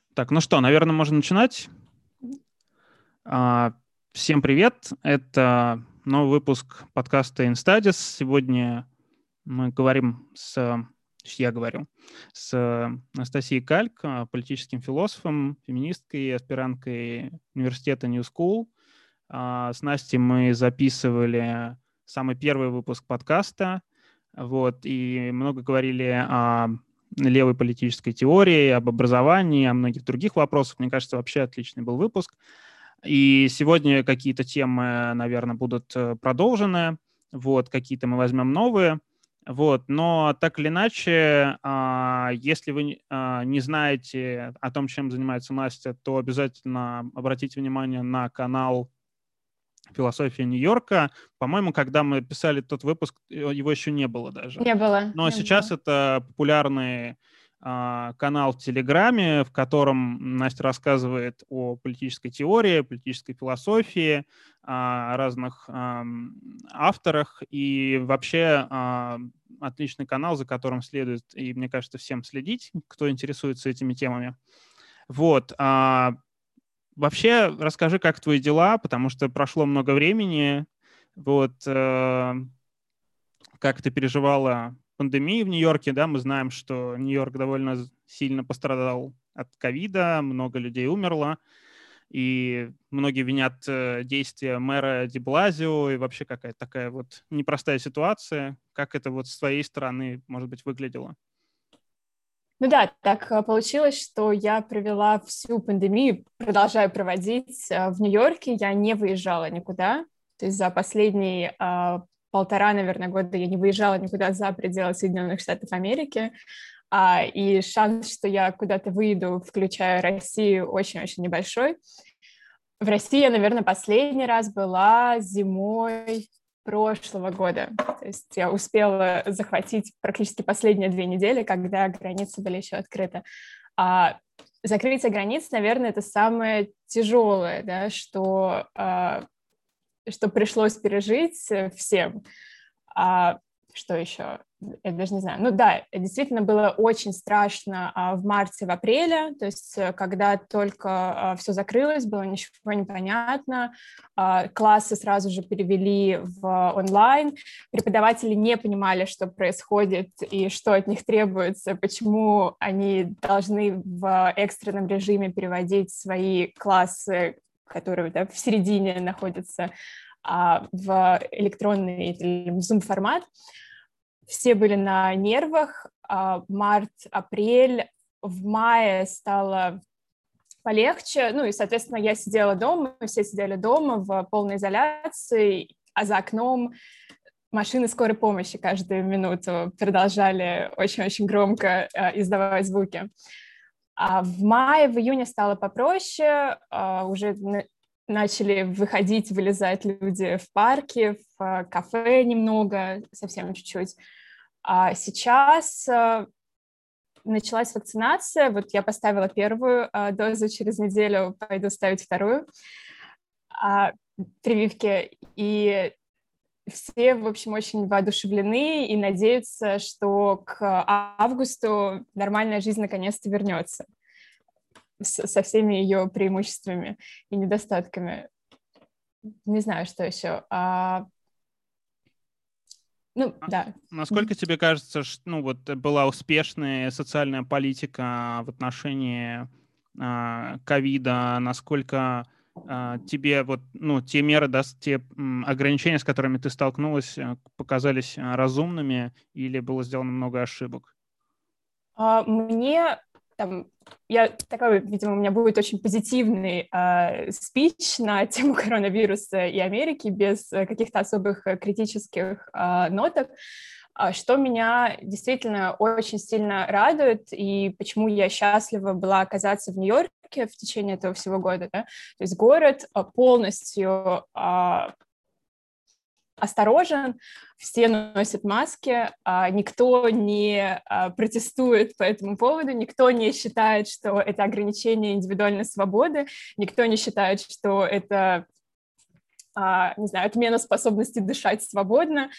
Так, ну что, наверное, можно начинать. Всем привет. Это новый выпуск подкаста InStudies. Сегодня мы говорим я говорю с Анастасией Кальк, политическим философом, феминисткой и аспиранткой университета New School. С Настей мы записывали самый первый выпуск подкаста, и много говорили о левой политической теории, об образовании, о многих других вопросах. Мне кажется, вообще отличный был выпуск. И сегодня какие-то темы, наверное, будут продолжены, какие-то мы возьмем новые. Но так или иначе, если вы не знаете о том, чем занимается Настя, то обязательно обратите внимание на канал «Философия Нью-Йорка». По-моему, когда мы писали тот выпуск, его еще не было даже. Не было. Но сейчас это популярный канал в Телеграме, в котором Настя рассказывает о политической теории, политической философии, о разных авторах. И вообще отличный канал, за которым следует, и мне кажется, всем следить, кто интересуется этими темами. Вообще, расскажи, как твои дела, потому что прошло много времени. Как ты переживала пандемию в Нью-Йорке, да? Мы знаем, что Нью-Йорк довольно сильно пострадал от ковида, много людей умерло, и многие винят действия мэра Ди Блазио, и вообще какая-то такая непростая ситуация. Как это с твоей стороны, может быть, выглядело? Ну да, так получилось, что я провела всю пандемию, продолжаю проводить в Нью-Йорке. Я не выезжала никуда. То есть за последние 1,5, наверное, года я не выезжала никуда за пределы Соединенных Штатов Америки. И шанс, что я куда-то выйду, включая Россию, очень-очень небольшой. В России я, наверное, последний раз была зимой прошлого года. То есть я успела захватить практически последние 2 недели, когда границы были еще открыты. Закрытие границ, наверное, это самое тяжелое, да, что пришлось пережить всем. Что еще? Я даже не знаю. Ну да, действительно было очень страшно в марте, в апреле, то есть когда только все закрылось, было ничего не понятно, классы сразу же перевели в онлайн, преподаватели не понимали, что происходит и что от них требуется, почему они должны в экстренном режиме переводить свои классы, которые в середине находятся, в электронный или Zoom-формат. Все были на нервах. Март, апрель. В мае стало полегче. Ну и, соответственно, я сидела дома, мы все сидели дома в полной изоляции, а за окном машины скорой помощи каждую минуту продолжали очень-очень громко издавать звуки. В мае, в июне стало попроще, уже начали выходить, вылезать люди в парке, в кафе немного, совсем чуть-чуть. А сейчас началась вакцинация. Вот я поставила первую дозу, через неделю пойду ставить вторую прививки. И все, в общем, очень воодушевлены и надеются, что к августу нормальная жизнь наконец-то вернется со всеми ее преимуществами и недостатками. Не знаю, что еще. Да. Насколько тебе кажется, что была успешная социальная политика в отношении ковида? Насколько тебе те меры, те ограничения, с которыми ты столкнулась, показались разумными или было сделано много ошибок? Я такой, видимо, у меня будет очень позитивный спич на тему коронавируса и Америки без каких-то особых критических ноток. Что меня действительно очень сильно радует и почему я счастлива была оказаться в Нью-Йорке в течение этого всего года, да? То есть город полностью осторожен, все носят маски, никто не протестует по этому поводу, никто не считает, что это ограничение индивидуальной свободы, никто не считает, что это, не знаю, отмена способности дышать свободно,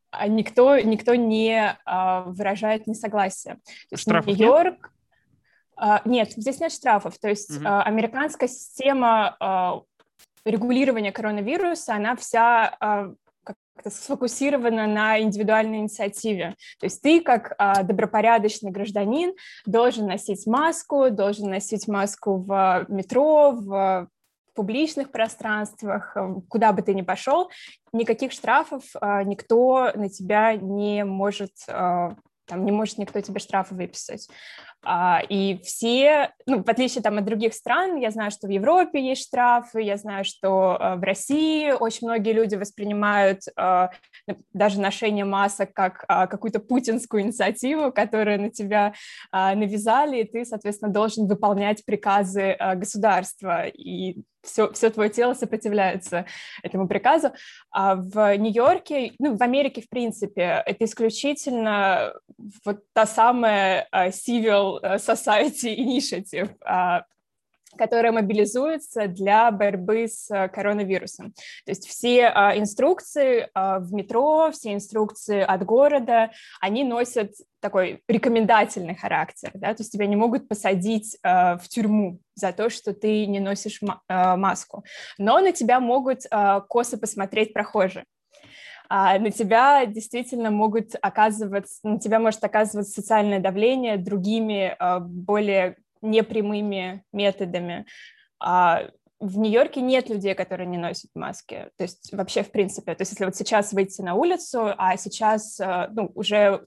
никто не выражает несогласия. То есть Штрафов Нью-Йорк... нет? Нет, здесь нет штрафов. То есть американская система регулирования коронавируса, она вся как-то сфокусирована на индивидуальной инициативе. То есть ты, как добропорядочный гражданин, должен носить маску в метро, в публичных пространствах, куда бы ты ни пошел, никаких штрафов никто на тебя не может, не может никто тебе штрафы выписать. И все, в отличие от других стран, я знаю, что в Европе есть штрафы, я знаю, что в России очень многие люди воспринимают даже ношение масок как какую-то путинскую инициативу, которую на тебя навязали, и ты, соответственно, должен выполнять приказы государства, и все твое тело сопротивляется этому приказу. А в Нью-Йорке, в Америке, в принципе, это исключительно вот та самая civil society initiative, которая мобилизуется для борьбы с коронавирусом. То есть все инструкции в метро, все инструкции от города, они носят такой рекомендательный характер, да? То есть тебя не могут посадить в тюрьму за то, что ты не носишь маску, но на тебя могут косо посмотреть прохожие. На тебя действительно может оказываться социальное давление другими, более непрямыми методами. В Нью-Йорке нет людей, которые не носят маски, то есть вообще в принципе. То есть если вот сейчас выйти на улицу, а сейчас уже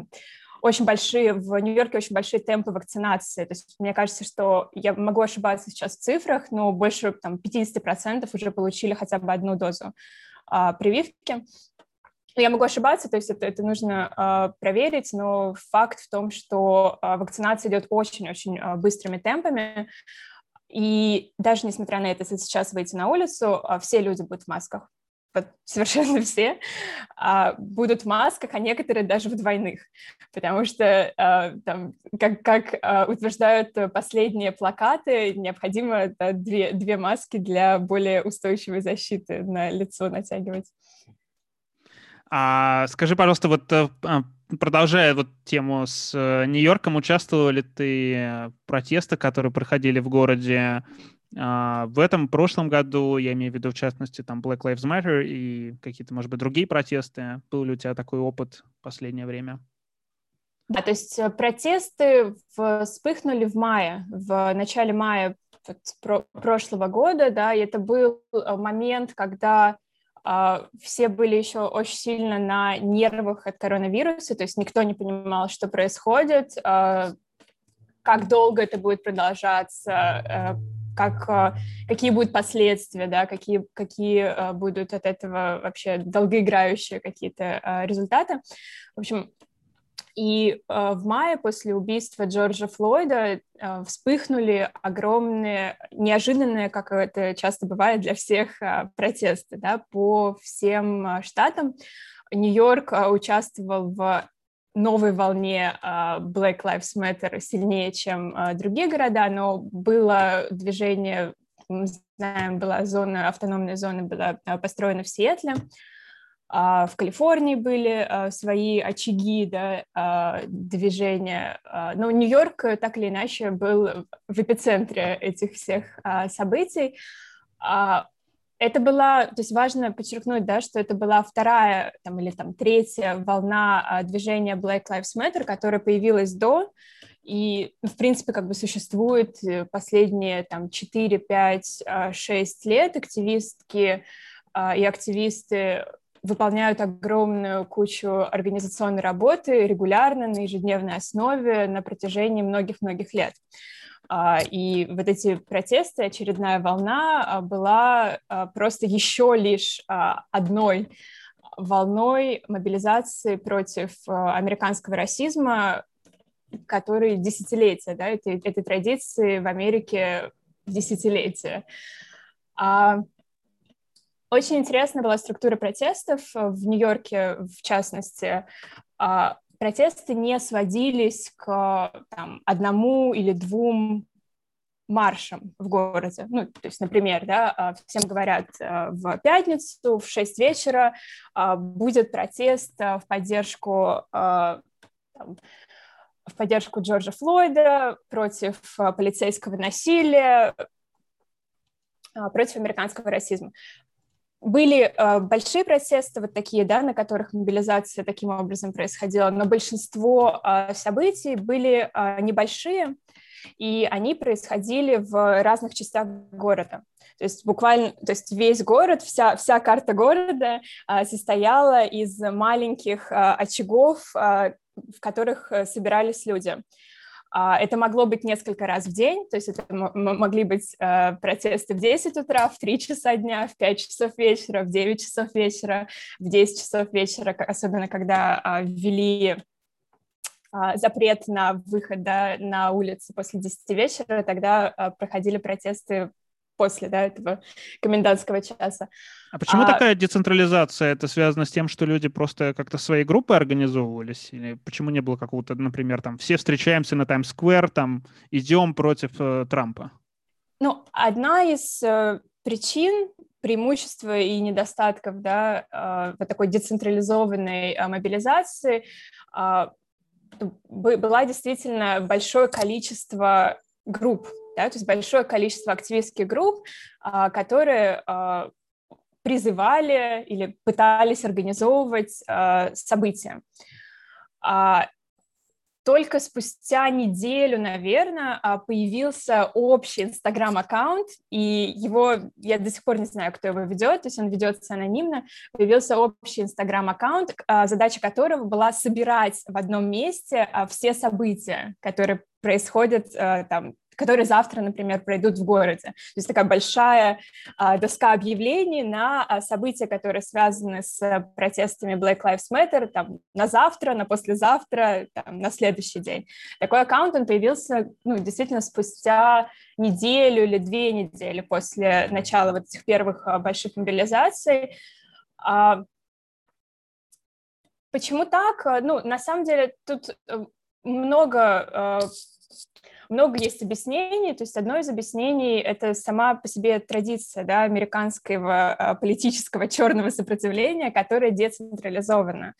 в Нью-Йорке очень большие темпы вакцинации. То есть мне кажется, что я могу ошибаться сейчас в цифрах, но больше 50% уже получили хотя бы одну дозу прививки. Я могу ошибаться, то есть это нужно проверить, но факт в том, что вакцинация идет очень-очень быстрыми темпами, и даже несмотря на это, если сейчас выйти на улицу, все люди будут в масках, вот совершенно все будут в масках, а некоторые даже в двойных, потому что, как утверждают последние плакаты, необходимо две маски для более устойчивой защиты на лицо натягивать. Скажи, пожалуйста, вот продолжая вот тему с Нью-Йорком, участвовала ли ты в протестах, которые проходили в городе в этом прошлом году? Я имею в виду, в частности, Black Lives Matter и какие-то, может быть, другие протесты. Был ли у тебя такой опыт в последнее время? Да, то есть протесты вспыхнули в начале мая прошлого года, да, и это был момент, когда все были еще очень сильно на нервах от коронавируса, то есть никто не понимал, что происходит, как долго это будет продолжаться, какие будут последствия, да, какие будут от этого вообще долгоиграющие какие-то результаты. В общем, и в мае после убийства Джорджа Флойда вспыхнули огромные, неожиданные, как это часто бывает для всех, протесты, да, по всем штатам. Нью-Йорк участвовал в новой волне Black Lives Matter сильнее, чем другие города, но было движение, мы знаем, автономная зона была построена в Сиэтле. В Калифорнии были свои очаги, да, движения, но Нью-Йорк так или иначе был в эпицентре этих всех событий. Это была, то есть важно подчеркнуть, да, что это была вторая или третья волна движения Black Lives Matter, которая появилась до, и, в принципе, существует последние 4, 5, 6 лет. Активистки и активисты выполняют огромную кучу организационной работы регулярно, на ежедневной основе на протяжении многих-многих лет. И вот эти протесты, очередная волна, была просто еще лишь одной волной мобилизации против американского расизма, который десятилетия, да, этой традиции в Америке десятилетия. Очень интересная была структура протестов в Нью-Йорке, в частности. Протесты не сводились к одному или двум маршам в городе. То есть, например, да, всем говорят, в пятницу в 6 вечера будет протест в поддержку в поддержку Джорджа Флойда, против полицейского насилия, против американского расизма. Были большие протесты, вот такие, да, на которых мобилизация таким образом происходила, но большинство событий были небольшие, и они происходили в разных частях города. То есть буквально, то есть весь город, вся карта города состояла из маленьких очагов, в которых собирались люди. Это могло быть несколько раз в день, то есть это могли быть протесты в 10 утра, в 3 часа дня, в 5 часов вечера, в 9 часов вечера, в 10 часов вечера, особенно когда ввели запрет на выход на улицы после 10 вечера, тогда проходили протесты после этого комендантского часа. А почему такая децентрализация? Это связано с тем, что люди просто как-то своей группой организовывались? Или почему не было какого-то, например, там, все встречаемся на Таймс-сквер, там, идем против Трампа? Ну, одна из причин, преимущества и недостатков, да, вот такой децентрализованной мобилизации было действительно большое количество групп, да, то есть большое количество активистских групп, которые призывали или пытались организовывать события. Только спустя неделю, наверное, появился общий Инстаграм-аккаунт, и я до сих пор не знаю, кто его ведет, то есть он ведется анонимно, появился общий Инстаграм-аккаунт, задача которого была собирать в одном месте все события, которые происходят там, которые завтра, например, пройдут в городе. То есть такая большая доска объявлений на события, которые связаны с протестами Black Lives Matter, там, на завтра, на послезавтра, там, на следующий день. Такой аккаунт, он появился, действительно, спустя неделю или 2 недели после начала вот этих первых больших мобилизаций. Почему так? На самом деле, тут много есть объяснений, то есть одно из объяснений – это сама по себе традиция, да, американского политического черного сопротивления, которое децентрализовано.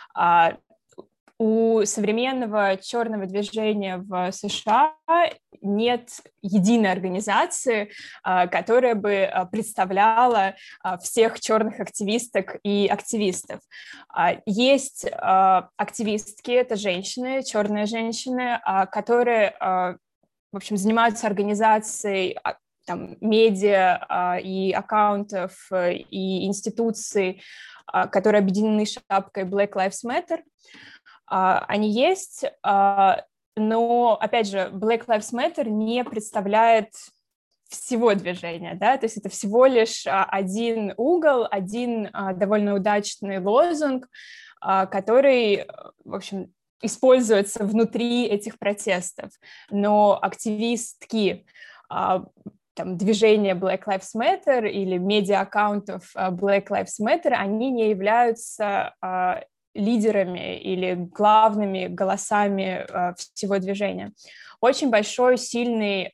У современного черного движения в США нет единой организации, которая бы представляла всех черных активисток и активистов. Есть активистки, это женщины, черные женщины, которые, в общем, занимаются организацией там, медиа и аккаунтов и институций, которые объединены шапкой Black Lives Matter. Они есть, но, опять же, Black Lives Matter не представляет всего движения, да, то есть это всего лишь один угол, один довольно удачный лозунг, который, в общем, используется внутри этих протестов, но активистки там, движения Black Lives Matter или медиа-аккаунтов Black Lives Matter, они не являются лидерами или главными голосами всего движения. Очень большой, сильная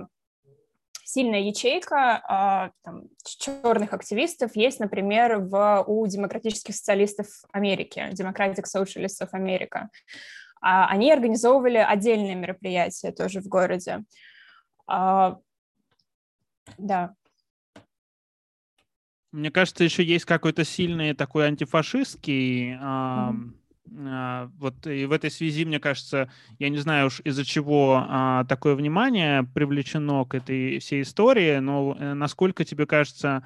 ячейка черных активистов есть, например, у демократических социалистов Америки, Democratic Socialists of America. Они организовывали отдельные мероприятия тоже в городе. Да. Мне кажется, еще есть какой-то сильный такой антифашистский, вот и в этой связи, мне кажется, я не знаю уж из-за чего такое внимание привлечено к этой всей истории, но насколько тебе кажется,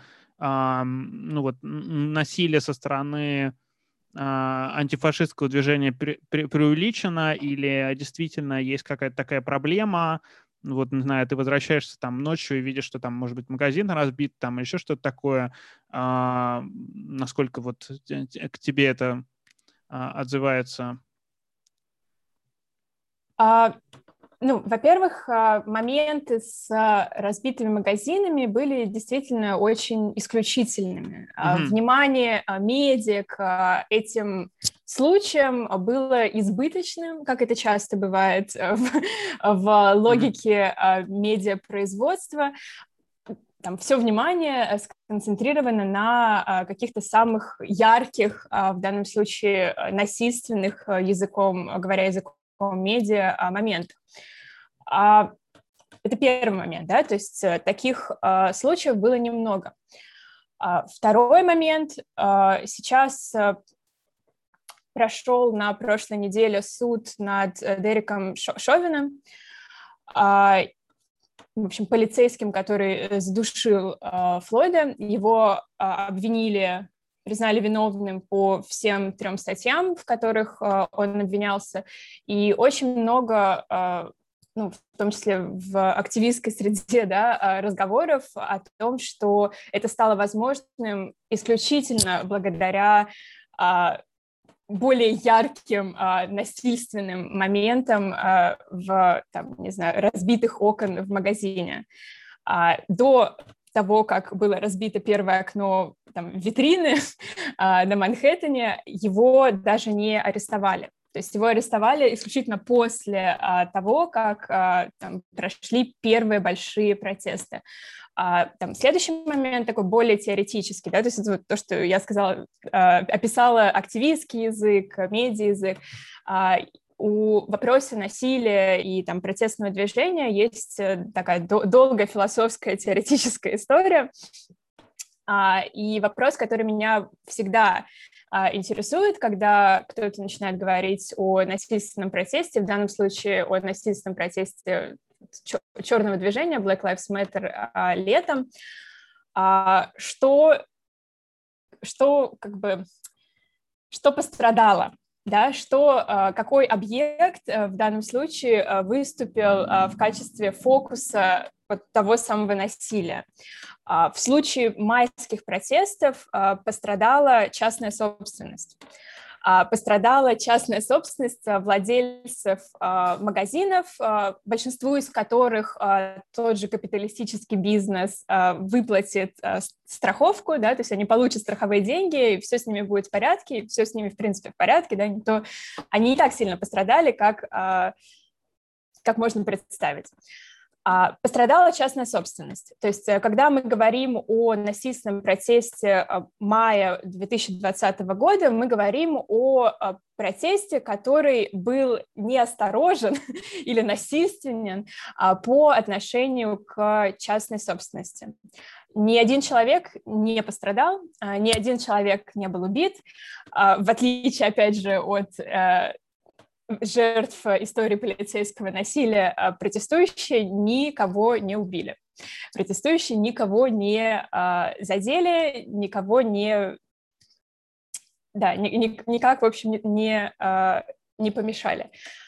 насилие со стороны антифашистского движения преувеличено или действительно есть какая-то такая проблема? Вот, не знаю, ты возвращаешься там ночью и видишь, что там, может быть, магазин разбит, там еще что-то такое. Насколько вот к тебе это отзывается? Во-первых, моменты с разбитыми магазинами были действительно очень исключительными. Внимание медиа к этим случаям было избыточным, как это часто бывает в логике медиапроизводства. Там все внимание сконцентрировано на каких-то самых ярких, в данном случае насильственных языком таком медиа-моментах. Это первый момент, да, то есть таких случаев было немного. Второй момент. Сейчас прошел на прошлой неделе суд над Дереком Шовином, в общем, полицейским, который задушил Флойда. Его обвинили, признали виновным по всем 3 статьям, в которых он обвинялся, и очень много, в том числе в активистской среде, да, разговоров о том, что это стало возможным исключительно благодаря более ярким насильственным моментам в, разбитых окон в магазине. До того, как было разбито первое окно витрины на Манхэттене, его даже не арестовали. То есть его арестовали исключительно после того, как прошли первые большие протесты. Следующий момент такой более теоретический, да, то есть это вот то, что я сказала, описала активистский язык, медиа-язык. У вопроса насилия и протестного движения есть такая долгая философская теоретическая история. И вопрос, который меня всегда интересует, когда кто-то начинает говорить о насильственном протесте, в данном случае о насильственном протесте черного движения Black Lives Matter летом, что пострадало, да, какой объект в данном случае выступил в качестве фокуса того самого насилия. В случае майских протестов пострадала частная собственность. Пострадала частная собственность владельцев магазинов, большинству из которых тот же капиталистический бизнес выплатит страховку, да, то есть они получат страховые деньги, и все с ними будет в порядке, все с ними, в принципе, в порядке, да, они не так сильно пострадали, как можно представить. Пострадала частная собственность. То есть, когда мы говорим о насильственном протесте мая 2020 года, мы говорим о протесте, который был неосторожен или насильственен по отношению к частной собственности. Ни один человек не пострадал, ни один человек не был убит, в отличие, опять же, от жертв истории полицейского насилия, протестующие никого не убили. Протестующие никого не задели, никого не... Да, никак, в общем, не помешали.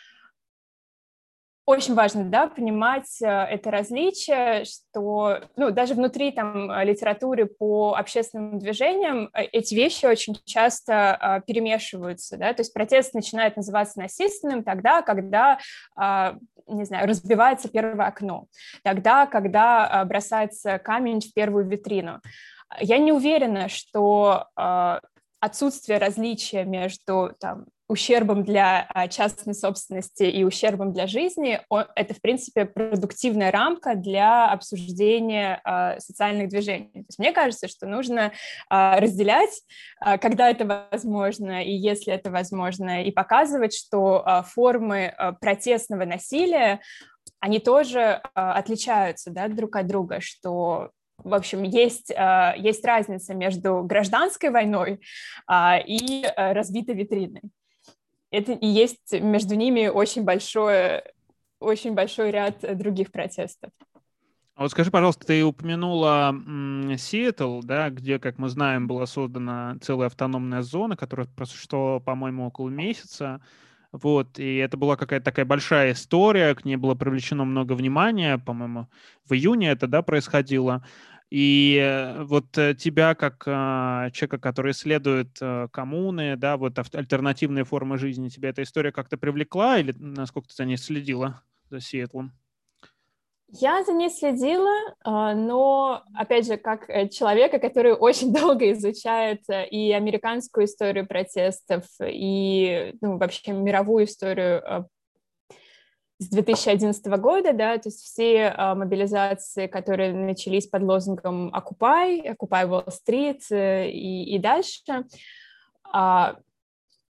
Очень важно, да, понимать это различие, что, даже внутри литературы по общественным движениям эти вещи очень часто перемешиваются, да, то есть протест начинает называться насильственным тогда, когда, разбивается первое окно, тогда, когда бросается камень в первую витрину. Я не уверена, что отсутствие различия между ущербом для частной собственности и ущербом для жизни, это, в принципе, продуктивная рамка для обсуждения социальных движений. То есть мне кажется, что нужно разделять, когда это возможно и если это возможно, и показывать, что формы протестного насилия, они тоже отличаются, да, друг от друга, что... В общем, есть разница между гражданской войной и разбитой витриной. И есть между ними очень большой ряд других протестов. А вот скажи, пожалуйста, ты упомянула Сиэтл, да, где, как мы знаем, была создана целая автономная зона, которая просуществовала, по-моему, около месяца. Вот, и это была какая-то такая большая история, к ней было привлечено много внимания, по-моему, в июне это, да, происходило. И вот тебя, как человека, который исследует коммуны, да, вот альтернативные формы жизни, тебя эта история как-то привлекла или насколько ты за ней следила, за Сиэтлом? Я за ней следила, но, опять же, как человека, который очень долго изучает и американскую историю протестов, и вообще мировую историю с 2011 года, да, то есть все мобилизации, которые начались под лозунгом Occupy Wall Street и дальше,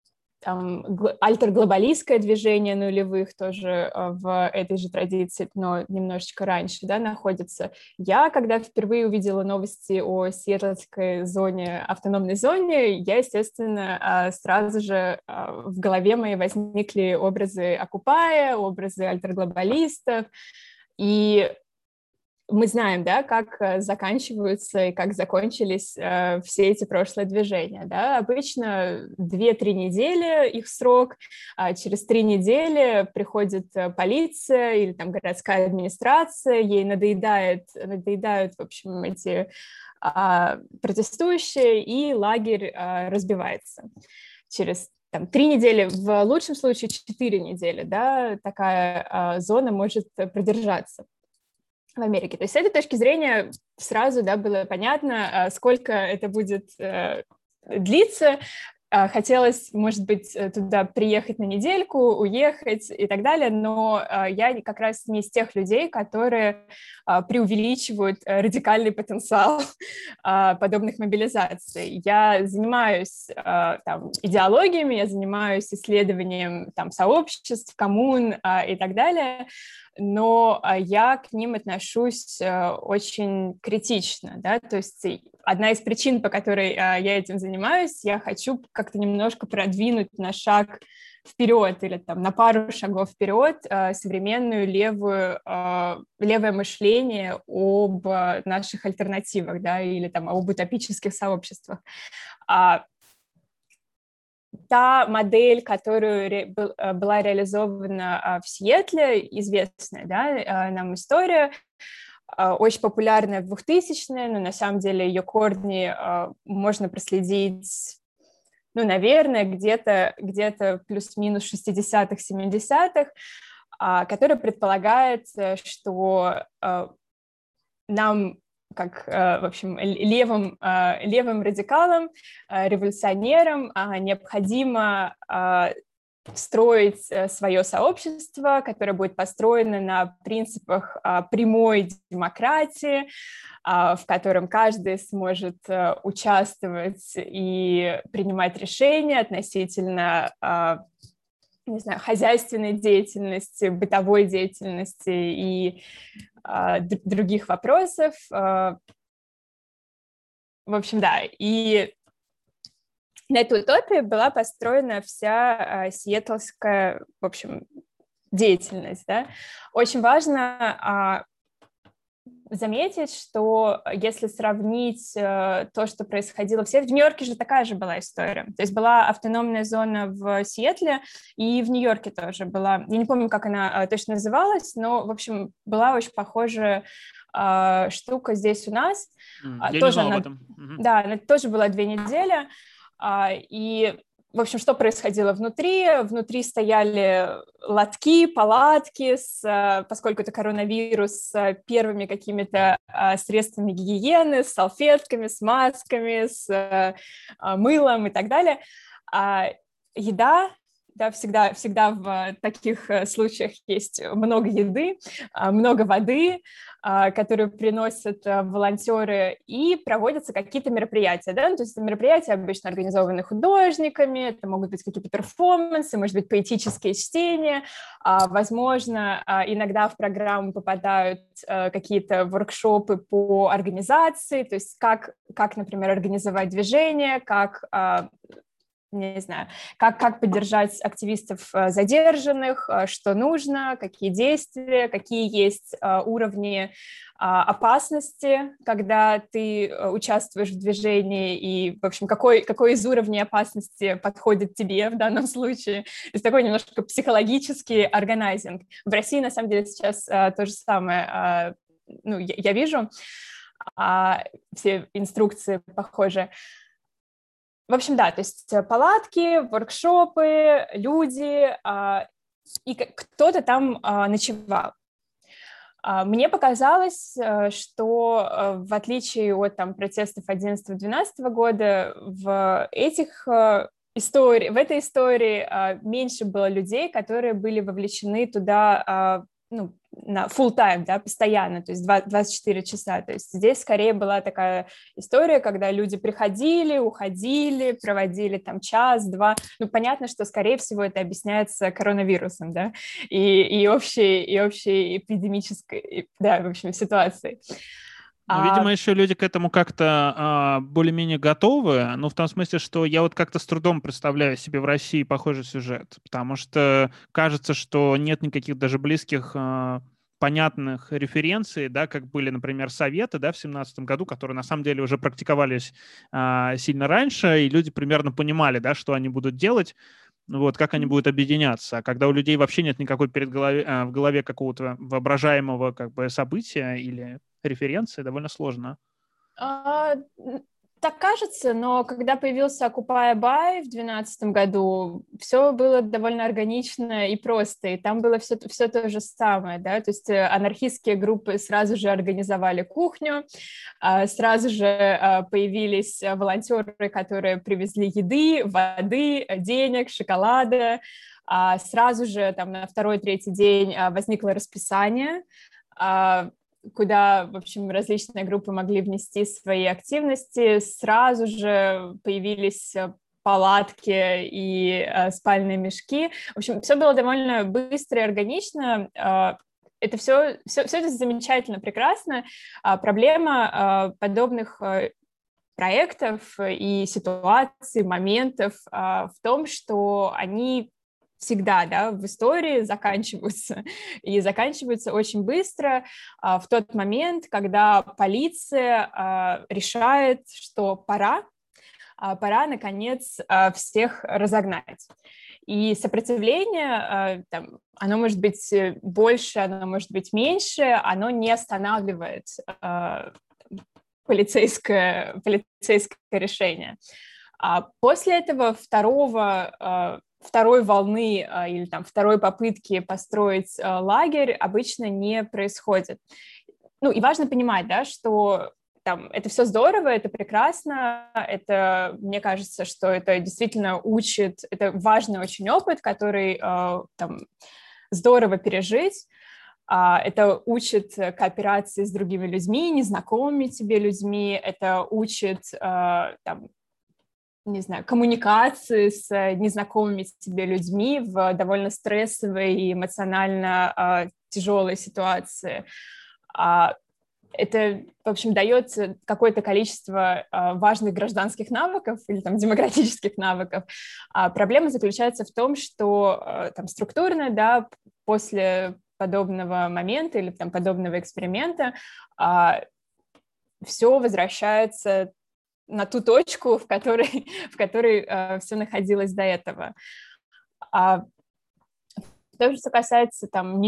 там альтерглобалистское движение нулевых тоже в этой же традиции, но немножечко раньше, да, находится. Я, когда впервые увидела новости о сиэтлской зоне, автономной зоне, я, естественно, сразу же в голове моей возникли образы Окупая, образы альтерглобалистов, и мы знаем, да, как заканчиваются и как закончились все эти прошлые движения, да, обычно 2-3 недели их срок, а через 3 недели приходит полиция или там городская администрация, ей надоедают, в общем, эти протестующие, и лагерь разбивается. Через 3 недели, в лучшем случае 4 недели, да, такая зона может продержаться в Америке. То есть с этой точки зрения сразу, да, было понятно, сколько это будет длиться. Хотелось, может быть, туда приехать на недельку, уехать и так далее, но я как раз не из тех людей, которые преувеличивают радикальный потенциал подобных мобилизаций. Я занимаюсь там идеологиями, я занимаюсь исследованием там сообществ, коммун и так далее, но я к ним отношусь очень критично, да, то есть одна из причин, по которой я этим занимаюсь, я хочу как-то немножко продвинуть на шаг вперед или там на пару шагов вперед современную левое мышление об наших альтернативах, да, или там об утопических сообществах. Та модель, которую была реализована в Сиэтле, известная, да, нам история, очень популярная в 2000-е, но на самом деле ее корни можно проследить, ну, наверное, где-то плюс-минус 60-х, 70-х, которая предполагает, что нам, как, в общем, левым радикалам, революционерам необходимо строить свое сообщество, которое будет построено на принципах прямой демократии, в котором каждый сможет участвовать и принимать решения относительно, не знаю, хозяйственной деятельности, бытовой деятельности и других вопросов. В общем, да, и на эту утопию была построена вся сиэтлская, в общем, деятельность, да. Очень важно заметить, что если сравнить то, что происходило в Нью-Йорке же такая же была история. То есть была автономная зона в Сиэтле, и в Нью-Йорке тоже была. Я не помню, как она точно называлась, но, в общем, была очень похожая штука здесь у нас. Я тоже не знал об этом. Да, она тоже была 2 недели. И, в общем, что происходило внутри? Внутри стояли лотки, палатки, поскольку это коронавирус, с первыми какими-то средствами гигиены, с салфетками, с масками, с мылом и так далее. Еда, да, всегда в таких случаях есть много еды, много воды, которые приносят волонтеры, и проводятся какие-то мероприятия, да, то есть мероприятия обычно организованы художниками, это могут быть какие-то перформансы, может быть, поэтические чтения, возможно, иногда в программу попадают какие-то воркшопы по организации, то есть как, например, организовать движение, как не знаю, как поддержать активистов задержанных, что нужно, какие действия, какие есть уровни опасности, когда ты участвуешь в движении, и, в общем, какой из уровней опасности подходит тебе в данном случае. То есть такой немножко психологический органайзинг. В России, на самом деле, сейчас то же самое, ну, я вижу, все инструкции похожи. В общем, да, то есть палатки, воркшопы, люди, и кто-то там ночевал. Мне показалось, что в отличие от там, протестов 11-12 года, в этой истории меньше было людей, которые были вовлечены туда ну, на full time, да, постоянно, то есть 24 часа. То есть здесь скорее была такая история, когда люди приходили, уходили, проводили там час-два. Ну, понятно, что, скорее всего, это объясняется коронавирусом, да, и общей эпидемической, да, в общем, ситуацией. Ну, видимо, еще люди к этому как-то более-менее готовы, ну, в том смысле, что я вот как-то с трудом представляю себе в России похожий сюжет, потому что кажется, что нет никаких даже близких понятных референций, да, как были, например, Советы, да, в 2017 году, которые на самом деле уже практиковались сильно раньше, и люди примерно понимали, да, что они будут делать, вот, как они будут объединяться. А когда у людей вообще нет никакой в голове какого-то воображаемого как бы события или референции, довольно сложно. Так кажется, но когда появился Occupy Buy в 2012 году, все было довольно органично и просто, и там было все то же самое, да, то есть анархистские группы сразу же организовали кухню, сразу же появились волонтеры, которые привезли еды, воды, денег, шоколада, сразу же там на второй-третий день возникло расписание, куда, в общем, различные группы могли внести свои активности. Сразу же появились палатки и спальные мешки. В общем, все было довольно быстро и органично. Это все это замечательно, прекрасно. Проблема подобных проектов и ситуаций, моментов в том, что они всегда, да, в истории заканчиваются, и заканчиваются очень быстро в тот момент, когда полиция решает, что пора, наконец, всех разогнать. И сопротивление, там, оно может быть больше, оно может быть меньше, оно не останавливает полицейское решение. После этого второй волны или там второй попытки построить лагерь обычно не происходит. Ну и важно понимать, да, что там это все здорово, это прекрасно, это, мне кажется, что это действительно учит, это важный очень опыт, который там здорово пережить. Это учит кооперации с другими людьми, незнакомыми тебе людьми, это учит там, не знаю, коммуникации с незнакомыми тебе людьми в довольно стрессовой и эмоционально тяжелой ситуации. Это, в общем, дает какое-то количество важных гражданских навыков или там демократических навыков. Проблема заключается в том, что там структурно, да, после подобного момента или там подобного эксперимента все возвращается на ту точку, в которой все находилось до этого. То, что касается там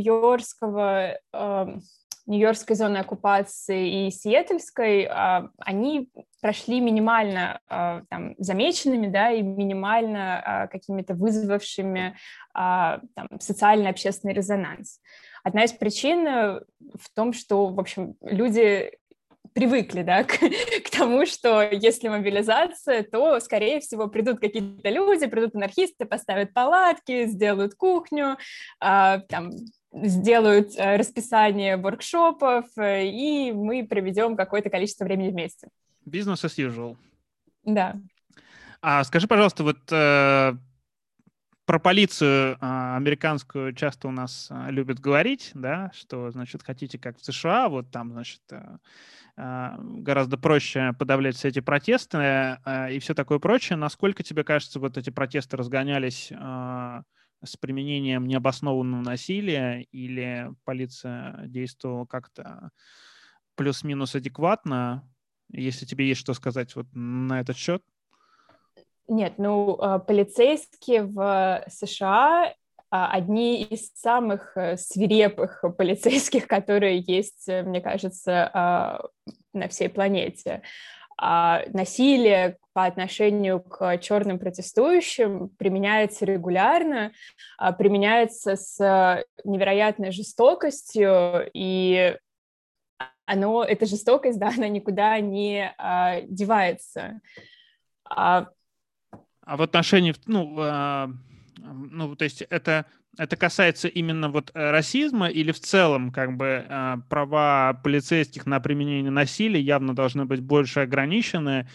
Нью-Йоркской зоны оккупации и Сиэтльской, они прошли минимально там, замеченными, да, и минимально какими-то вызвавшими там, социально-общественный резонанс. Одна из причин в том, что, в общем, люди привыкли, да, к тому, что если мобилизация, то, скорее всего, придут какие-то люди, придут анархисты, поставят палатки, сделают кухню, там, сделают расписание воркшопов, и мы проведем какое-то количество времени вместе. Business as usual. Да. Скажи, пожалуйста, вот про полицию американскую часто у нас любят говорить, да, что, значит, хотите как в США, вот там, значит, гораздо проще подавлять все эти протесты и все такое прочее. Насколько тебе кажется, вот эти протесты разгонялись с применением необоснованного насилия или полиция действовала как-то плюс-минус адекватно? Если тебе есть что сказать вот на этот счет? Нет, ну, полицейские в США одни из самых свирепых полицейских, которые есть, мне кажется, на всей планете. Насилие по отношению к черным протестующим применяется регулярно, применяется с невероятной жестокостью, и эта жестокость, да, она никуда не девается. В отношении, то есть это это касается именно вот расизма или в целом как бы права полицейских на применение насилия явно должны быть больше ограничены,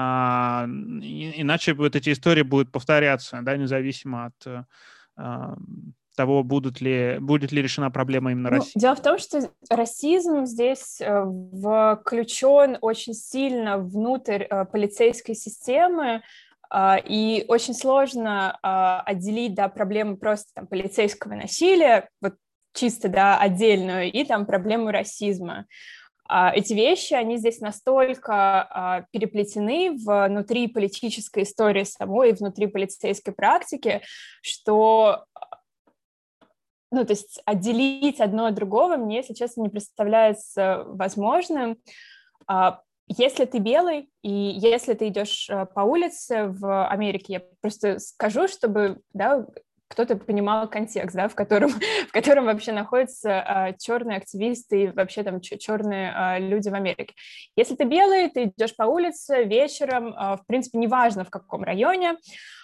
иначе вот эти истории будут повторяться, да, независимо от того, будет ли решена проблема именно России. Дело в том, что расизм здесь включен очень сильно внутрь полицейской системы, и очень сложно отделить, да, проблему просто там полицейского насилия, вот чисто, да, отдельную, и там проблему расизма. Эти вещи, они здесь настолько переплетены внутри политической истории самой и внутри полицейской практики, что, то есть отделить одно от другого мне, если честно, не представляется возможным. Если ты белый, и если ты идешь по улице в Америке, я просто скажу, чтобы, да, кто-то понимал контекст, да, в котором вообще находятся черные активисты и вообще там черные люди в Америке. Если ты белый, ты идешь по улице вечером, в принципе, неважно в каком районе,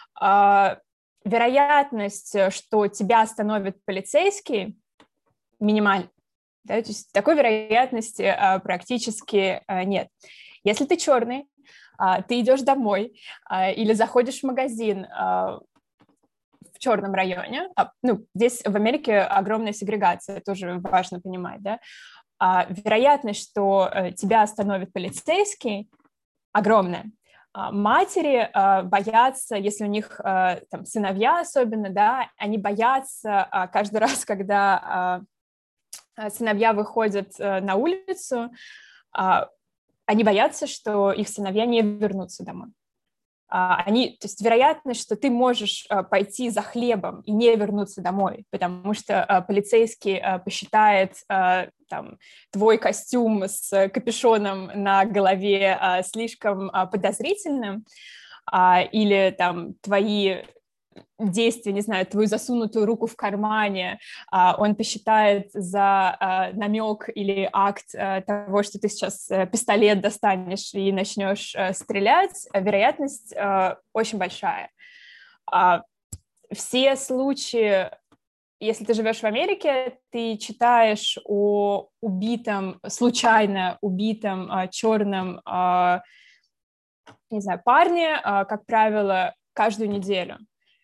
вероятность, что тебя остановит полицейский, минимальна. Да, то есть такой вероятности практически нет. Если ты черный, ты идешь домой или заходишь в магазин в черном районе, здесь в Америке огромная сегрегация, тоже важно понимать, да, вероятность, что тебя остановит полицейский, огромная. Матери боятся, если у них там сыновья особенно, да, они боятся каждый раз, когда сыновья выходят на улицу, они боятся, что их сыновья не вернутся домой. То есть вероятность, что ты можешь пойти за хлебом и не вернуться домой, потому что полицейский посчитает там, твой костюм с капюшоном на голове слишком подозрительным, или там твои действие, не знаю, твою засунутую руку в кармане, он посчитает за намек или акт того, что ты сейчас пистолет достанешь и начнешь стрелять, вероятность очень большая. Все случаи, если ты живешь в Америке, ты читаешь о случайно убитом черном, не знаю, парне, как правило, каждую неделю,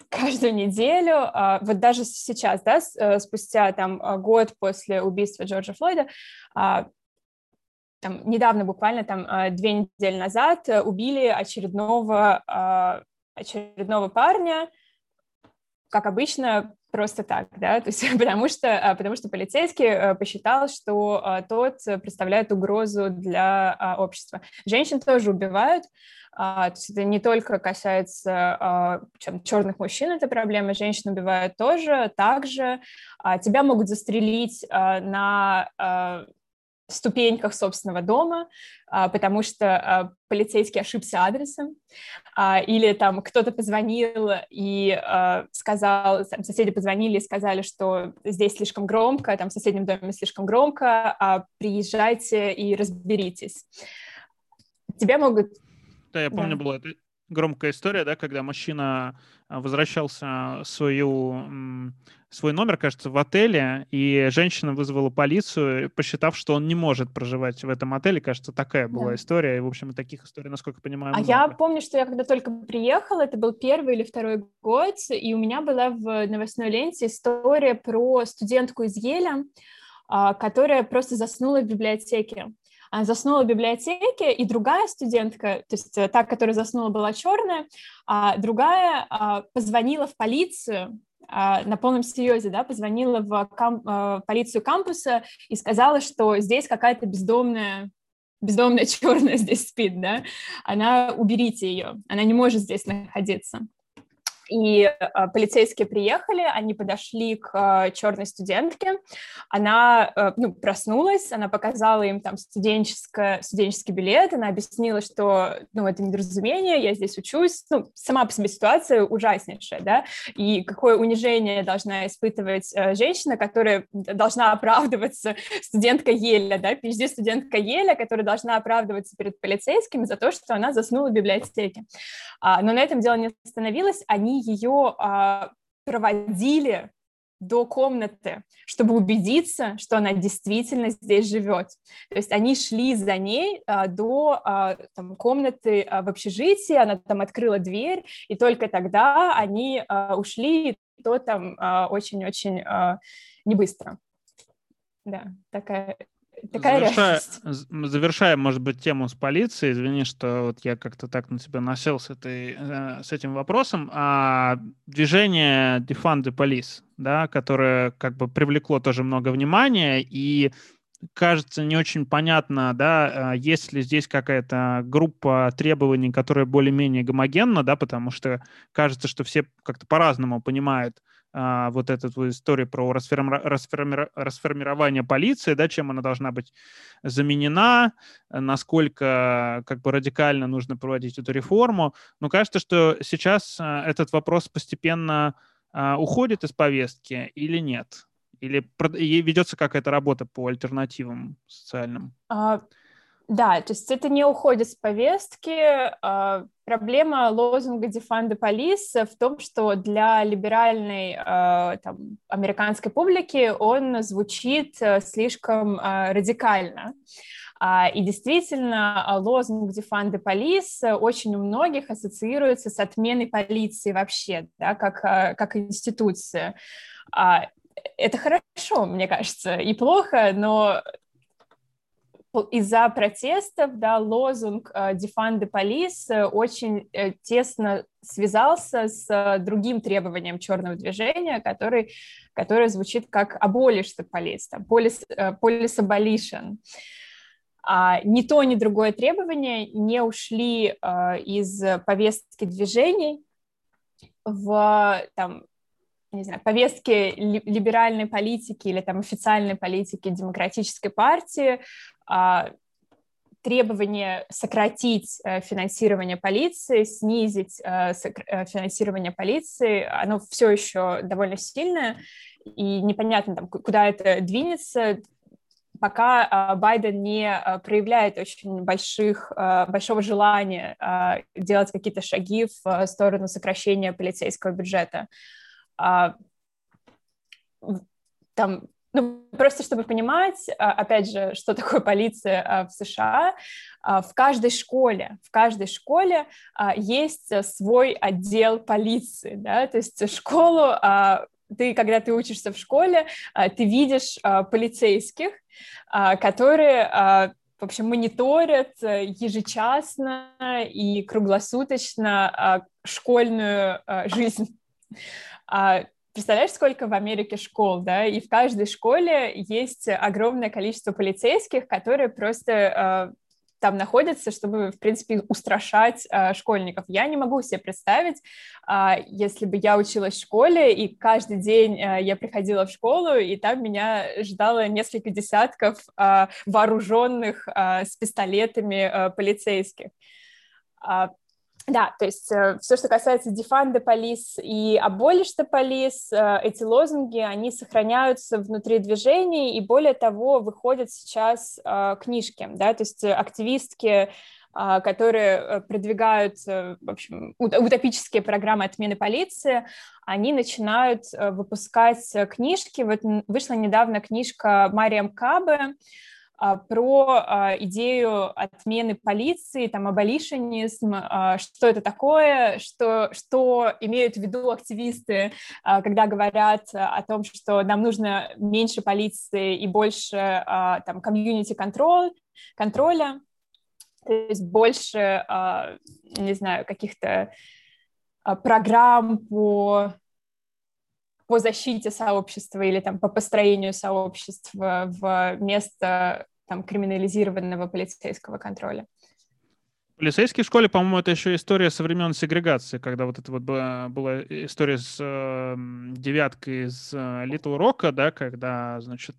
вот даже сейчас, да, спустя там год после убийства Джорджа Флойда, там, недавно, буквально там 2 недели назад, убили очередного парня, как обычно, просто так, да, то есть потому что полицейский посчитал, что тот представляет угрозу для общества. Женщин тоже убивают. То есть это не только касается черных мужчин, эта проблема, женщин убивают тоже, также тебя могут застрелить на ступеньках собственного дома, потому что полицейский ошибся адресом, или там кто-то позвонил и сказал, соседи позвонили и сказали, что здесь слишком громко, там в соседнем доме слишком громко, приезжайте и разберитесь. Тебя могут... Да, я помню, была эта громкая история, да, когда мужчина возвращался в свой номер, кажется, в отеле, и женщина вызвала полицию, посчитав, что он не может проживать в этом отеле. Кажется, такая была история. И, в общем, таких историй, насколько я понимаю, много. Я помню, что я когда только приехала, это был 1-й или 2-й год, и у меня была в новостной ленте история про студентку из Йеля, которая просто заснула в библиотеке. Она заснула в библиотеке, и другая студентка, то есть та, которая заснула, была черная, а другая позвонила в полицию на полном серьезе, да, позвонила в полицию кампуса и сказала, что здесь какая-то бездомная черная здесь спит, да, уберите ее, она не может здесь находиться. И полицейские приехали, они подошли к черной студентке, она проснулась, она показала им там студенческий билет, она объяснила, что это недоразумение, я здесь учусь, сама по себе ситуация ужаснейшая, да, и какое унижение должна испытывать женщина, которая должна оправдываться, студентка Йеля, да, PhD-студентка Йеля, которая должна оправдываться перед полицейскими за то, что она заснула в библиотеке. Но на этом дело не остановилось, они ее проводили до комнаты, чтобы убедиться, что она действительно здесь живет. То есть они шли за ней до там, комнаты в общежитии, она там открыла дверь, и только тогда они ушли, и то там очень-очень не быстро. Да, такая реальность. Завершая, может быть, тему с полицией, извини, что вот я как-то так на тебя насел с этим вопросом. Движение Defund the Police, да, которое как бы привлекло тоже много внимания, и кажется не очень понятно, да, есть ли здесь какая-то группа требований, которая более-менее гомогенна, да, потому что кажется, что все как-то по-разному понимают вот эту вот историю про расформирование полиции, да, чем она должна быть заменена, насколько как бы радикально нужно проводить эту реформу. Но кажется, что сейчас этот вопрос постепенно уходит из повестки или нет? Или ведется какая-то работа по альтернативам социальным? Да, то есть это не уходит с повестки. Проблема лозунга «Defund the Police» в том, что для либеральной там, американской публики он звучит слишком радикально. И действительно, лозунг «Defund the Police» очень у многих ассоциируется с отменой полиции вообще, да, как институции. Это хорошо, мне кажется, и плохо, но из-за протестов, да, лозунг «Defund the Police» очень тесно связался с другим требованием черного движения, который звучит как «abolish the police», там, «police abolition». Ни то, ни другое требование не ушли из повестки движений в там, не знаю, повестки либеральной политики или там официальной политики демократической партии, требование сократить финансирование полиции, снизить финансирование полиции, оно все еще довольно сильное, и непонятно, там, куда это двинется, пока Байден не проявляет очень большого желания делать какие-то шаги в сторону сокращения полицейского бюджета. Там, просто чтобы понимать, опять же, что такое полиция в США, в каждой школе есть свой отдел полиции, да, то есть школу, когда ты учишься в школе, ты видишь полицейских, которые в общем, мониторят ежечасно и круглосуточно школьную жизнь. Представляешь, сколько в Америке школ, да, и в каждой школе есть огромное количество полицейских, которые просто там находятся, чтобы, в принципе, устрашать школьников. Я не могу себе представить, если бы я училась в школе, и каждый день я приходила в школу, и там меня ждало несколько десятков вооруженных с пистолетами полицейских. Да, то есть все, что касается Defund the Police и Abolish the Police, эти лозунги, они сохраняются внутри движений, и более того, выходят сейчас книжки, да, то есть активистки, которые продвигают, в общем, утопические программы отмены полиции, они начинают выпускать книжки. Вот вышла недавно книжка Мариам Кабе про идею отмены полиции, там, аболишенизм, что это такое, что имеют в виду активисты, когда говорят о том, что нам нужно меньше полиции и больше там комьюнити-контроля, то есть больше, не знаю, каких-то программ по защите сообщества или там, по построению сообщества вместо там, криминализированного полицейского контроля. Полицейские в школе, по-моему, это еще история со времен сегрегации, когда вот это вот была история с девяткой из Литл Рока, да, когда, значит,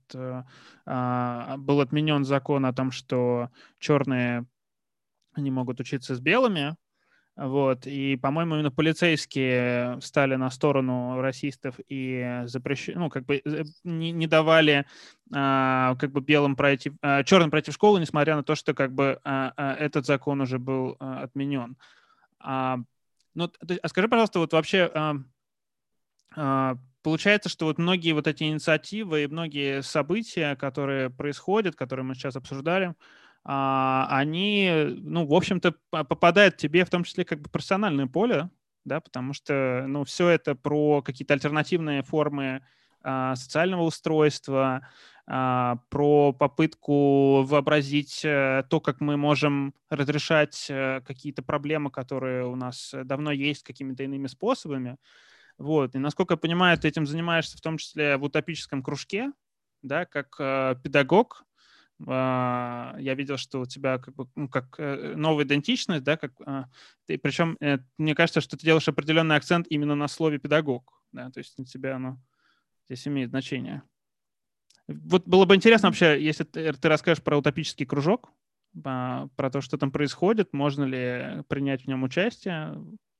был отменен закон о том, что черные не могут учиться с белыми. Вот, и, по-моему, именно полицейские встали на сторону расистов и как бы не давали как бы белым пройти, черным пройти в школу, несмотря на то, что как бы этот закон уже был отменен. Скажи, пожалуйста, вот вообще получается, что вот многие вот эти инициативы и многие события, которые происходят, которые мы сейчас обсуждали, они, ну, в общем-то, попадают тебе в том числе как бы профессиональное поле, да, потому что, ну, все это про какие-то альтернативные формы социального устройства, про попытку вообразить то, как мы можем разрешать какие-то проблемы, которые у нас давно есть какими-то иными способами. Вот. И, насколько я понимаю, ты этим занимаешься в том числе в утопическом кружке, да, как педагог. Я видел, что у тебя как бы, ну, как новая идентичность, да, как, причем мне кажется, что ты делаешь определенный акцент именно на слове «педагог», да, то есть для тебя оно здесь имеет значение. Вот было бы интересно вообще, если ты расскажешь про утопический кружок, про то, что там происходит, можно ли принять в нем участие.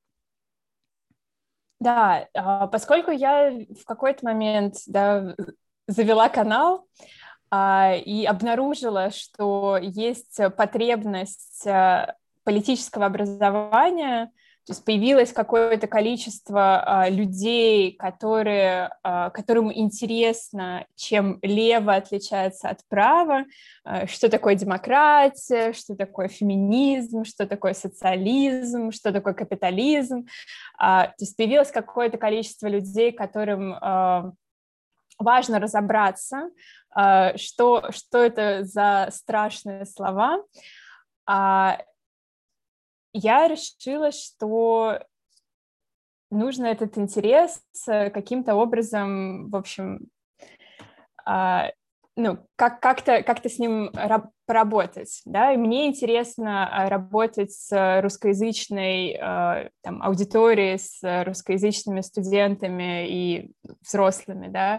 Да, поскольку я в какой-то момент, да, завела канал и обнаружила, что есть потребность политического образования, то есть появилось какое-то количество людей, которым интересно, чем лево отличается от права, что такое демократия, что такое феминизм, что такое социализм, что такое капитализм. То есть появилось какое-то количество людей, которым важно разобраться, что это за страшные слова. Я решила, что нужно этот интерес каким-то образом, в общем, ну, как-то с ним поработать, да, и мне интересно работать с русскоязычной там, аудиторией, с русскоязычными студентами и взрослыми, да,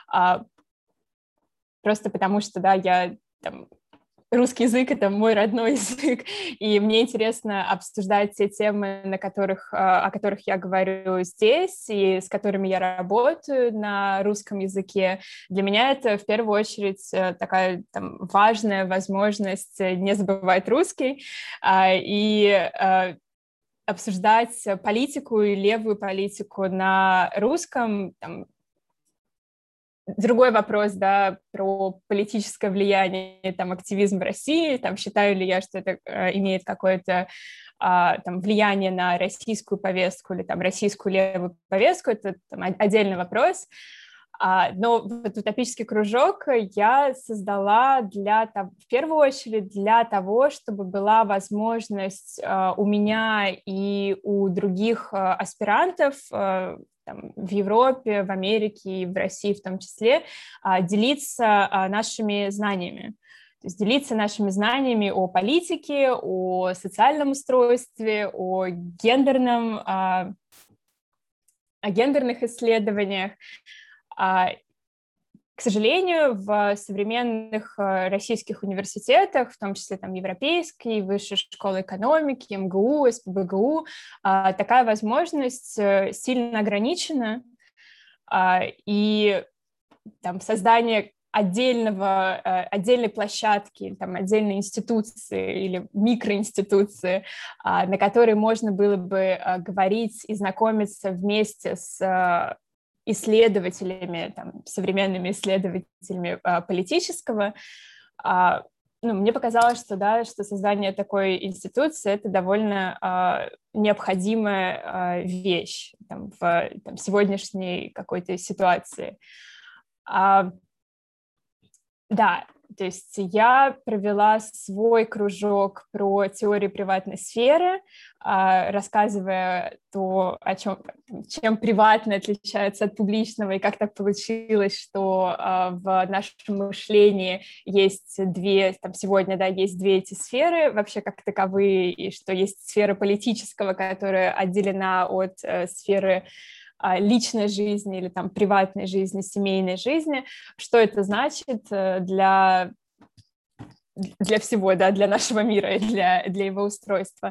просто потому что, да, я там, русский язык — это мой родной язык, и мне интересно обсуждать те темы, о которых я говорю здесь, и с которыми я работаю на русском языке. Для меня это в первую очередь такая там, важная возможность не забывать русский и обсуждать политику и левую политику на русском, там, другой вопрос, да, про политическое влияние, там, активизм в России, там, считаю ли я, что это имеет какое-то там, влияние на российскую повестку или там, российскую левую повестку, это там, отдельный вопрос. Но вот утопический кружок я создала в первую очередь для того, чтобы была возможность у меня и у других аспирантов там, в Европе, в Америке и в России в том числе, делиться нашими знаниями. То есть делиться нашими знаниями о политике, о социальном устройстве, о гендерных исследованиях. К сожалению, в современных российских университетах, в том числе там европейской, Высшей школы экономики, МГУ, СПбГУ, такая возможность сильно ограничена, и там создание отдельной площадки, там, отдельной институции или микроинституции, на которой можно было бы говорить и знакомиться вместе с исследователями, там, современными исследователями политического. Ну, мне показалось, что, да, что создание такой институции — это довольно необходимая вещь там, в сегодняшней какой-то ситуации. Да, то есть я провела свой кружок про теорию приватной сферы, рассказывая то, чем приватное отличается от публичного, и как так получилось, что в нашем мышлении есть сегодня, да, есть две эти сферы вообще как таковые, и что есть сфера политического, которая отделена от сферы личной жизни или там приватной жизни, семейной жизни, что это значит для всего, да, для нашего мира и для его устройства.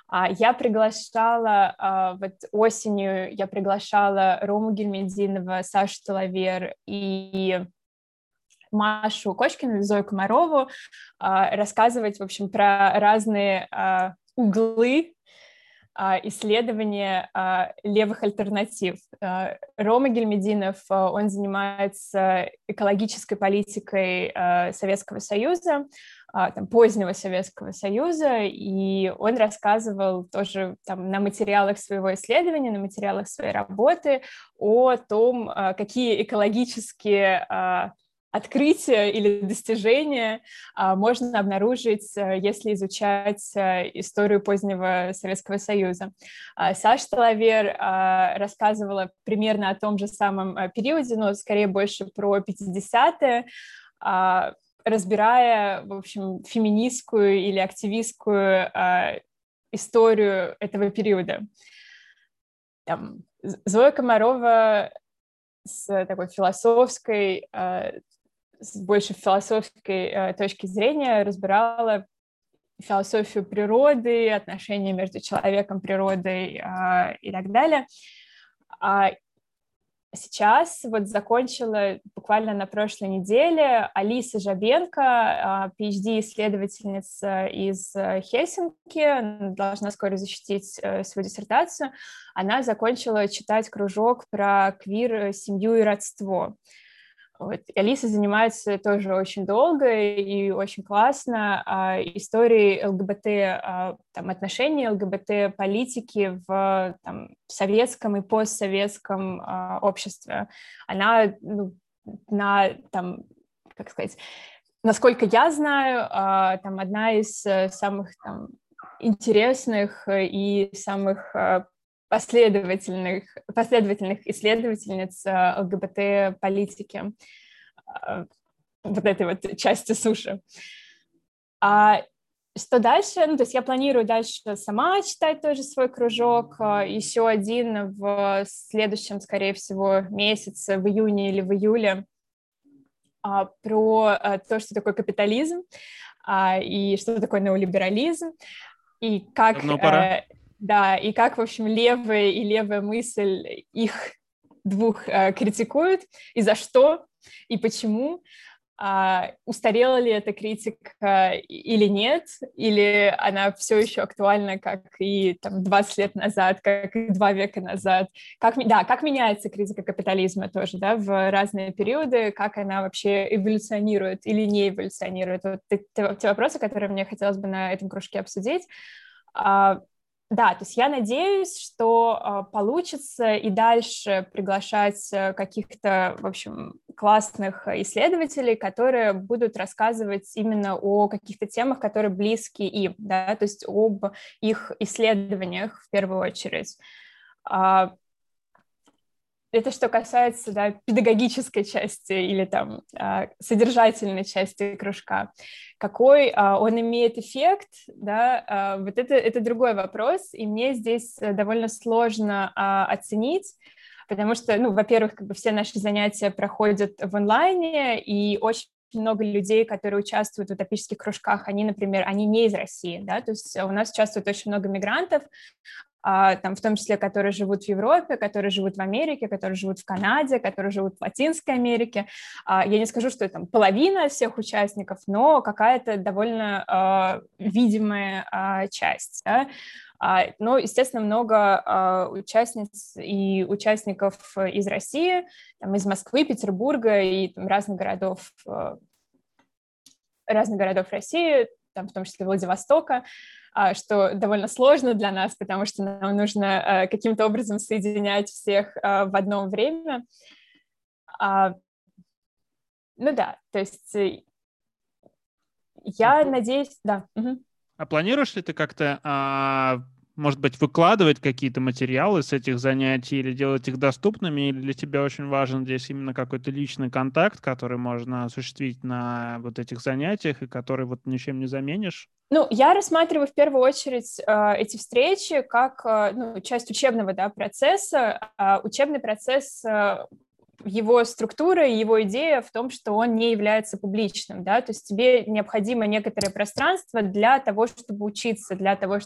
Осенью я приглашала Рому Гельмединова, Сашу Талавер и Машу Кочкину, Зою Комарову рассказывать, в общем, про разные углы исследование левых альтернатив. Рома Гельмединов, он занимается экологической политикой Советского Союза, там, позднего Советского Союза, и он рассказывал тоже там, на материалах своего исследования, на материалах своей работы о том, какие экологические открытия или достижения можно обнаружить, если изучать историю позднего Советского Союза. Саша Талавер рассказывала примерно о том же самом периоде, но скорее больше про 50-е, разбирая, в общем, феминистскую или активистскую историю этого периода. Там, Зоя Комарова с такой философской, с больше философской точки зрения разбирала философию природы, отношения между человеком, природой и так далее. Сейчас вот закончила буквально на прошлой неделе Алиса Жабенко, PhD-исследовательница из Хельсинки, должна скоро защитить свою диссертацию. Она закончила читать кружок про квир, семью и родство. Вот. Алиса занимается тоже очень долго и очень классно историей ЛГБТ, там, отношений ЛГБТ-политики в там, советском и постсоветском обществе. Она там, как сказать, насколько я знаю, там, одна из самых там, интересных и самых последовательных исследовательниц ЛГБТ-политики вот этой вот части суши. Что дальше? Ну, то есть я планирую дальше сама читать тоже свой кружок, еще один в следующем, скорее всего, месяце, в июне или в июле, про то, что такое капитализм и что такое неолиберализм, и как... Да, и как, в общем, левая и левая мысль их двух критикуют, и за что, и почему, устарела ли эта критика или нет, или она все еще актуальна, как и там, 20 лет назад, как и 2 века назад. Как меняется критика капитализма тоже, да, в разные периоды, как она вообще эволюционирует или не эволюционирует. Вот те вопросы, которые мне хотелось бы на этом кружке обсудить. Да, то есть я надеюсь, что получится и дальше приглашать каких-то, в общем, классных исследователей, которые будут рассказывать именно о каких-то темах, которые близки им, да, то есть об их исследованиях в первую очередь. Это что касается, да, педагогической части или там содержательной части кружка. Какой он имеет эффект, да, вот это другой вопрос, и мне здесь довольно сложно оценить, потому что, ну, во-первых, как бы все наши занятия проходят в онлайне, и очень много людей, которые участвуют в утопических кружках, они, например, они не из России, да, то есть у нас участвует очень много мигрантов, там, в том числе, которые живут в Европе, которые живут в Америке, которые живут в Канаде, которые живут в Латинской Америке. Я не скажу, что это там половина всех участников, но какая-то довольно видимая часть. Да? Но, естественно, много участниц и участников из России, там, из Москвы, Петербурга и там, разных городов России, там, в том числе Владивостока, что довольно сложно для нас, потому что нам нужно каким-то образом соединять всех в одно время. Ну да, то есть я надеюсь, да. А планируешь ли ты как-то, может быть, выкладывать какие-то материалы с этих занятий или делать их доступными, или для тебя очень важен здесь именно какой-то личный контакт, который можно осуществить на вот этих занятиях и который вот ничем не заменишь? Ну, я рассматриваю в первую очередь эти встречи как часть учебного, да, процесса. Учебный процесс, его структура, его идея в том, что он не является публичным, да, то есть тебе необходимо некоторое пространство для того, чтобы учиться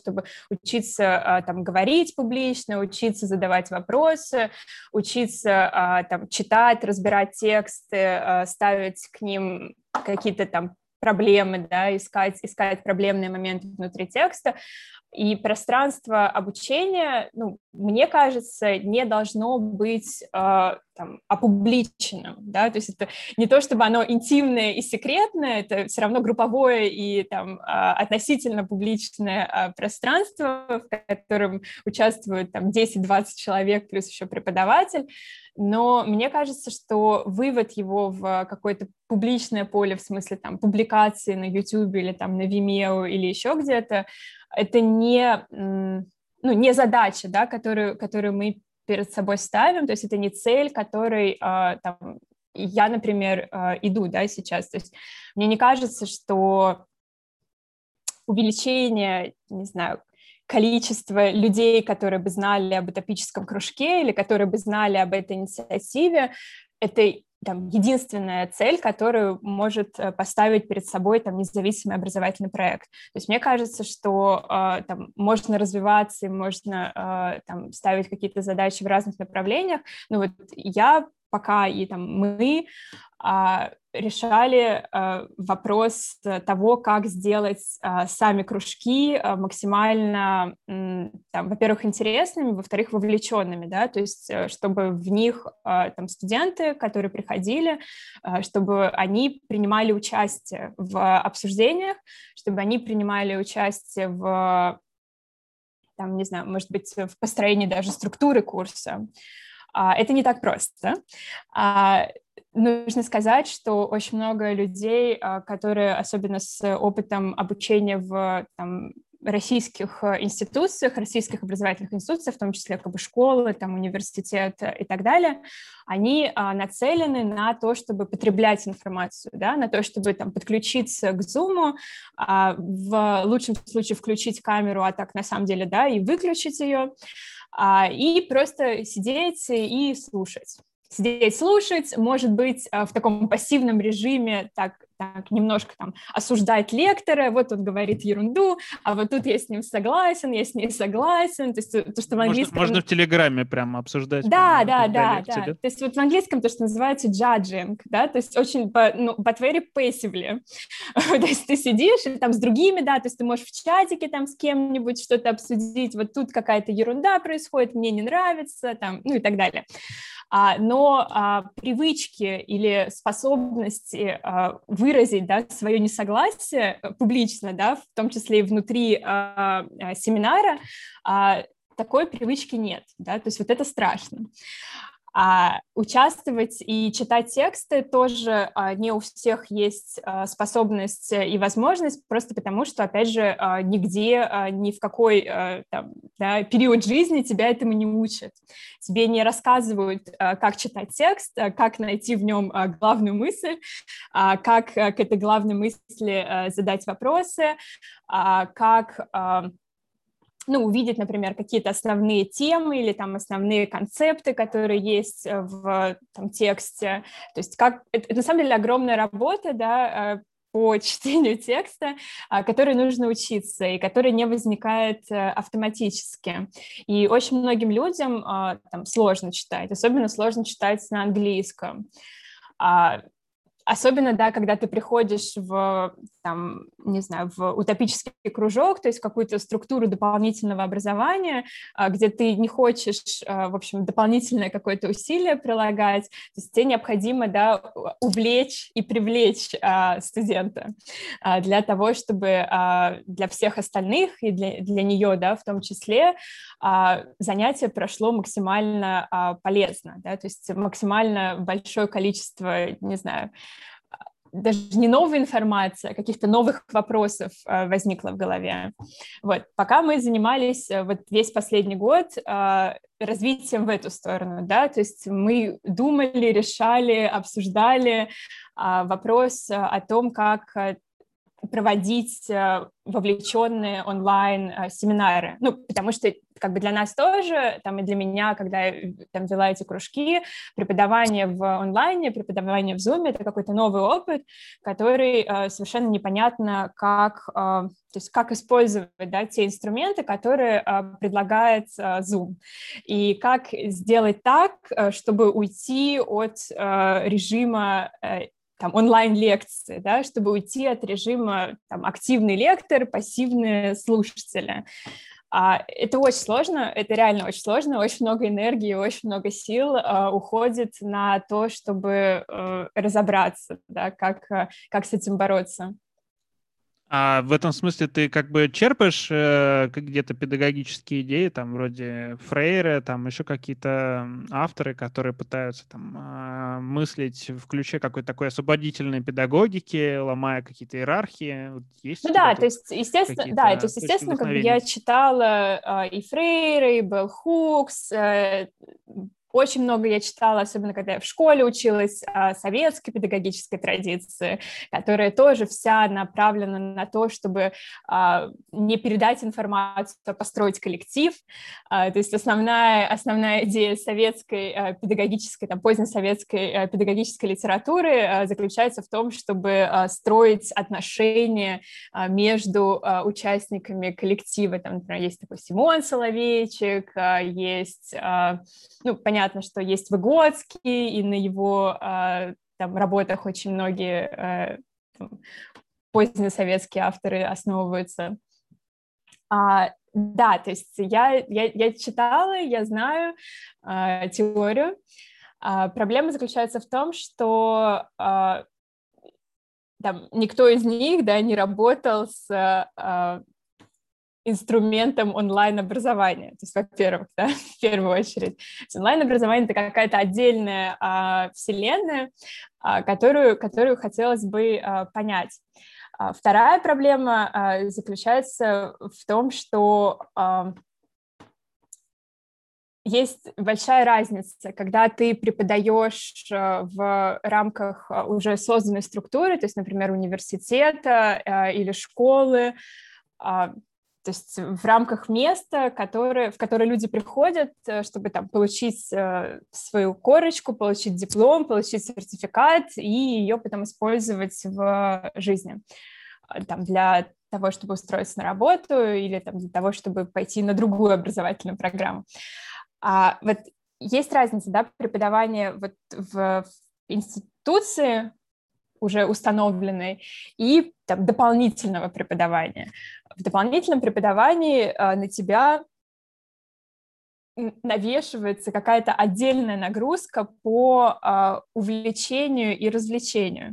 там, говорить публично, учиться задавать вопросы, учиться там, читать, разбирать тексты, ставить к ним какие-то там проблемы, да, искать проблемные моменты внутри текста. И пространство обучения, ну, мне кажется, не должно быть там, опубличенным, да, то есть это не то, чтобы оно интимное и секретное, это все равно групповое и там относительно публичное пространство, в котором участвуют там 10-20 человек плюс еще преподаватель, но мне кажется, что вывод его в какое-то публичное поле, в смысле там публикации на YouTube или там на Vimeo или еще где-то, это не, ну, не задача, да, которую мы перед собой ставим, то есть это не цель, которой там, я, например, иду, да, сейчас. То есть мне не кажется, что увеличение, не знаю, количества людей, которые бы знали об утопическом кружке или которые бы знали об этой инициативе, это там, единственная цель, которую может поставить перед собой там, независимый образовательный проект. То есть мне кажется, что там, можно развиваться, и можно там, ставить какие-то задачи в разных направлениях, но вот я пока и там, мы решали вопрос того, как сделать сами кружки максимально, там, во-первых, интересными, во-вторых, вовлеченными, да, то есть чтобы в них там, студенты, которые приходили, чтобы они принимали участие в обсуждениях, чтобы они принимали участие в, там, не знаю, может быть, в построении даже структуры курса. Это не так просто. Нужно сказать, что очень много людей, которые, особенно с опытом обучения в там, российских институциях, российских образовательных институциях, в том числе как бы школы, там, университет и так далее, они нацелены на то, чтобы потреблять информацию, да, на то, чтобы там, подключиться к Zoom, в лучшем случае включить камеру, а так на самом деле, да, и выключить ее, и просто сидеть и слушать. Сидеть, слушать, может быть, в таком пассивном режиме, так немножко там осуждать лектора, вот он говорит ерунду, а вот тут я с ним согласен, я с ней согласен. То есть то, что в английском... Можно в Телеграме прямо обсуждать. Да. То есть вот в английском то, что называется judging, да, то есть очень but very passively. То есть ты сидишь и там с другими, да, то есть ты можешь в чатике там с кем-нибудь что-то обсудить, вот тут какая-то ерунда происходит, мне не нравится, там, ну и так далее. Но привычки или способности выразить, да, свое несогласие публично, да, в том числе и внутри семинара, такой привычки нет, да, то есть вот это страшно. Участвовать и читать тексты тоже не у всех есть способность и возможность, просто потому что, опять же, нигде, ни в какой там, да, период жизни тебя этому не учат. Тебе не рассказывают, как читать текст, как найти в нем главную мысль, как к этой главной мысли задать вопросы, как... увидеть, например, какие-то основные темы или там основные концепты, которые есть в там, тексте. То есть это на самом деле огромная работа, да, по чтению текста, которой нужно учиться и которая не возникает автоматически. И очень многим людям там, сложно читать, особенно сложно читать на английском. Особенно, да, когда ты приходишь в, там, не знаю, в утопический кружок, то есть какую-то структуру дополнительного образования, где ты не хочешь, в общем, дополнительное какое-то усилие прилагать, то есть тебе необходимо, да, увлечь и привлечь студента для того, чтобы для всех остальных и для нее, да, в том числе, занятие прошло максимально полезно, да, то есть максимально большое количество, не знаю, даже не новая информация, а каких-то новых вопросов возникло в голове. Вот. Пока мы занимались вот весь последний год развитием в эту сторону, да, то есть мы думали, решали, обсуждали вопрос о том, как проводить вовлеченные онлайн-семинары. Ну, потому что как бы для нас тоже, там, и для меня, когда я там вела эти кружки, преподавание в онлайне, преподавание в Zoom — это какой-то новый опыт, который совершенно непонятно, то есть как использовать, да, те инструменты, которые предлагает Zoom, и как сделать так, чтобы уйти от режима там, онлайн-лекции, да, чтобы уйти от режима там, активный лектор, пассивные слушатели. Это очень сложно, это реально очень сложно, очень много энергии, очень много сил уходит на то, чтобы разобраться, да, как с этим бороться. А в этом смысле ты как бы черпаешь где-то педагогические идеи, там вроде Фрейра, там еще какие-то авторы, которые пытаются там мыслить в ключе какой-то такой освободительной педагогики, ломая какие-то иерархии. Вот есть у Ну тебя да, то тут есть, естественно, какие-то точки как бы я вдохновения? читала и Фрейра, и Белл Хукс, очень много я читала, особенно когда я в школе училась, о советской педагогической традиции, которая тоже вся направлена на то, чтобы не передать информацию, а построить коллектив. То есть основная идея советской педагогической, там, позднесоветской педагогической литературы заключается в том, чтобы строить отношения между участниками коллектива. Там, например, есть такой Симон Соловейчик, есть, ну, понятно, что есть Выгодский, и на его там, работах очень многие позднесоветские авторы основываются. Да, то есть я читала, я знаю теорию. Проблема заключается в том, что там, никто из них, да, не работал с инструментом онлайн-образования. То есть, во-первых, да, в первую очередь, онлайн-образование — это какая-то отдельная вселенная, которую хотелось бы понять. Вторая проблема заключается в том, что есть большая разница, когда ты преподаешь в рамках уже созданной структуры, то есть, например, университета или школы, то есть в рамках места, в которое люди приходят, чтобы там получить свою корочку, получить диплом, получить сертификат и ее потом использовать в жизни. Там, для того, чтобы устроиться на работу или там, для того, чтобы пойти на другую образовательную программу. Вот есть разница, да, преподавания вот в институции уже установленной и там, дополнительного преподавания. В дополнительном преподавании на тебя навешивается какая-то отдельная нагрузка по увлечению и развлечению.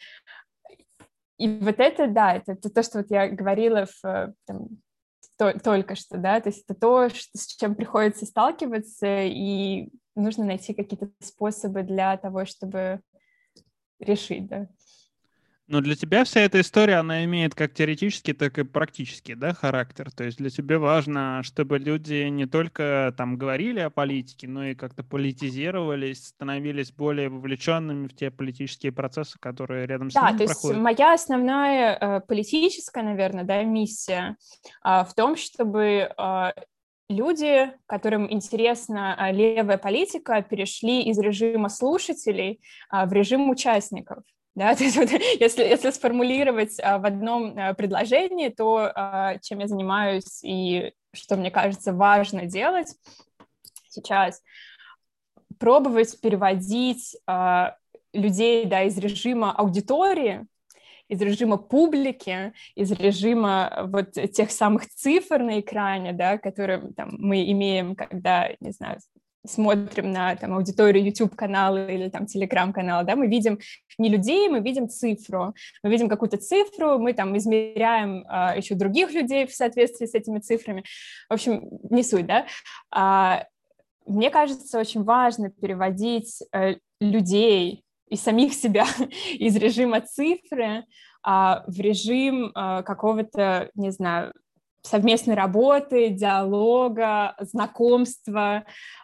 И вот это, да, это то, что вот я говорила только что, да, то есть это то, с чем приходится сталкиваться, и нужно найти какие-то способы для того, чтобы решить, да. Но для тебя вся эта история, она имеет как теоретический, так и практический, да, характер. То есть для тебя важно, чтобы люди не только там говорили о политике, но и как-то политизировались, становились более вовлеченными в те политические процессы, которые рядом с Да, ними то есть проходят. моя основная политическая, наверное, да, миссия в том, чтобы люди, которым интересна левая политика, перешли из режима слушателей в режим участников. Да? То есть, вот, если сформулировать в одном предложении, то чем я занимаюсь и что мне кажется важно делать сейчас, пробовать переводить людей, да, из режима аудитории, из режима публики, из режима вот тех самых цифр на экране, да, которые там, мы имеем, когда, не знаю, смотрим на там, аудиторию YouTube-канала или там Telegram-канала, да, мы видим не людей, мы видим цифру. Мы видим какую-то цифру, мы там измеряем еще других людей в соответствии с этими цифрами. В общем, не суть, да. Мне кажется, очень важно переводить людей и самих себя из режима цифры в режим какого-то, не знаю, совместной работы, диалога, знакомства,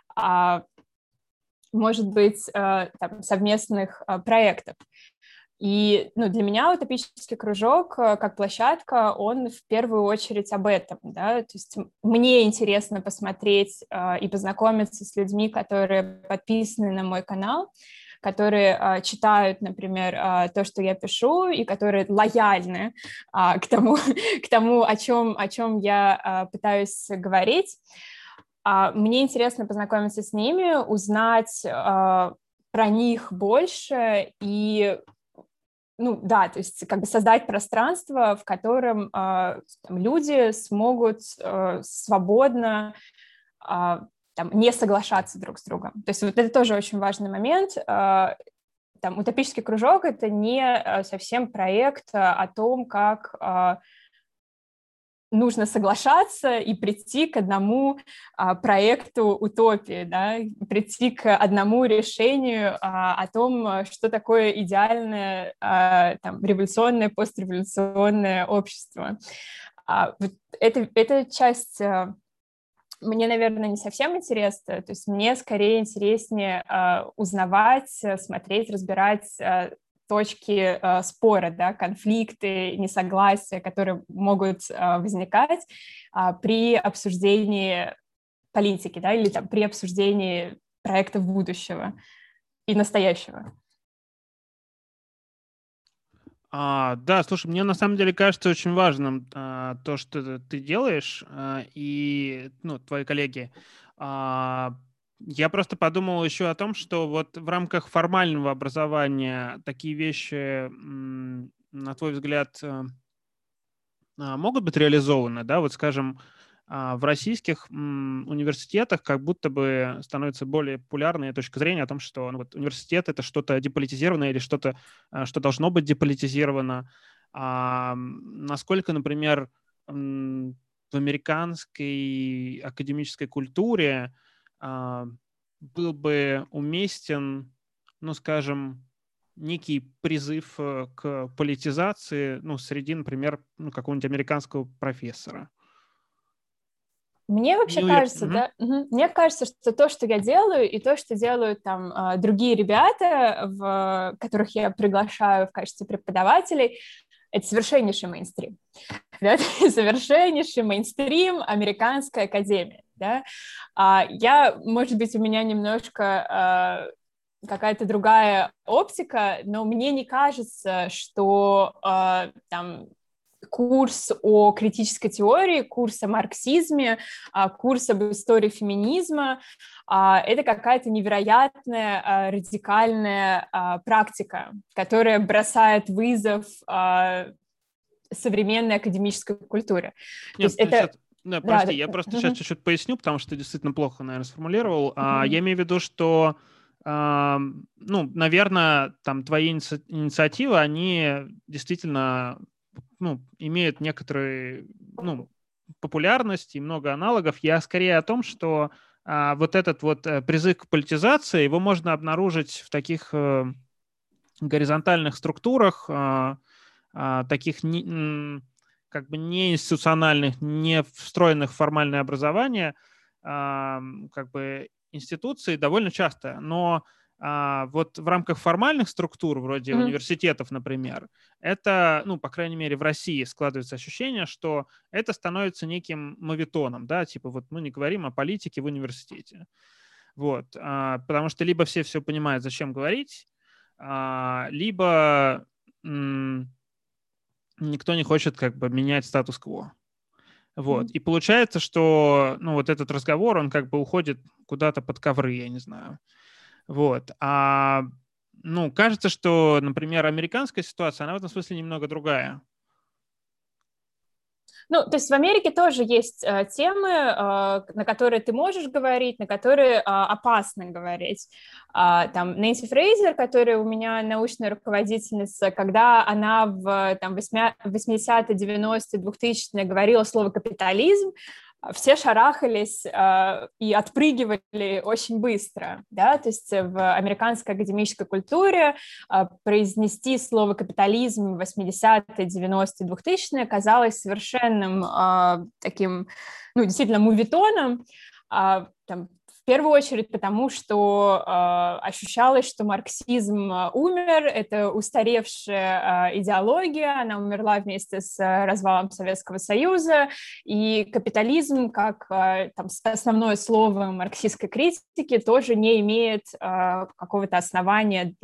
может быть, там, совместных проектов. И для меня утопический кружок как площадка, он в первую очередь об этом, да, то есть мне интересно посмотреть и познакомиться с людьми, которые подписаны на мой канал, которые читают, например, то, что я пишу, и которые лояльны к тому, о чем я пытаюсь говорить. Мне интересно познакомиться с ними, узнать про них больше и ну да, то есть как бы создать пространство, в котором люди смогут свободно там, не соглашаться друг с другом. То есть вот это тоже очень важный момент. Там, утопический кружок — это не совсем проект о том, как нужно соглашаться и прийти к одному проекту утопии, да, прийти к одному решению о том, что такое идеальное там, революционное, постреволюционное общество. Вот эта часть мне, наверное, не совсем интересно, то есть мне скорее интереснее узнавать, смотреть, разбирать точки спора, да, конфликты, несогласия, которые могут возникать при обсуждении политики, да, или там, при обсуждении проектов будущего и настоящего. Да, слушай, мне на самом деле кажется очень важным то, что ты делаешь, и твои коллеги. Я просто подумал еще о том, что вот в рамках формального образования такие вещи, на твой взгляд, могут быть реализованы, да, вот скажем, в российских университетах как будто бы становится более популярной точка зрения о том, что вот университет — это что-то деполитизированное или что-то, что должно быть деполитизировано. Насколько, например, в американской академической культуре был бы уместен, скажем, некий призыв к политизации, среди, например, какого-нибудь американского профессора. Мне вообще кажется, да, мне кажется, что то, что я делаю, и то, что делают там другие ребята, которых я приглашаю в качестве преподавателей, это совершеннейший мейнстрим. Да? Совершеннейший мейнстрим американской академии. Да? Может быть, у меня немножко какая-то другая оптика, но мне не кажется, что там курс о критической теории, курс о марксизме, курс об истории феминизма — это какая-то невероятная радикальная практика, которая бросает вызов современной академической культуре. Нет, то есть это... Да, прости, я просто сейчас чуть-чуть поясню, потому что ты действительно плохо, наверное, сформулировал. Я имею в виду, что, наверное, там твои инициативы, они действительно имеют некоторую популярность и много аналогов. Я скорее о том, что вот этот вот призыв к политизации, его можно обнаружить в таких горизонтальных структурах, таких как бы не институциональных, не встроенных в формальное образование, как бы институции довольно часто. Но вот в рамках формальных структур, вроде университетов, например, это, по крайней мере, в России складывается ощущение, что это становится неким моветоном, да, типа вот мы не говорим о политике в университете. Вот, потому что либо все понимают, зачем говорить, либо никто не хочет как бы менять статус-кво. Вот. И получается, что вот этот разговор, он как бы уходит куда-то под ковры, я не знаю. Вот. Кажется, что, например, американская ситуация, она в этом смысле немного другая. То есть в Америке тоже есть темы, на которые ты можешь говорить, на которые опасно говорить. Там Нэнси Фрейзер, которая у меня научная руководительница, когда она в 80-е, 90-е, 2000-е говорила слово «капитализм», все шарахались и отпрыгивали очень быстро, да, то есть в американской академической культуре произнести слово «капитализм» в 80-е, 90-е, 2000-е казалось совершенным таким, действительно, мувитоном, в первую очередь потому, что ощущалось, что марксизм умер, это устаревшая идеология, она умерла вместе с развалом Советского Союза, и капитализм, как основное слово марксистской критики, тоже не имеет какого-то основания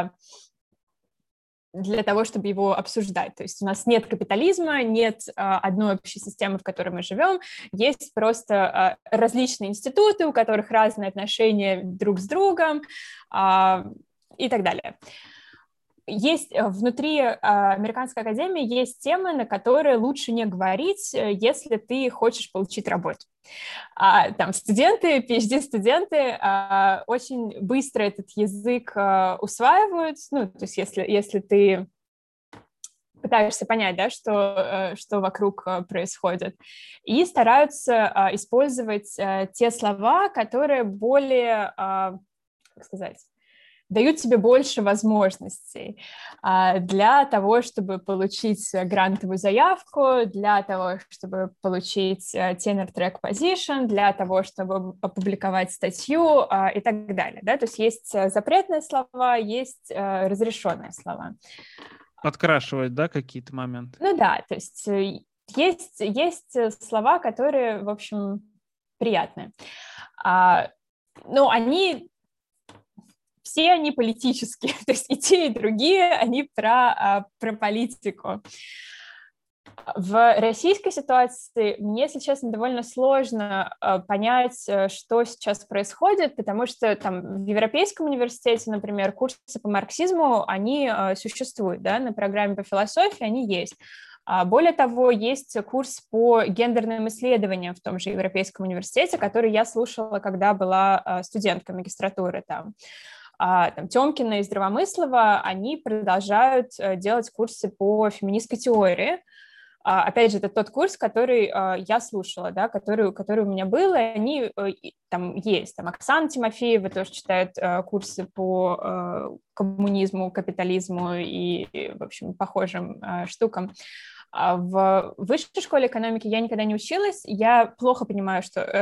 для того, чтобы его обсуждать. То есть у нас нет капитализма, нет одной общей системы, в которой мы живем, есть просто различные институты, у которых разные отношения друг с другом и так далее. есть внутри Американской академии есть темы, на которые лучше не говорить, если ты хочешь получить работу. Там студенты, PhD-студенты очень быстро этот язык усваивают, ну, то есть если ты пытаешься понять, да, что вокруг происходит, и стараются использовать те слова, которые более, как сказать, дают тебе больше возможностей для того, чтобы получить грантовую заявку, для того, чтобы получить tenure track position, для того, чтобы опубликовать статью и так далее. Да? То есть есть запретные слова, есть разрешенные слова. Подкрашивать, да, какие-то моменты? Ну да, то есть есть слова, которые, в общем, приятные. Но все они политические, то есть и те, и другие, они про политику. В российской ситуации мне, если честно, довольно сложно понять, что сейчас происходит, потому что там в Европейском университете, например, курсы по марксизму, они существуют, да, на программе по философии они есть. Более того, есть курс по гендерным исследованиям в том же Европейском университете, который я слушала, когда была студенткой магистратуры там. Тёмкина и Здравомыслова, они продолжают делать курсы по феминистской теории. Опять же, это тот курс, который я слушала, да, который у меня был, и они там есть. Там Оксана Тимофеева тоже читает курсы по коммунизму, капитализму и, в общем, похожим штукам. В высшей школе экономики я никогда не училась, я плохо понимаю,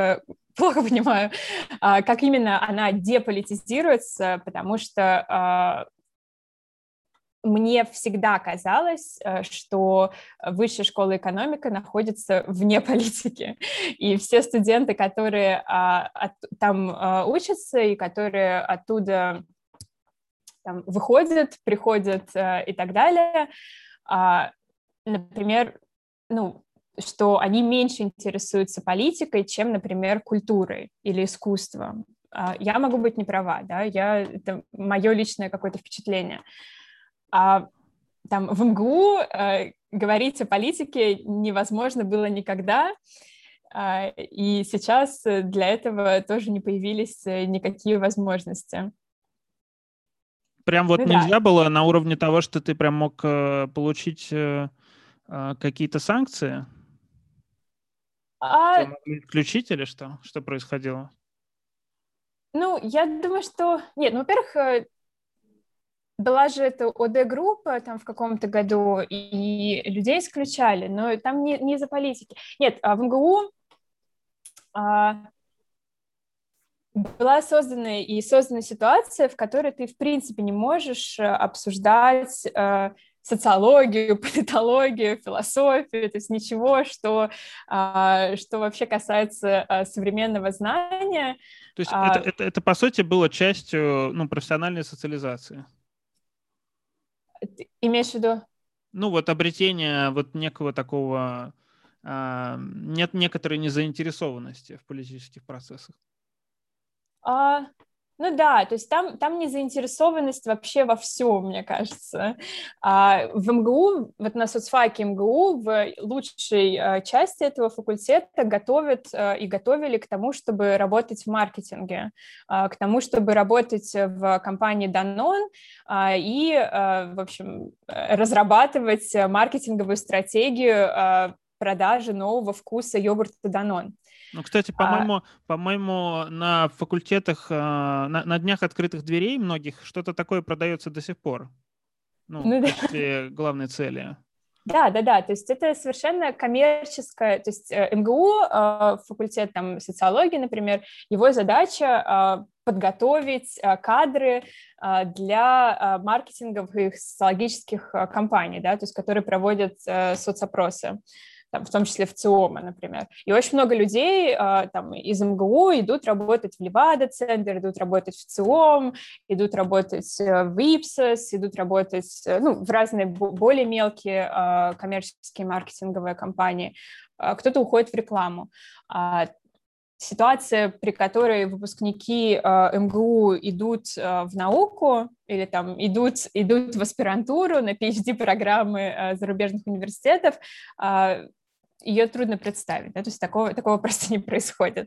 как именно она деполитизируется, потому что мне всегда казалось, что высшая школа экономики находится вне политики, и все студенты, которые там учатся и которые оттуда там выходят, приходят и так далее, например, что они меньше интересуются политикой, чем, например, культурой или искусством. Я могу быть не права, да, это мое личное какое-то впечатление. Там в МГУ говорить о политике невозможно было никогда, и сейчас для этого тоже не появились никакие возможности. Прям вот нельзя было на уровне того, что ты прям мог получить какие-то санкции? Тебя могли исключить или что? Что происходило? Я думаю, что... Нет, во-первых, была же эта ОД-группа там в каком-то году, и людей исключали, но там не из-за политики. Нет, в МГУ была создана ситуация, в которой ты, в принципе, не можешь обсуждать социологию, политологию, философию, то есть ничего, что вообще касается современного знания. То есть это, по сути, было частью профессиональной социализации? Ты имеешь в виду? Обретение вот некого такого, нет некоторой незаинтересованности в политических процессах. Да, то есть там незаинтересованность вообще во всем, мне кажется. В МГУ, вот на соцфаке МГУ, в лучшей части этого факультета готовят и готовили к тому, чтобы работать в маркетинге, к тому, чтобы работать в компании Danone и, в общем, разрабатывать маркетинговую стратегию продажи нового вкуса йогурта Danone. Кстати, по-моему, на факультетах, на днях открытых дверей многих что-то такое продается до сих пор. В качестве главной цели. Да, то есть это совершенно коммерческое, то есть МГУ, факультет там, социологии, например, его задача подготовить кадры для маркетинговых и социологических компаний, да, то есть которые проводят соцопросы. Там, в том числе в ЦИОМа, например. И очень много людей там, из МГУ идут работать в Левада-центр, идут работать в ЦИОМ, идут работать в Ipsos, идут работать в разные более мелкие коммерческие маркетинговые компании. Кто-то уходит в рекламу. ситуация, при которой выпускники МГУ идут в науку или там идут в аспирантуру на PhD-программы зарубежных университетов, ее трудно представить, да? То есть такого просто не происходит.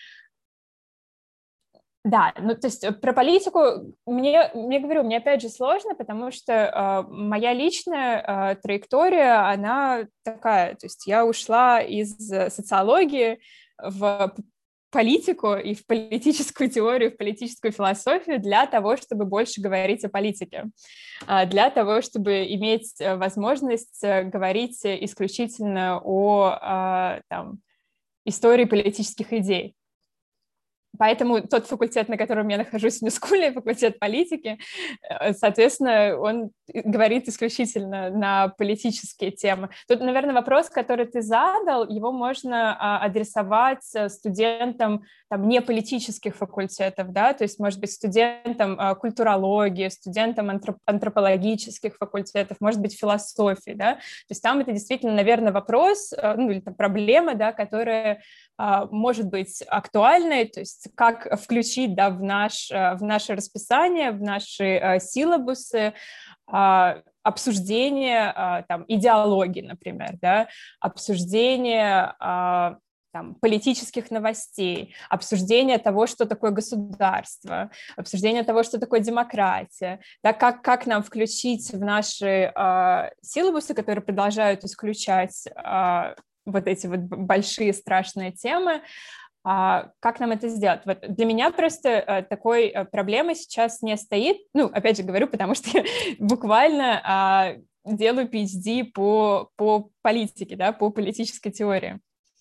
Да, ну то есть про политику мне опять же сложно, потому что моя личная траектория, она такая, то есть я ушла из социологии в политику и в политическую теорию, в политическую философию для того, чтобы больше говорить о политике, для того, чтобы иметь возможность говорить исключительно о там, истории политических идей. Поэтому тот факультет, на котором я нахожусь в Нью-Скуле, факультет политики, соответственно, он говорит исключительно на политические темы. Тут, наверное, вопрос, который ты задал, его можно адресовать студентам там, не политических факультетов, да, то есть, может быть, студентам культурологии, студентам антропологических факультетов, может быть, философии, да, то есть там это действительно, наверное, вопрос, ну, или там проблема, да, которая может быть актуальной, то есть как включить, да, в наше расписание, в наши силабусы обсуждение там, идеологии, например, да, обсуждение там, политических новостей, обсуждение того, что такое государство, обсуждение того, что такое демократия, да, как нам включить в наши силабусы, которые продолжают исключать вот эти вот большие страшные темы, как нам это сделать? Вот для меня просто такой проблемы сейчас не стоит. Ну, опять же говорю, потому что я буквально делаю PhD по политике, да, по политической теории.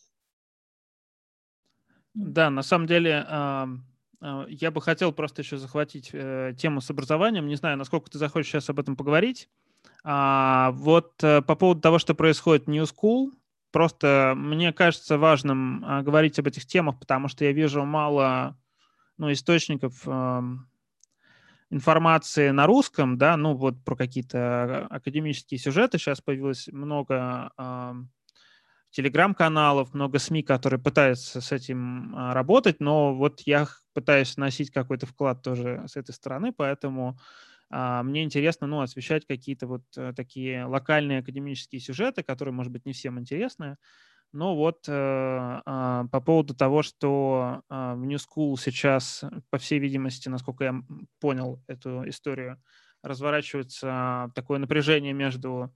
Да, на самом деле я бы хотел просто еще захватить тему с образованием. Не знаю, насколько ты захочешь сейчас об этом поговорить. Вот по поводу того, что происходит в New School, просто мне кажется важным говорить об этих темах, потому что я вижу мало источников информации на русском, да, ну вот про какие-то академические сюжеты. Сейчас появилось много телеграм-каналов, много СМИ, которые пытаются с этим работать, но вот я пытаюсь вносить какой-то вклад тоже с этой стороны, поэтому мне интересно, освещать какие-то вот такие локальные академические сюжеты, которые, может быть, не всем интересны. Но вот по поводу того, что в New School сейчас, по всей видимости, насколько я понял эту историю, разворачивается такое напряжение между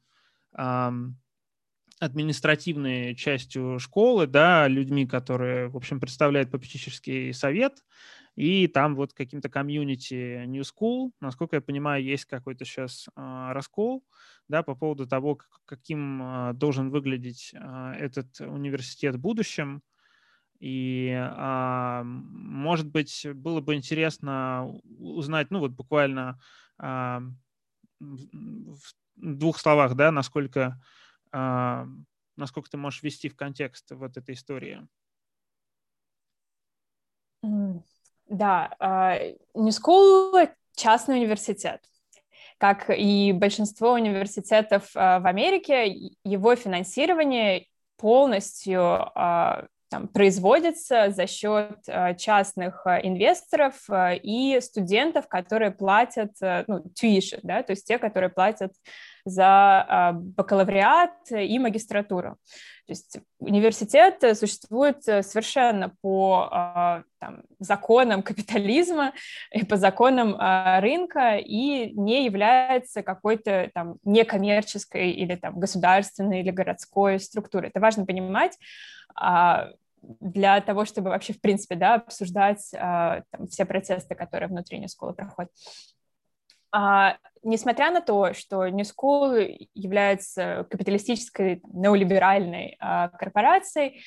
административной частью школы, да, людьми, которые, в общем, представляют попечительский совет, и там вот каким-то комьюнити New School, насколько я понимаю, есть какой-то сейчас раскол, да, по поводу того, каким должен выглядеть этот университет в будущем. И, может быть, было бы интересно узнать, ну вот буквально в двух словах, да, насколько ты можешь ввести в контекст вот этой истории. Да, New School — частный университет. Как и большинство университетов в Америке, его финансирование полностью там, производится за счет частных инвесторов и студентов, которые платят, tuition, да, то есть те, которые платят за бакалавриат и магистратуру. То есть университет существует совершенно по там, законам капитализма и по законам рынка и не является какой-то там некоммерческой или там государственной или городской структурой. Это важно понимать для того, чтобы вообще, в принципе, да, обсуждать там, все протесты, которые внутри New School проходят. Несмотря на то, что New School является капиталистической неолиберальной корпорацией,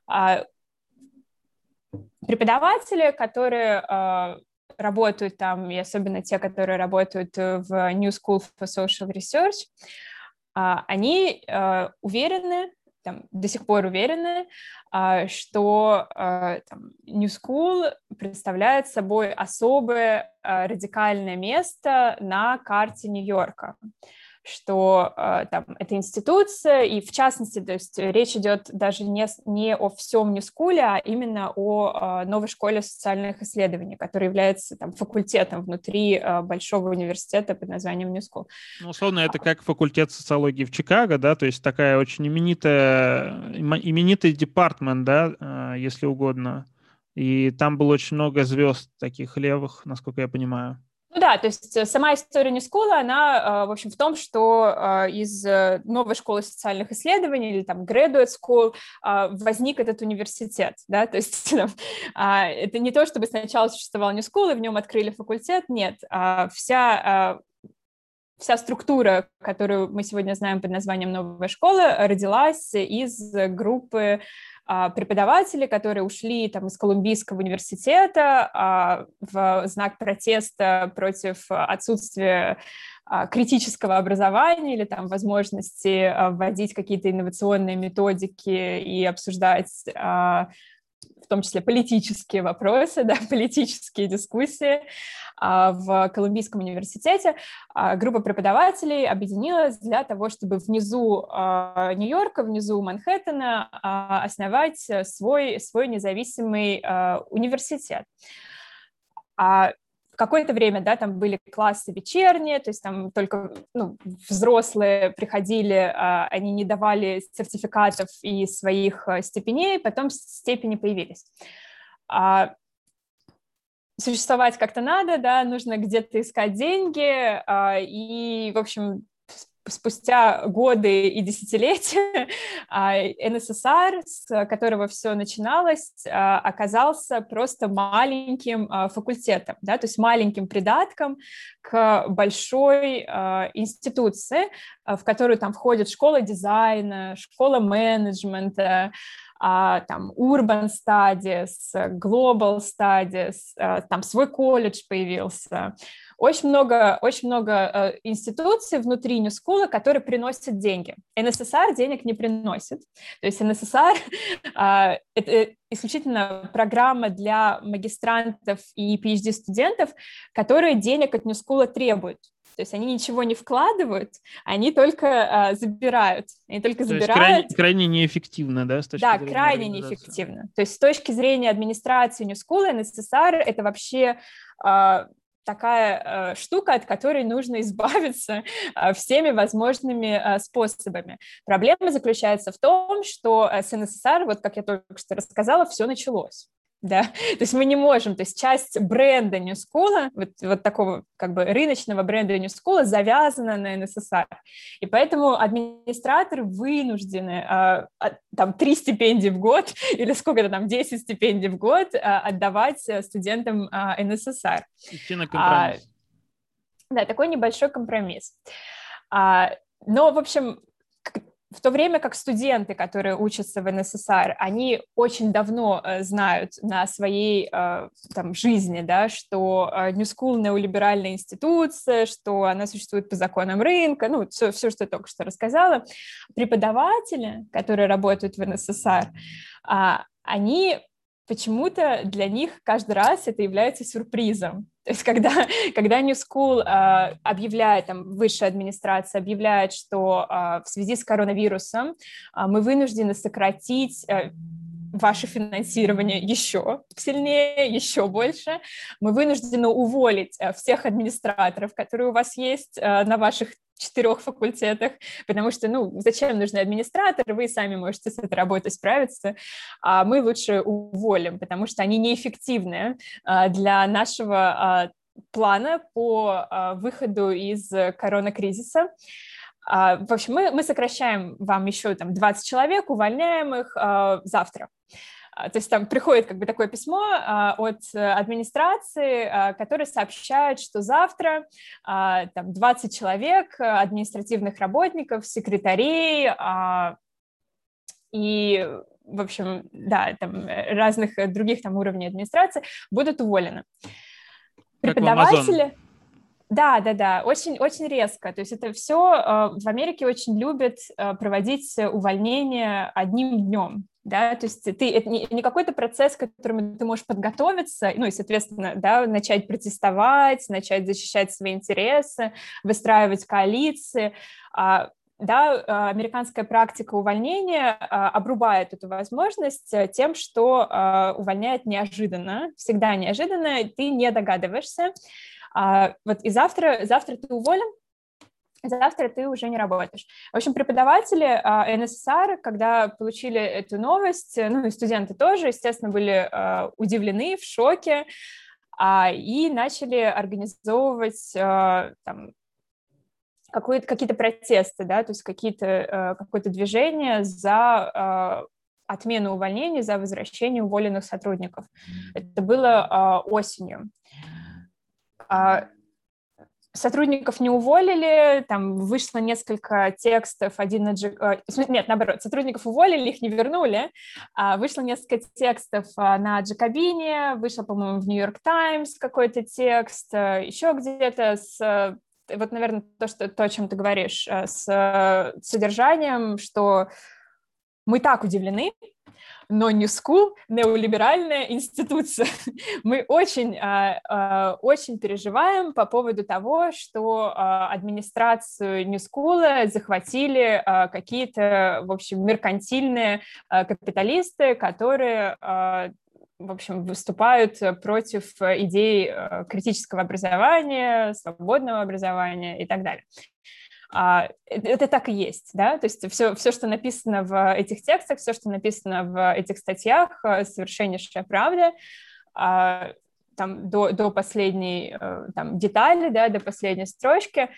преподаватели, которые работают там, и особенно те, которые работают в New School for Social Research, они уверены, там, до сих пор уверены, что там, New School представляет собой особое радикальное место на карте Нью-Йорка. что там это институция, и в частности, то есть речь идет даже не о всем Нью-Скуле, а именно о новой школе социальных исследований, которая является там факультетом внутри большого университета под названием Нью-Скул. Ну, условно, это как факультет социологии в Чикаго, да, то есть такая очень именитый департмент, да, если угодно. И там было очень много звезд таких левых, насколько я понимаю. Ну да, то есть сама история Нью-Скула, она, в общем, в том, что из новой школы социальных исследований или там Graduate School возник этот университет, да, то есть это не то, чтобы сначала существовал Нью-Скул, и в нем открыли факультет, нет, вся структура, которую мы сегодня знаем под названием «Новая школа», родилась из группы преподавателей, которые ушли там, из Колумбийского университета в знак протеста против отсутствия критического образования или там, возможности вводить какие-то инновационные методики и обсуждать в том числе политические вопросы, да, политические дискуссии в Колумбийском университете. Группа преподавателей объединилась для того, чтобы внизу Нью-Йорка, внизу Манхэттена основать свой независимый университет. В какое-то время, да, там были классы вечерние, то есть там только взрослые приходили, они не давали сертификатов и своих степеней, потом степени появились. Существовать как-то надо, да, нужно где-то искать деньги, и, в общем, спустя годы и десятилетия НССР, с которого все начиналось, оказался просто маленьким факультетом, да, то есть маленьким придатком к большой институции, в которую там входит школа дизайна, школа менеджмента, там Urban Studies, Global Studies, там свой колледж появился. Очень много институций внутри Нью-Скула, которые приносят деньги. НССР денег не приносит. То есть НССР это исключительно программа для магистрантов и PhD-студентов, которые денег от Нью-Скула требуют. То есть они ничего не вкладывают, они только забирают. Они только забирают. Есть крайне неэффективно, да, с точки зрения крайне неэффективно. То есть с точки зрения администрации Нью-Скула, НССР — это вообще такая штука, от которой нужно избавиться всеми возможными способами. Проблема заключается в том, что с НССР, вот как я только что рассказала, все началось. Да, то есть мы не можем, то есть часть бренда Нью-Скула, вот такого как бы рыночного бренда Нью-Скула завязана на НССР, и поэтому администраторы вынуждены там 3 стипендии в год или сколько-то там 10 стипендий в год отдавать студентам НССР. Идти на компромисс. Да, такой небольшой компромисс. Но, в общем, в то время как студенты, которые учатся в НССР, они очень давно знают на своей там, жизни, да, что Нью-Скул — неолиберальная институция, что она существует по законам рынка, все, что я только что рассказала. Преподаватели, которые работают в НССР, они почему-то для них каждый раз это является сюрпризом. То есть когда Нью-Скул объявляет, там, высшая администрация объявляет, что в связи с коронавирусом мы вынуждены сократить ваше финансирование еще сильнее, еще больше, мы вынуждены уволить всех администраторов, которые у вас есть на ваших 4 факультетах, потому что, зачем нужны администраторы, вы сами можете с этой работой справиться, а мы лучше уволим, потому что они неэффективны для нашего плана по выходу из коронакризиса. В общем, мы сокращаем вам еще там 20 человек, увольняем их завтра. То есть там приходит как бы такое письмо от администрации, которое сообщает, что завтра там 20 человек, административных работников, секретарей и, в общем, да, там разных других там уровней администрации будут уволены. Преподаватели... Да, очень, очень резко. То есть это все в Америке очень любят проводить увольнение одним днем. Да, то есть это не какой-то процесс, к которому ты можешь подготовиться, ну и, соответственно, да, начать протестовать, начать защищать свои интересы, выстраивать коалиции. Да, американская практика увольнения обрубает эту возможность тем, что увольняет неожиданно, всегда неожиданно, ты не догадываешься. Вот и завтра ты уволен, завтра ты уже не работаешь. В общем, преподаватели НССР, когда получили эту новость, ну и студенты тоже, естественно, были удивлены, в шоке, и начали организовывать там, какие-то протесты, да, то есть какое-то движение за отмену увольнений, за возвращение уволенных сотрудников. Это было осенью. Сотрудников не уволили, там вышло несколько текстов, нет, наоборот, сотрудников уволили, их не вернули, вышло несколько текстов на Джакобине, вышел, по-моему, в Нью-Йорк Таймс какой-то текст, еще где-то вот, наверное, то, о чем ты говоришь, с содержанием, что мы так удивлены, но New School — неолиберальная институция. Мы очень переживаем по поводу того, что администрацию New School захватили какие-то, в общем, меркантильные капиталисты, которые в общем, выступают против идей критического образования, свободного образования и так далее. Это так и есть, да, то есть все, что написано в этих текстах, все, что написано в этих статьях, совершеннейшая правда, там, до последней там, детали, да, до последней строчки,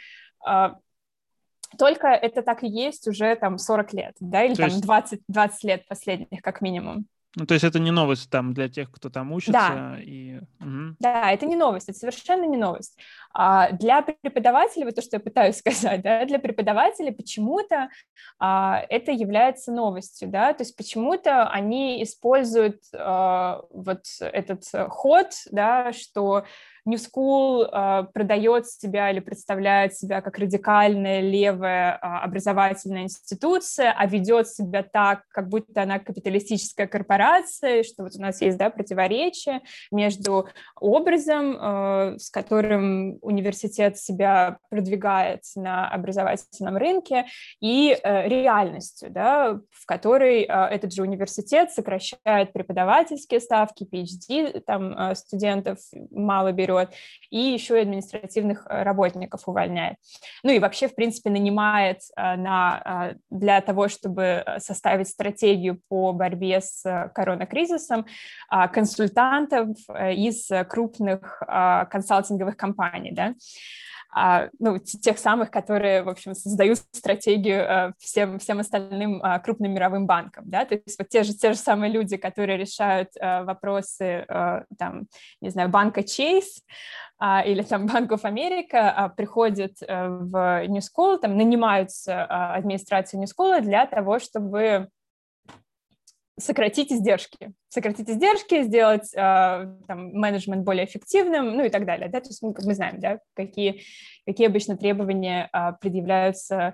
только это так и есть уже там 40 лет, да, или там 20 лет последних как минимум. Ну, то есть это не новость там для тех, кто там учится? Да. Да, это не новость, это совершенно не новость. Для преподавателей, вот то, что я пытаюсь сказать, да, для преподавателей почему-то это является новостью, да, то есть почему-то они используют вот этот ход, да, что New School продает себя или представляет себя как радикальная левая образовательная институция, а ведет себя так, как будто она капиталистическая корпорация, что вот у нас есть, да, противоречие между образом, с которым университет себя продвигает на образовательном рынке, и реальностью, да, в которой этот же университет сокращает преподавательские ставки, PhD там, студентов мало берет, и еще и административных работников увольняет. Ну и вообще, в принципе, нанимает для того, чтобы составить стратегию по борьбе с коронакризисом, консультантов из крупных консалтинговых компаний, да, ну, тех самых, которые, в общем, создают стратегию всем остальным крупным мировым банкам, да, то есть вот те же самые люди, которые решают вопросы, там, не знаю, банка Chase или там Bank of America, приходят в New School, там, нанимаются администрацию New School для того, чтобы сократить издержки, сделать там, менеджмент более эффективным, ну и так далее, да, то есть мы знаем, да, какие обычно требования предъявляются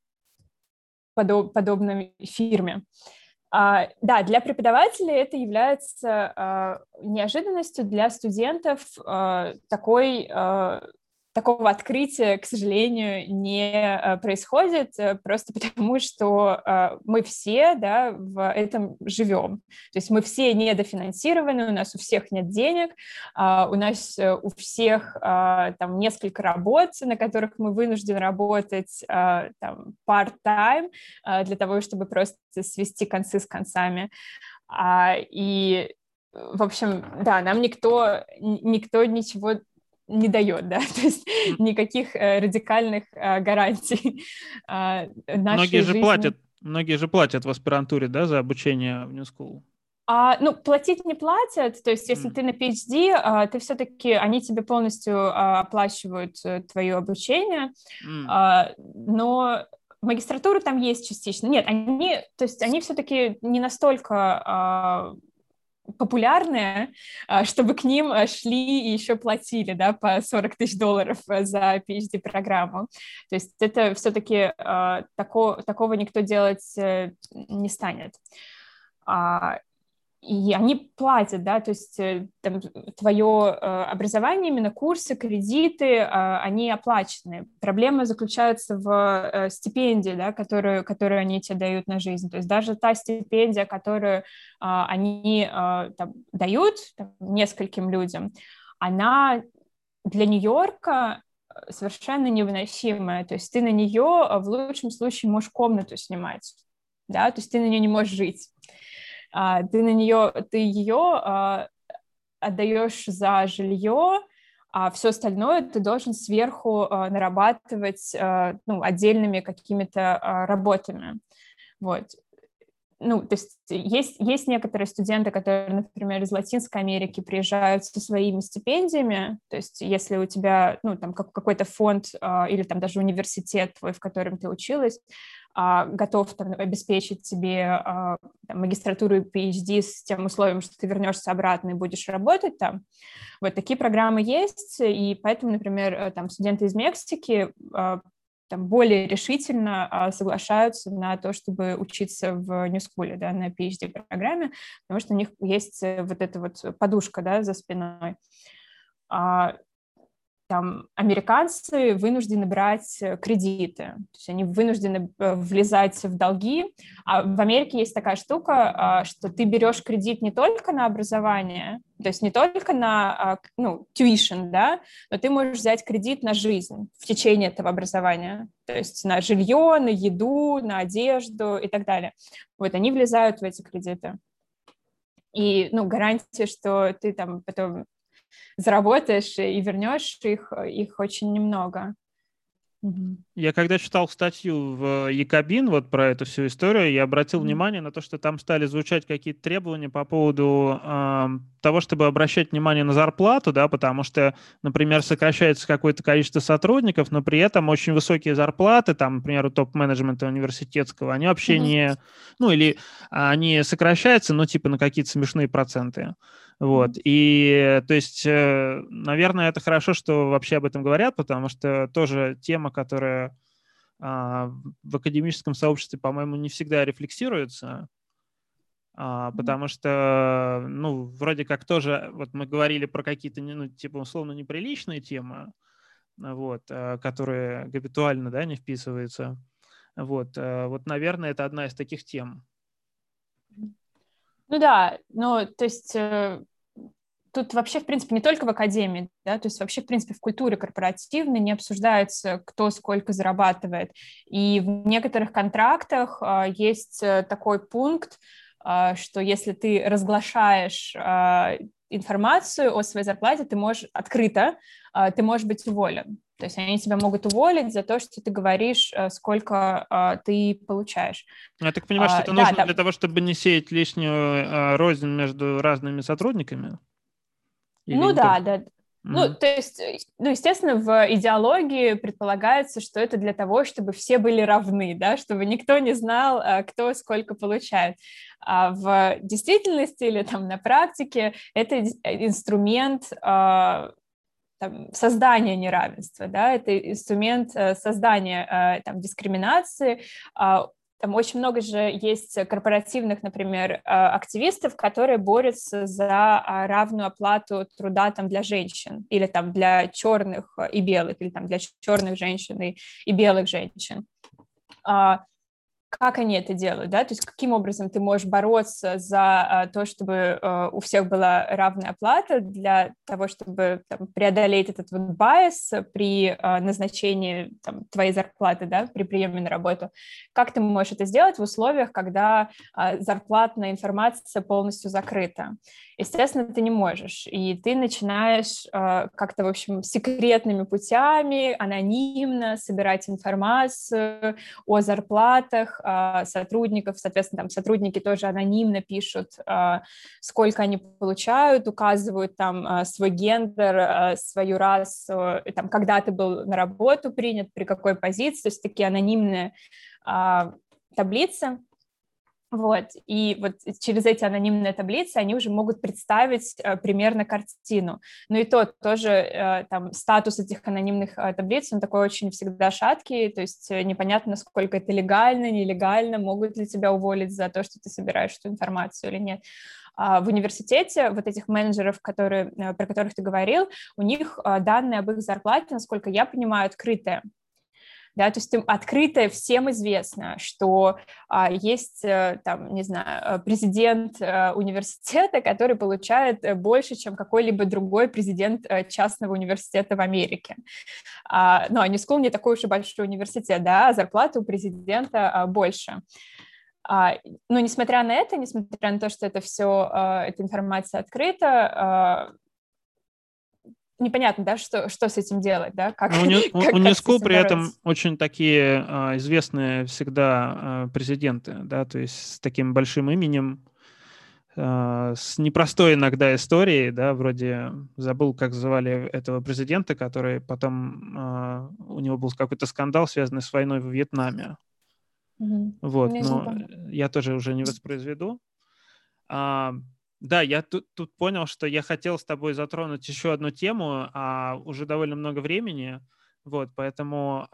подобной фирме. Да, для преподавателей это является неожиданностью, для студентов такого открытия, к сожалению, не происходит, просто потому что мы все, да, в этом живем. То есть мы все недофинансированы, у нас у всех нет денег, у нас у всех там несколько работ, на которых мы вынуждены работать там part-time для того, чтобы просто свести концы с концами. И, в общем, да, нам никто ничего не дает, да, то есть никаких радикальных гарантий нашей жизни. Многие же платят в аспирантуре, да, за обучение в New School. Ну, платить не платят, то есть если ты на PhD, ты все-таки, они тебе полностью оплачивают твое обучение, но магистратура там есть частично. Нет, они все-таки не настолько популярные, чтобы к ним шли и еще платили, да, по $40 тысяч за PhD-программу. То есть это все-таки такого никто делать не станет. И они платят, да, то есть там, твое образование, именно курсы, кредиты, они оплачены. Проблема заключается в стипендии, да, которую они тебе дают на жизнь. То есть даже та стипендия, которую они там, дают нескольким людям, она для Нью-Йорка совершенно невыносимая. То есть ты на нее в лучшем случае можешь комнату снимать, да, то есть ты на нее не можешь жить. Ты ее отдаешь за жилье, а все остальное ты должен сверху нарабатывать отдельными какими-то работами. Вот. Ну, то есть некоторые студенты, которые, например, из Латинской Америки приезжают со своими стипендиями, то есть если у тебя, там какой-то фонд или там даже университет твой, в котором ты училась, готов там обеспечить тебе магистратуру и PhD с тем условием, что ты вернешься обратно и будешь работать там. Вот такие программы есть, и поэтому, например, там студенты из Мексики там более решительно соглашаются на то, чтобы учиться в New School, да, на PhD-программе, потому что у них есть вот эта вот подушка, да, за спиной. Там американцы вынуждены брать кредиты, то есть они вынуждены влезать в долги. А в Америке есть такая штука, что ты берешь кредит не только на образование, то есть не только на tuition, да, но ты можешь взять кредит на жизнь в течение этого образования, то есть на жилье, на еду, на одежду и так далее. Вот они влезают в эти кредиты. И, гарантия, что ты там потом заработаешь и вернешь их очень немного. Я когда читал статью в Якобин вот про эту всю историю, я обратил внимание на то, что там стали звучать какие-то требования по поводу того, чтобы обращать внимание на зарплату, да, потому что, например, сокращается какое-то количество сотрудников, но при этом очень высокие зарплаты, там, например, у топ-менеджмента университетского, они вообще не, или они сокращаются, но типа на какие-то смешные проценты. Вот. И, то есть, наверное, это хорошо, что вообще об этом говорят, потому что тоже тема, которая в академическом сообществе, по-моему, не всегда рефлексируется, потому что, вроде как тоже, вот мы говорили про какие-то, типа, условно неприличные темы, вот, которые габитуально, да, не вписываются. Вот, наверное, это одна из таких тем. Ну да, то есть тут вообще, в принципе, не только в академии, да, то есть вообще, в принципе, в культуре корпоративной не обсуждается, кто сколько зарабатывает. И в некоторых контрактах есть такой пункт, что если ты разглашаешь информацию о своей зарплате, ты можешь открыто, ты можешь быть уволен. То есть они тебя могут уволить за то, что ты говоришь, сколько ты получаешь. Я так понимаю, что это нужно для того, чтобы не сеять лишнюю рознь между разными сотрудниками? Или да. Mm-hmm. То есть, естественно, в идеологии предполагается, что это для того, чтобы все были равны, да, чтобы никто не знал, кто сколько получает. А в действительности или там на практике это инструмент создания неравенства, да, это инструмент создания дискриминации. Там очень много же есть корпоративных, например, активистов, которые борются за равную оплату труда там, для женщин или там, для черных и белых, или там, для черных женщин и белых женщин. Как они это делают, да, то есть каким образом ты можешь бороться за то, чтобы у всех была равная оплата для того, чтобы преодолеть этот вот байс при назначении твоей зарплаты, да, при приеме на работу. Как ты можешь это сделать в условиях, когда зарплатная информация полностью закрыта? Естественно, ты не можешь, и ты начинаешь как-то, в общем, секретными путями, анонимно собирать информацию о зарплатах сотрудников, соответственно, там сотрудники тоже анонимно пишут, сколько они получают, указывают там свой гендер, свою расу, там, когда ты был на работу принят, при какой позиции, то есть такие анонимные таблицы. Вот, и вот через эти анонимные таблицы они уже могут представить примерно картину. Но и то тоже там статус этих анонимных таблиц, он такой очень всегда шаткий, то есть непонятно, насколько это легально, нелегально, могут ли тебя уволить за то, что ты собираешь эту информацию или нет. В университете вот этих менеджеров, про которых ты говорил, у них данные об их зарплате, насколько я понимаю, открытые. Да, то есть открыто всем известно, что есть, там, не знаю, президент университета, который получает больше, чем какой-либо другой президент частного университета в Америке. Ну, а New School не такой уж и большой университет, да, а зарплата у президента больше. Но несмотря на это, несмотря на то, что это все, эта информация открыта, непонятно, да, что с этим делать, да, как, у New как с School этим при этом бороться. очень такие известные всегда президенты, да, то есть с таким большим именем, с непростой иногда историей, да, вроде забыл, как звали этого президента, который потом, у него был какой-то скандал, связанный с войной в Вьетнаме. Вот, но я тоже уже не воспроизведу. Да, я тут понял, что я хотел с тобой затронуть еще одну тему, уже довольно много времени, вот, поэтому,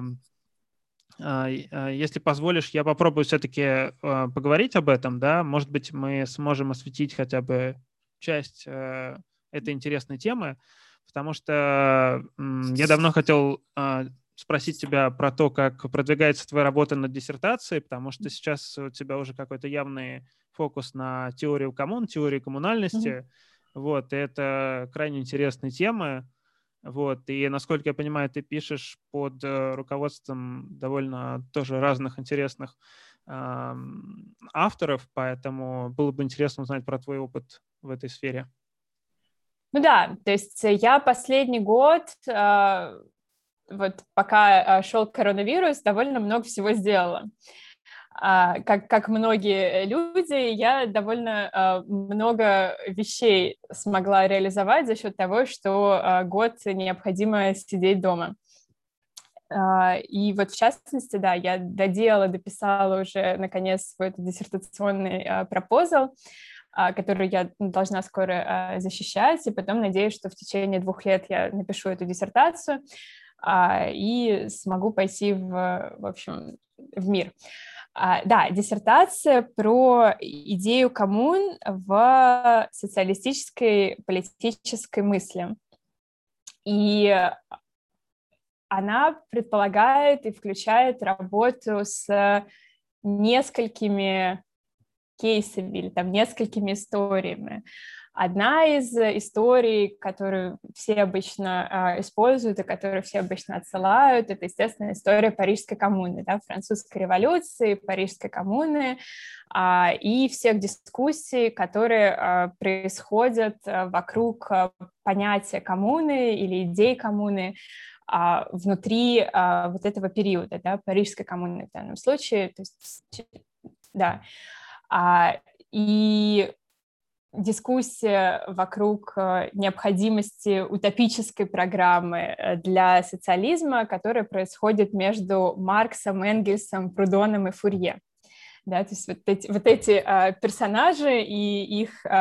если позволишь, я попробую все-таки поговорить об этом, да, может быть, мы сможем осветить хотя бы часть этой интересной темы, потому что я давно хотел спросить тебя про то, как продвигается твоя работа над диссертацией, потому что сейчас у тебя уже какой-то явный фокус на теорию коммун, теорию коммунальности. Вот, и это крайне интересные темы. Вот, и, насколько я понимаю, ты пишешь под руководством довольно тоже разных интересных авторов, поэтому было бы интересно узнать про твой опыт в этой сфере. Ну да, то есть я последний год, вот пока шел коронавирус, довольно много всего сделала. Как многие люди, я довольно много вещей смогла реализовать за счет того, что год необходимо сидеть дома. И вот в частности, да, я дописала уже, наконец, свой диссертационный пропозал, который я должна скоро защищать, и потом надеюсь, что в течение 2 лет я напишу эту диссертацию и смогу пойти в общем, в мир. Да, диссертация про идею коммун в социалистической политической мысли. И она предполагает и включает работу с несколькими кейсами или там несколькими историями. Одна из историй, которую все обычно используют и которую все обычно отсылают, это, естественно, история Парижской коммуны, да, французской революции, Парижской коммуны и всех дискуссий, которые происходят вокруг понятия коммуны или идей коммуны внутри вот этого периода, да, Парижской коммуны в данном случае. То есть, да. И дискуссия вокруг необходимости утопической программы для социализма, которая происходит между Марксом, Энгельсом, Прудоном и Фурье. Да, то есть вот эти персонажи и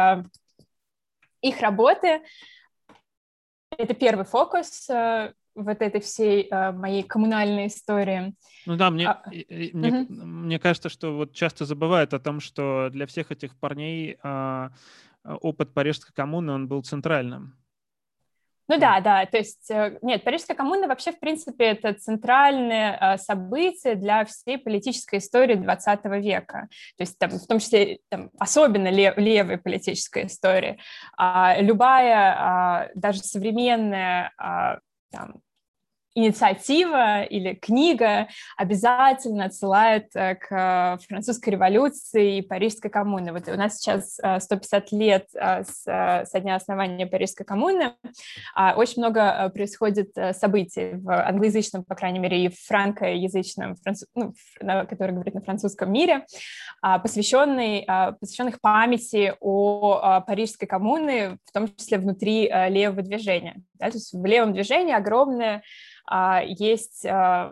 их работы — это первый фокус вот этой всей моей коммунальной истории. Ну да, мне кажется, что вот часто забывают о том, что для всех этих парней опыт Парижской коммуны, он был центральным. Ну да, то есть, нет, Парижская коммуна вообще, в принципе, это центральное событие для всей политической истории 20 века, то есть там, в том числе там, особенно левой политической истории. Любая, даже современная там, инициатива или книга обязательно отсылает к французской революции и Парижской коммуне. Вот у нас сейчас 150 лет со дня основания Парижской коммуны. Очень много происходит событий в англоязычном, по крайней мере, и в франкоязычном, который говорит на французском мире, посвященных памяти о Парижской коммуне, в том числе внутри левого движения. Да? То есть в левом движении огромное есть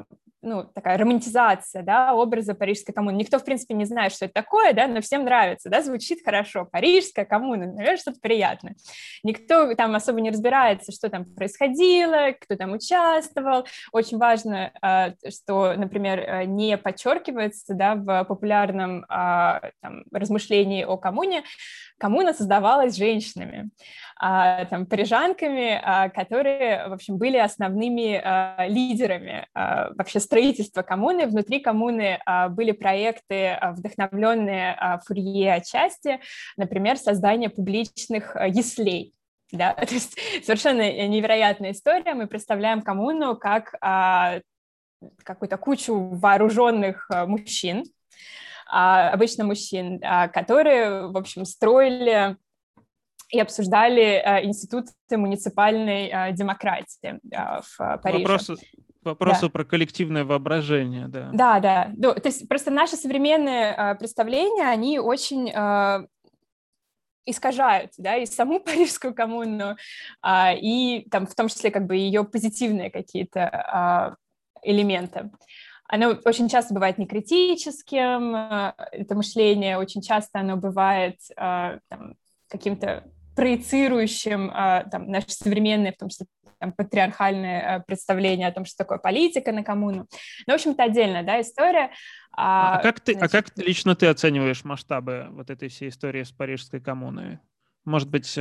такая романтизация, да, образа Парижской коммуны. Никто, в принципе, не знает, что это такое, да, но всем нравится, да, звучит хорошо. Парижская коммуна, наверное, что-то приятное. Никто там особо не разбирается, что там происходило, кто там участвовал. Очень важно, что, например, не подчеркивается, да, в популярном там, размышлении о коммуне. Коммуна создавалась женщинами, там, парижанками, которые, в общем, были основными лидерами вообще строительства коммуны. Внутри коммуны были проекты, вдохновленные Фурье отчасти, например, создание публичных яслей. Да? То есть совершенно невероятная история. Мы представляем коммуну как какую-то кучу вооруженных мужчин, обычно мужчин, которые, в общем, строили и обсуждали институты муниципальной демократии в Париже. Вопросы про коллективное воображение, да. Да. То есть просто наши современные представления, они очень искажают, да, и саму Парижскую коммуну, и там в том числе как бы ее позитивные какие-то элементы. Оно очень часто бывает некритическим, это мышление, очень часто оно бывает там, каким-то проецирующим там, наши современные, в том числе там, патриархальные представления о том, что такое политика на коммуну. Но, в общем-то, отдельная, да, история. Как лично ты оцениваешь масштабы вот этой всей истории с Парижской коммуной? Может быть,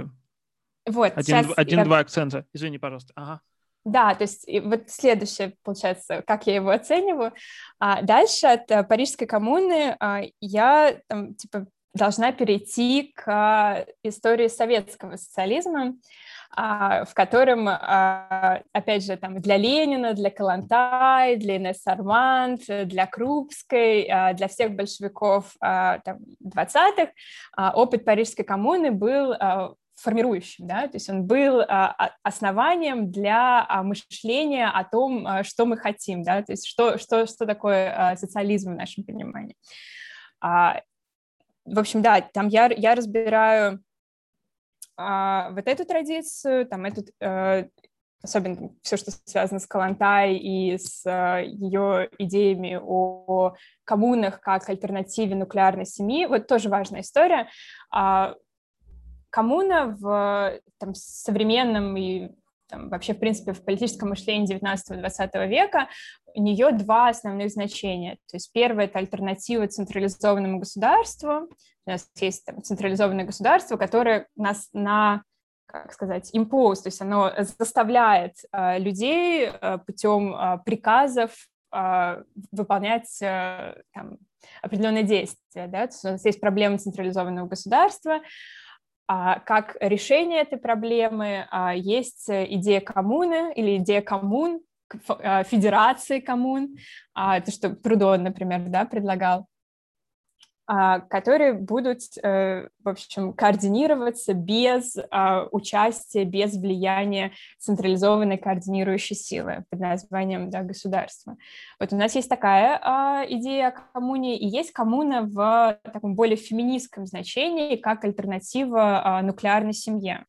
один-два акцента. Извини, пожалуйста. Ага. Да, то есть вот следующее, получается, как я его оцениваю. Дальше от Парижской коммуны я там, типа, должна перейти к истории советского социализма, в котором, опять же, там, для Ленина, для Калантай, для Инесс Арманд, для Крупской, для всех большевиков 20-х опыт Парижской коммуны был формирующим, да, то есть он был основанием для мышления о том, что мы хотим, да, то есть что такое социализм в нашем понимании. В общем, да, там я разбираю вот эту традицию, там особенно все, что связано с Калантай и с ее идеями о коммунах как альтернативе нуклеарной семьи, вот тоже важная история. Коммуна в там, современном и там, вообще, в принципе, в политическом мышлении 19-20 века у нее два основных значения. То есть первое – это альтернатива централизованному государству. У нас есть там, централизованное государство, которое нас как сказать, impose, то есть оно заставляет людей путем приказов выполнять там, определенные действия. Да? То есть у нас есть проблема централизованного государства. Как решение этой проблемы есть идея коммуны или идея коммун, федерации коммун, то, что Прудон, например, да, предлагал, которые будут, в общем, координироваться без участия, без влияния централизованной координирующей силы под названием, да, государство. Вот у нас есть такая идея о коммуне, и есть коммуна в таком более феминистском значении, как альтернатива нуклеарной семье.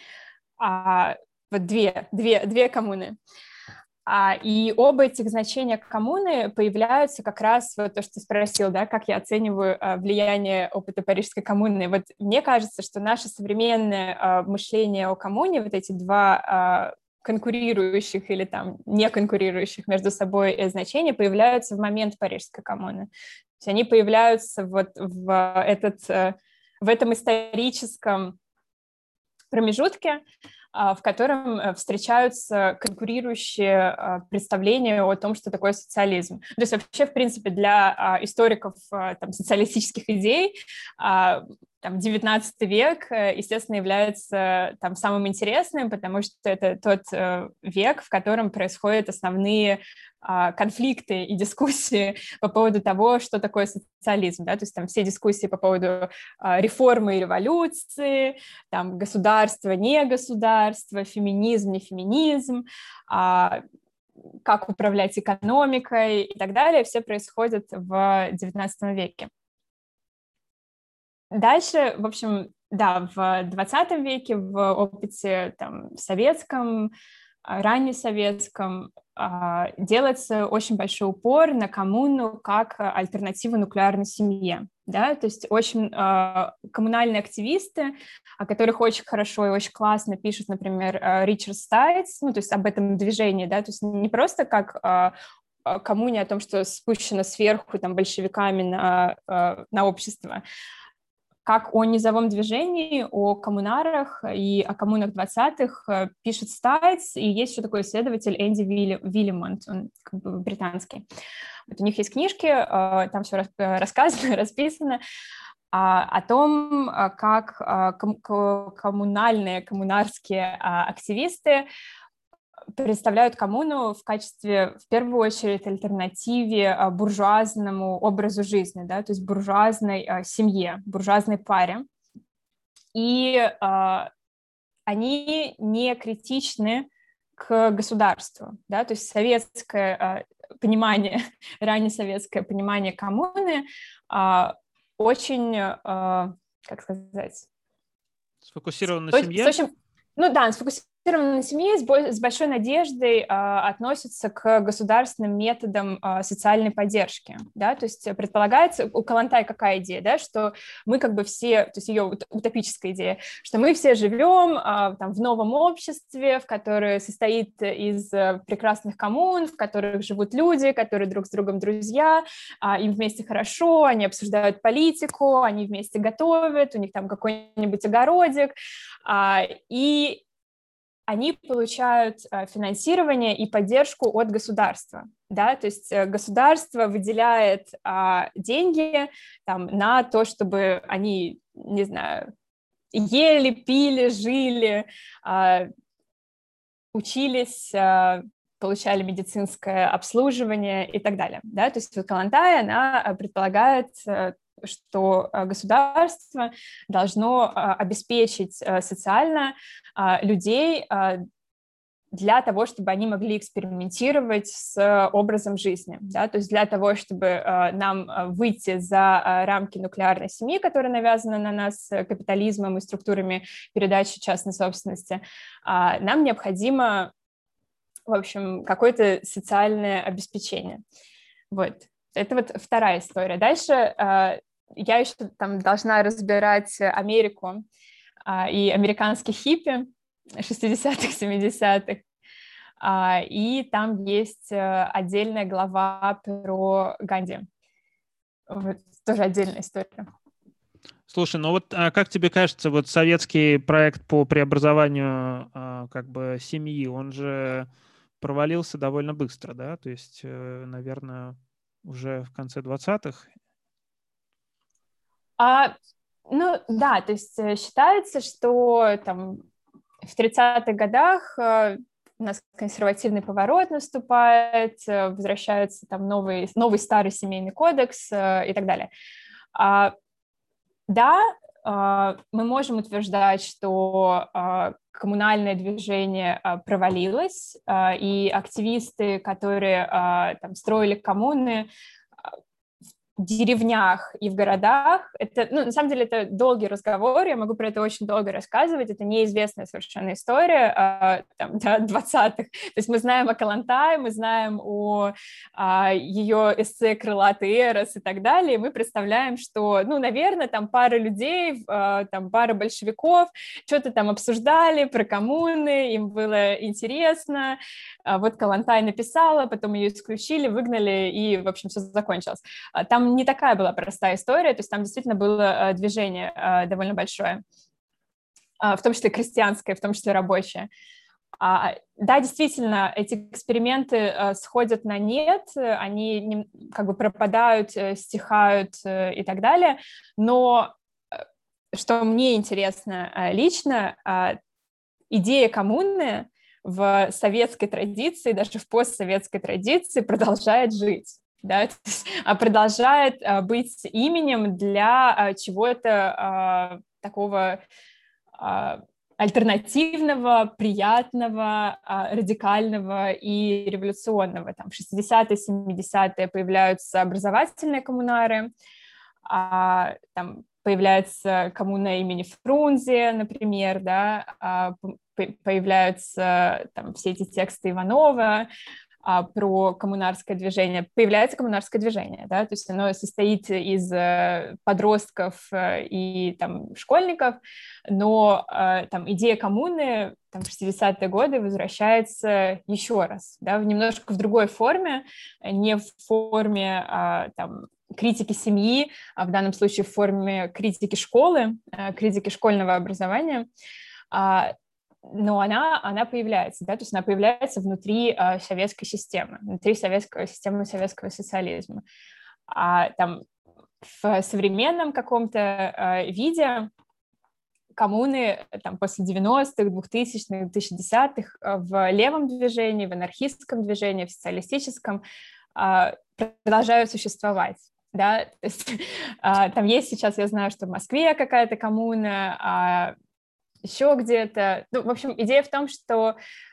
Вот две коммуны. И оба этих значения коммуны появляются как раз, вот то, что ты спросил, да, как я оцениваю влияние опыта Парижской коммуны. Вот мне кажется, что наше современное мышление о коммуне, вот эти два конкурирующих или там не конкурирующих между собой значения появляются в момент Парижской коммуны. То есть они появляются вот в этом историческом промежутке, в котором встречаются конкурирующие представления о том, что такое социализм. То есть вообще, в принципе, для историков там, социалистических идей там, 19 век, естественно, является там, самым интересным, потому что это тот век, в котором происходят основные конфликты и дискуссии по поводу того, что такое социализм, да, то есть там все дискуссии по поводу реформы и революции, там государство, не государство, феминизм, не феминизм, как управлять экономикой и так далее, все происходит в XIX веке. Дальше, в общем, да, в 20 веке в опыте там, советском раннесоветском делается очень большой упор на коммуну как альтернативу нуклеарной семье. Да? То есть очень коммунальные активисты, о которых очень хорошо и очень классно пишет, например, Ричард Стайтс, ну, то есть об этом движении, да? То есть не просто как коммуне о том, что спущено сверху там, большевиками на общество, как о низовом движении, о коммунарах и о коммунах 20-х пишет Стайтс, и есть еще такой исследователь Энди Виллимонт, он как бы британский. Вот у них есть книжки, там все рассказано, расписано, о том, как коммунарские активисты представляют коммуну в качестве, в первую очередь, альтернативе буржуазному образу жизни, да, то есть буржуазной семье, буржуазной паре. И они не критичны к государству, да, то есть советское понимание, раннесоветское понимание коммуны очень, как сказать... Сфокусировано на семье? Ну да, сфокусировано на семье, с большой надеждой относятся к государственным методам социальной поддержки, да, то есть предполагается, у Калантай какая идея, да, что мы как бы все, то есть ее утопическая идея, что мы все живем там в новом обществе, в которое состоит из прекрасных коммун, в которых живут люди, которые друг с другом друзья, им вместе хорошо, они обсуждают политику, они вместе готовят, у них там какой-нибудь огородик, и они получают финансирование и поддержку от государства, да, то есть государство выделяет деньги там, на то, чтобы они, не знаю, ели, пили, жили, учились, получали медицинское обслуживание и так далее, да, то есть вот Калантай, она предполагает, что государство должно обеспечить социально людей для того, чтобы они могли экспериментировать с образом жизни, да, то есть для того, чтобы нам выйти за рамки нуклеарной семьи, которая навязана на нас капитализмом и структурами передачи частной собственности, нам необходимо, в общем, какое-то социальное обеспечение. Вот. Это вот вторая история. Дальше я еще там должна разбирать Америку и американских хиппи 60-х, 70-х. И там есть отдельная глава про Ганди. Вот, тоже отдельная история. Слушай, ну вот как тебе кажется, вот советский проект по преобразованию как бы семьи, он же провалился довольно быстро, да? То есть, наверное, уже в конце 20-х? Ну да, то есть считается, что там в 30-х годах у нас консервативный поворот наступает, возвращается там новый старый семейный кодекс и так далее. Да, мы можем утверждать, что коммунальное движение провалилось, и активисты, которые там строили коммуны в деревнях и в городах, это, ну, на самом деле, это долгий разговор, я могу про это очень долго рассказывать, это неизвестная совершенно история там, 20-х, то есть мы знаем о Калантай, мы знаем о ее эссе «Крылатый Эрос» и так далее, и мы представляем, что, ну, наверное, там пара людей, там пара большевиков что-то там обсуждали про коммуны, им было интересно, вот Калантай написала, потом ее исключили, выгнали, и, в общем, все закончилось. Там не такая была простая история, то есть там действительно было движение довольно большое, в том числе крестьянское, в том числе рабочее. Да, действительно, эти эксперименты сходят на нет, они как бы пропадают, стихают и так далее, но что мне интересно лично, идея коммуны в советской традиции, даже в постсоветской традиции продолжает жить. Да, продолжает быть именем для чего-то такого альтернативного, приятного, радикального и революционного. Там в 60-е, 70-е появляются образовательные коммунары, там появляется коммуна имени Фрунзе, например, да, появляются там все эти тексты Иванова, про коммунарское движение, появляется коммунарское движение, да, то есть оно состоит из подростков и там школьников, но там идея коммуны там, в 60-е годы возвращается еще раз, да, немножко в другой форме, не в форме там, критики семьи, а в данном случае в форме критики школы, критики школьного образования, но она появляется, да, то есть она появляется внутри советской системы, внутри советской системы советского социализма. Там в современном каком-то виде коммуны там, после 90-х, 2000-х, 2010-х в левом движении, в анархистском движении, в социалистическом продолжают существовать. Да? То есть, там есть сейчас, я знаю, что в Москве какая-то коммуна, еще где-то. Ну, в общем, идея в том, что,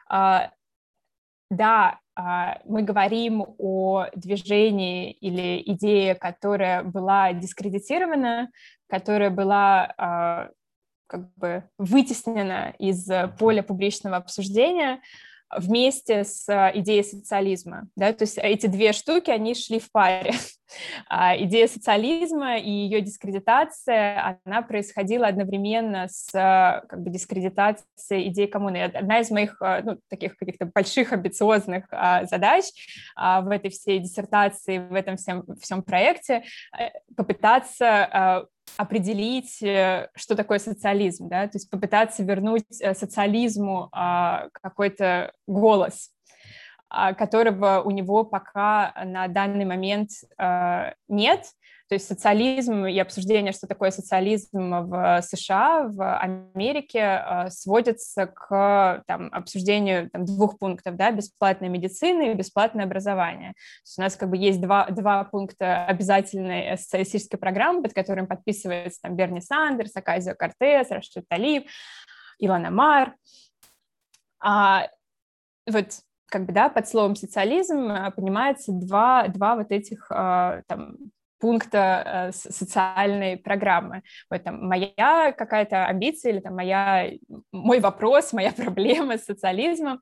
да, мы говорим о движении или идее, которая была дискредитирована, которая была как бы вытеснена из поля публичного обсуждения вместе с идеей социализма. Да? То есть эти две штуки, они шли в паре. Идея социализма и ее дискредитация, она происходила одновременно с как бы, дискредитацией идеи коммуны. Одна из моих таких каких-то больших амбициозных задач в этой всей диссертации, в этом всем проекте попытаться определить, что такое социализм, да? То есть попытаться вернуть социализму какой-то голос, которого у него пока на данный момент нет. То есть социализм и обсуждение, что такое социализм в США, в Америке, сводится к там, обсуждению там, 2 пунктов, да, бесплатная медицина и бесплатное образование. То есть у нас как бы есть два пункта обязательной социалистической программы, под которым подписывается там, Берни Сандерс, Оказио-Кортес, Рашид Талиб, Илон Омар. Вот как бы, да, под словом социализм понимается два вот этих там, пункта социальной программы. Вот, там, моя какая-то амбиция или там, мой вопрос, моя проблема с социализмом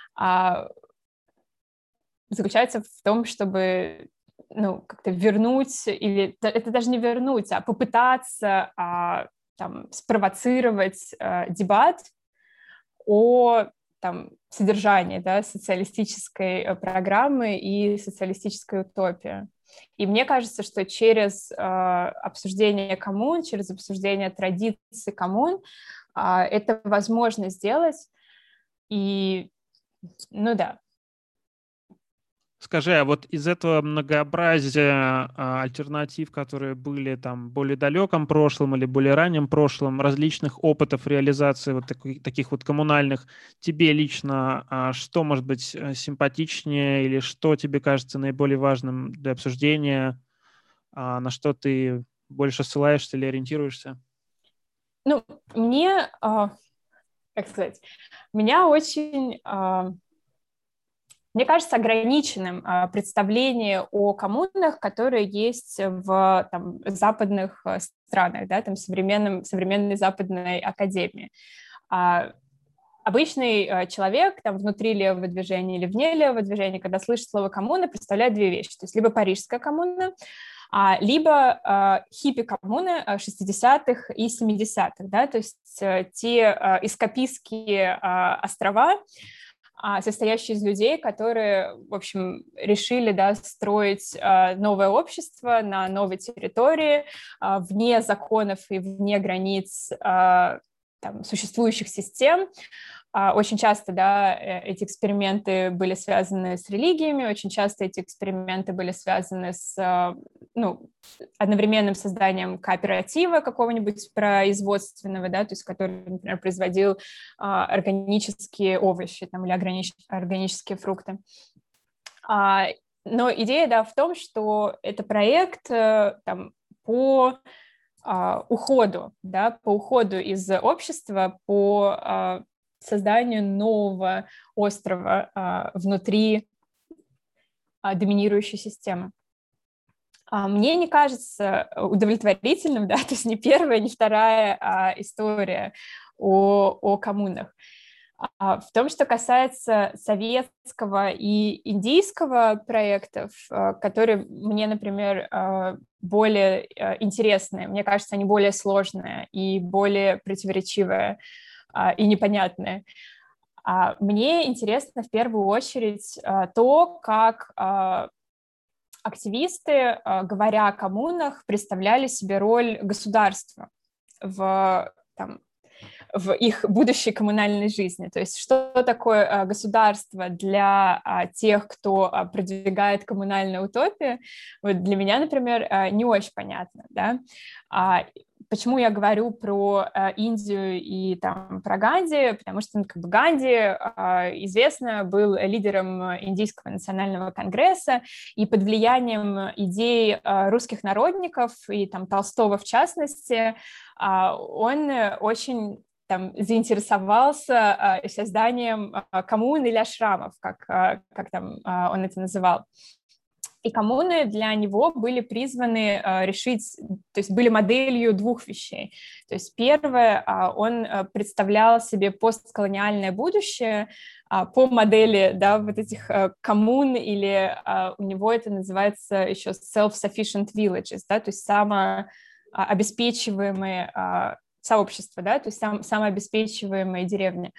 заключается в том, чтобы как-то вернуть, или это даже не вернуть, а попытаться там, спровоцировать дебат о там, содержании, да, социалистической программы и социалистической утопии. И мне кажется, что через обсуждение коммун, через обсуждение традиций коммун это возможно сделать. И, да. Скажи, а вот из этого многообразия альтернатив, которые были там в более далеком прошлом или более раннем прошлом, различных опытов реализации вот таких вот коммунальных, тебе лично что может быть симпатичнее или что тебе кажется наиболее важным для обсуждения, на что ты больше ссылаешься или ориентируешься? Мне, как сказать, меня очень... Мне кажется, ограниченным представление о коммунах, которые есть в там, западных странах, да, там, современной западной академии. Обычный человек там, внутри левого движения или вне левого движения, когда слышит слово «коммуна», представляет две вещи. То есть либо парижская коммуна, либо хиппи-коммуны 60-х и 70-х, да, то есть те эскапистские острова, состоящие из людей, которые, в общем, решили, да, строить новое общество на новой территории, вне законов и вне границ там, существующих систем. Очень часто, да, эти эксперименты были связаны с религиями, очень часто эти эксперименты были связаны с одновременным созданием кооператива какого-нибудь производственного, да, то есть который, например, производил органические овощи там, или органические фрукты. Но идея, да, в том, что это проект там, по уходу, да, по уходу из общества, по созданию нового острова внутри доминирующей системы. Мне не кажется удовлетворительным, да, то есть ни первая, ни вторая история о коммунах. В том, что касается советского и индийского проектов, которые мне, например, более интересны, мне кажется, они более сложные и более противоречивые и непонятные. Мне интересно в первую очередь то, как активисты, говоря о коммунах, представляли себе роль государства в их будущей коммунальной жизни. То есть что такое государство для тех, кто продвигает коммунальную утопию, вот для меня, например, не очень понятно. Да? Почему я говорю про Индию и про Ганди? Потому что как бы Ганди, известно, был лидером Индийского национального конгресса, и под влиянием идей русских народников и Толстого в частности, он очень заинтересовался созданием коммун или ашрамов, как он это называл. И коммуны для него были призваны решить, то есть были моделью двух вещей. То есть первое, он представлял себе постколониальное будущее по модели, да, вот этих коммун, или у него это называется еще self-sufficient villages, да, то есть самообеспечиваемые сообщества, да, то есть самообеспечиваемые деревни.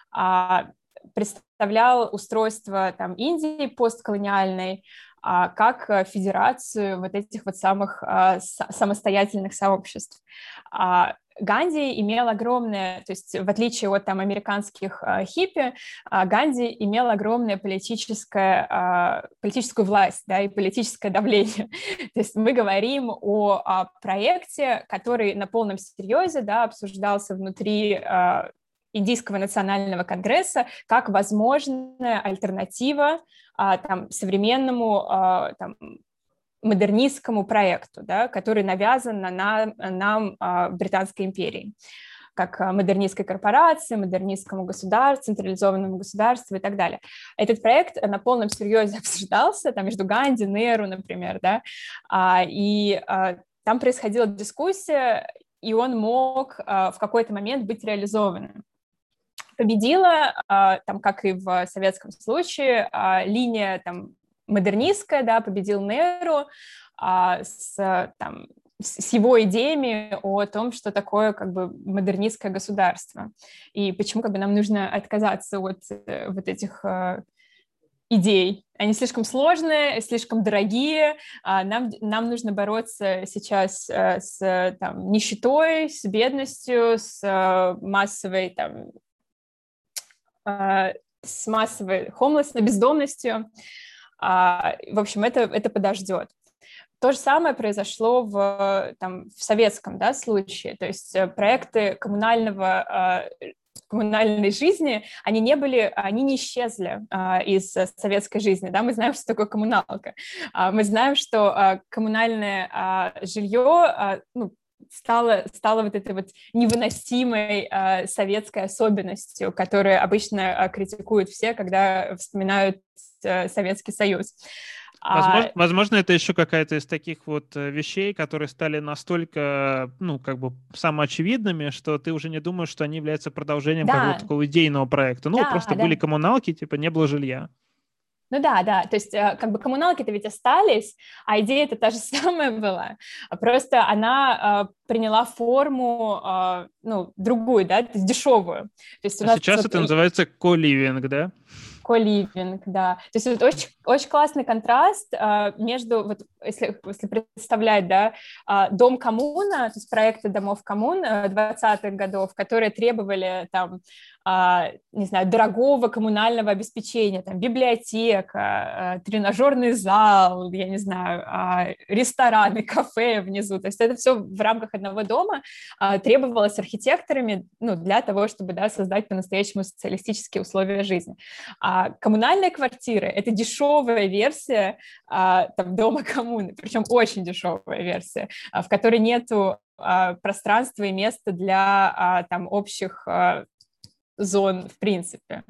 Представлял устройство Индии постколониальной как федерацию вот этих вот самых самостоятельных сообществ. Ганди имел огромное, то есть в отличие от американских хиппи, Ганди имел огромное политическую власть, да, и политическое давление. То есть мы говорим о проекте, который на полном серьезе, да, обсуждался внутри Индийского национального конгресса как возможная альтернатива современному модернистскому проекту, да, который навязан нам Британской империей, как модернистской корпорации, модернистскому государству, централизованному государству и так далее. Этот проект на полном серьезе обсуждался между Ганди, Неру, например, да, и там происходила дискуссия, и он мог в какой-то момент быть реализованным. Победила, как и в советском случае, линия модернистская, да, победил Неру с его идеями о том, что такое как бы модернистское государство, и почему как бы нам нужно отказаться от вот этих идей. Они слишком сложные, слишком дорогие, нам нужно бороться сейчас с нищетой, с бедностью, с массовой homelessness, бездомностью. В общем, это подождет. То же самое произошло в советском, да, случае. То есть проекты коммунальной жизни, они не исчезли из советской жизни. Да? Мы знаем, что такое коммуналка. Мы знаем, что коммунальное жилье стало вот этой вот невыносимой советской особенностью, которую обычно критикуют все, когда вспоминают Советский Союз. Возможно, это еще какая-то из таких вот вещей, которые стали настолько, как бы самоочевидными, что ты уже не думаешь, что они являются продолжением какого-то такого идейного проекта. Просто были коммуналки, не было жилья. Ну да, то есть как бы коммуналки-то ведь остались, а идея-то та же самая была, просто она приняла форму, другую, да, то есть дешевую. То есть сейчас это называется co-living, да? Co-living, да. То есть это очень, очень классный контраст между, вот, если представлять, да, дом коммуна, то есть проекты домов коммун 20-х годов, которые требовали не знаю, дорогого коммунального обеспечения, библиотека, тренажерный зал, я не знаю, рестораны, кафе внизу, то есть это все в рамках одного дома требовалось архитекторами, для того, чтобы, да, создать по-настоящему социалистические условия жизни. А коммунальные квартиры — это дешевая версия дома коммуны, причем очень дешевая версия, в которой нету пространства и места для общих зон в принципе.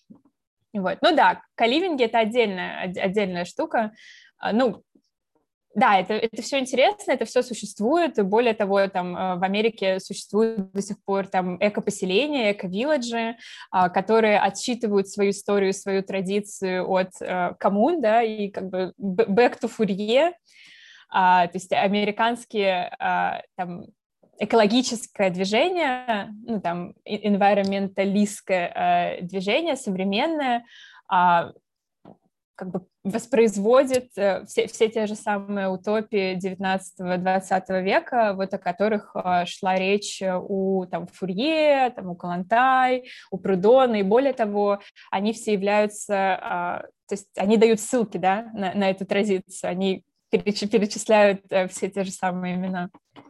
Вот. Ну да, коливинги — это отдельная штука. Да, это все интересно, это все существует. Более того, там в Америке существуют до сих пор там эко-поселения, эко-вилладжи, которые отсчитывают свою историю, свою традицию от коммун, да, и как бы back to Fourier. То есть американские там экологическое движение, ну, там, environmentalистское движение современное, как бы воспроизводит все те же самые утопии 19-20 века, вот о которых шла речь у там, Фурье, там, у Калантай, у Прудона, и более того, они все являются, то есть они дают ссылки, да, на эту традицию, они перечисляют все те же самые имена.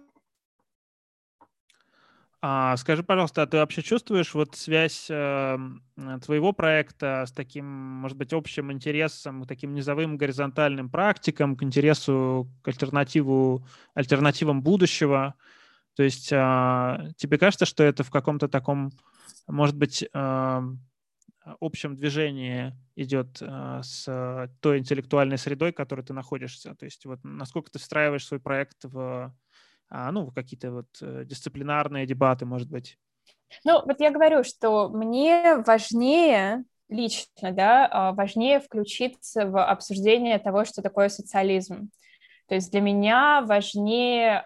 Скажи, пожалуйста, а ты вообще чувствуешь вот связь твоего проекта с таким, может быть, общим интересом, таким низовым горизонтальным практикам, к интересу к альтернативам будущего? То есть тебе кажется, что это в каком-то таком, может быть, общем движении идет с той интеллектуальной средой, в которой ты находишься? То есть вот насколько ты встраиваешь свой проект в какие-то вот дисциплинарные дебаты, может быть? Ну, вот я говорю, что мне важнее лично, да, важнее включиться в обсуждение того, что такое социализм. То есть для меня важнее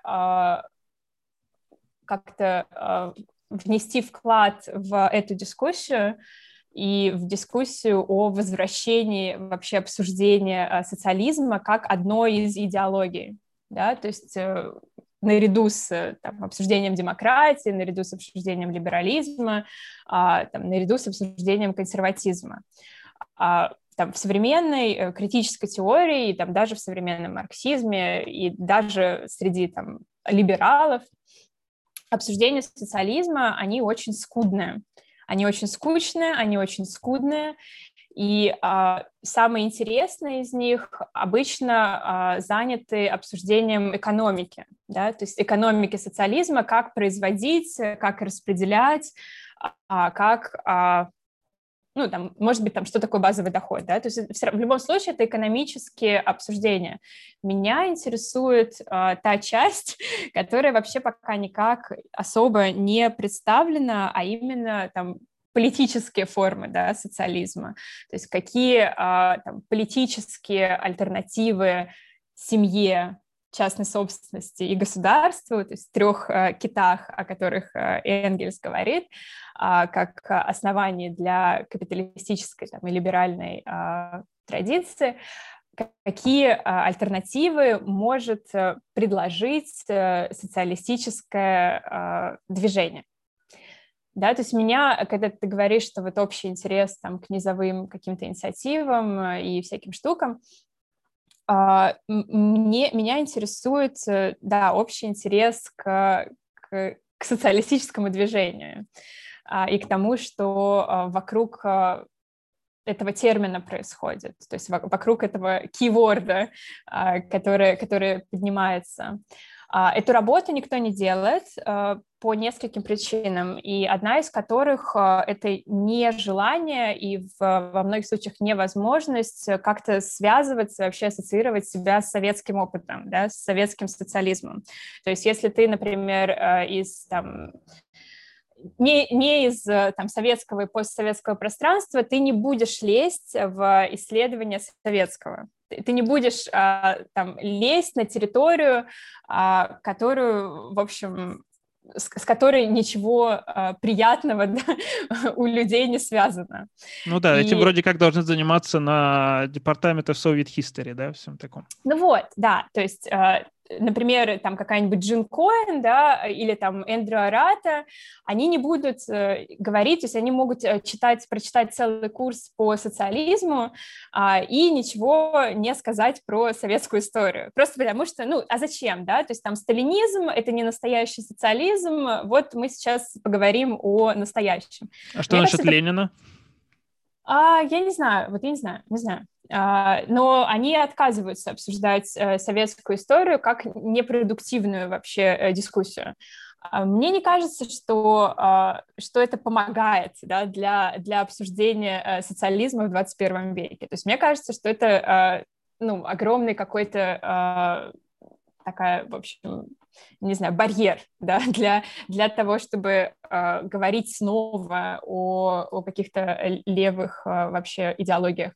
как-то внести вклад в эту дискуссию и в дискуссию о возвращении вообще обсуждения социализма как одной из идеологий, да, то есть наряду с там, обсуждением демократии, наряду с обсуждением либерализма, наряду с обсуждением консерватизма. Там, в современной критической теории, там, даже в современном марксизме и даже среди там, либералов обсуждения социализма, они очень скудные. Они очень скучные, они очень скудные, и самые интересные из них обычно заняты обсуждением экономики, да, то есть экономики социализма, как производить, как распределять, как... ну, там, может быть, там, что такое базовый доход, да, то есть в любом случае это экономические обсуждения. Меня интересует та часть, которая вообще пока никак особо не представлена, а именно там политические формы, да, социализма, то есть какие там, политические альтернативы семье, частной собственности и государству, то есть трех китах, о которых Энгельс говорит, как основании для капиталистической там, и либеральной традиции, какие альтернативы может предложить социалистическое движение. Да, то есть меня, когда ты говоришь, что вот общий интерес там, к низовым каким-то инициативам и всяким штукам, меня интересует, да, общий интерес к социалистическому движению и к тому, что вокруг этого термина происходит, то есть вокруг этого кейворда, который поднимается. Эту работу никто не делает по нескольким причинам, и одна из которых — это нежелание и во многих случаях невозможность как-то связываться, вообще ассоциировать себя с советским опытом, да, с советским социализмом. То есть если ты, например, из там, не из там, советского и постсоветского пространства, ты не будешь лезть в исследования советского. Ты не будешь там, лезть на территорию, которую, в общем, с которой ничего приятного да, у людей не связано. Ну да, этим вроде как должны заниматься на департаменте Soviet History, да, всем таком. Ну вот, да, то есть... например, там какая-нибудь Джин Коэн, да, или там Эндрю Арата, они не будут говорить, то есть они могут прочитать целый курс по социализму и ничего не сказать про советскую историю. Просто потому что, ну, а зачем, да? То есть там сталинизм — это не настоящий социализм, вот мы сейчас поговорим о настоящем. А что насчет Ленина? Я не знаю, вот я не знаю. Но они отказываются обсуждать советскую историю как непродуктивную вообще дискуссию. Мне не кажется, что это помогает, да, для обсуждения социализма в 21 веке. То есть мне кажется, что это огромный какой-то такая, в общем, не знаю, барьер, да, для того, чтобы говорить снова о каких-то левых вообще идеологиях.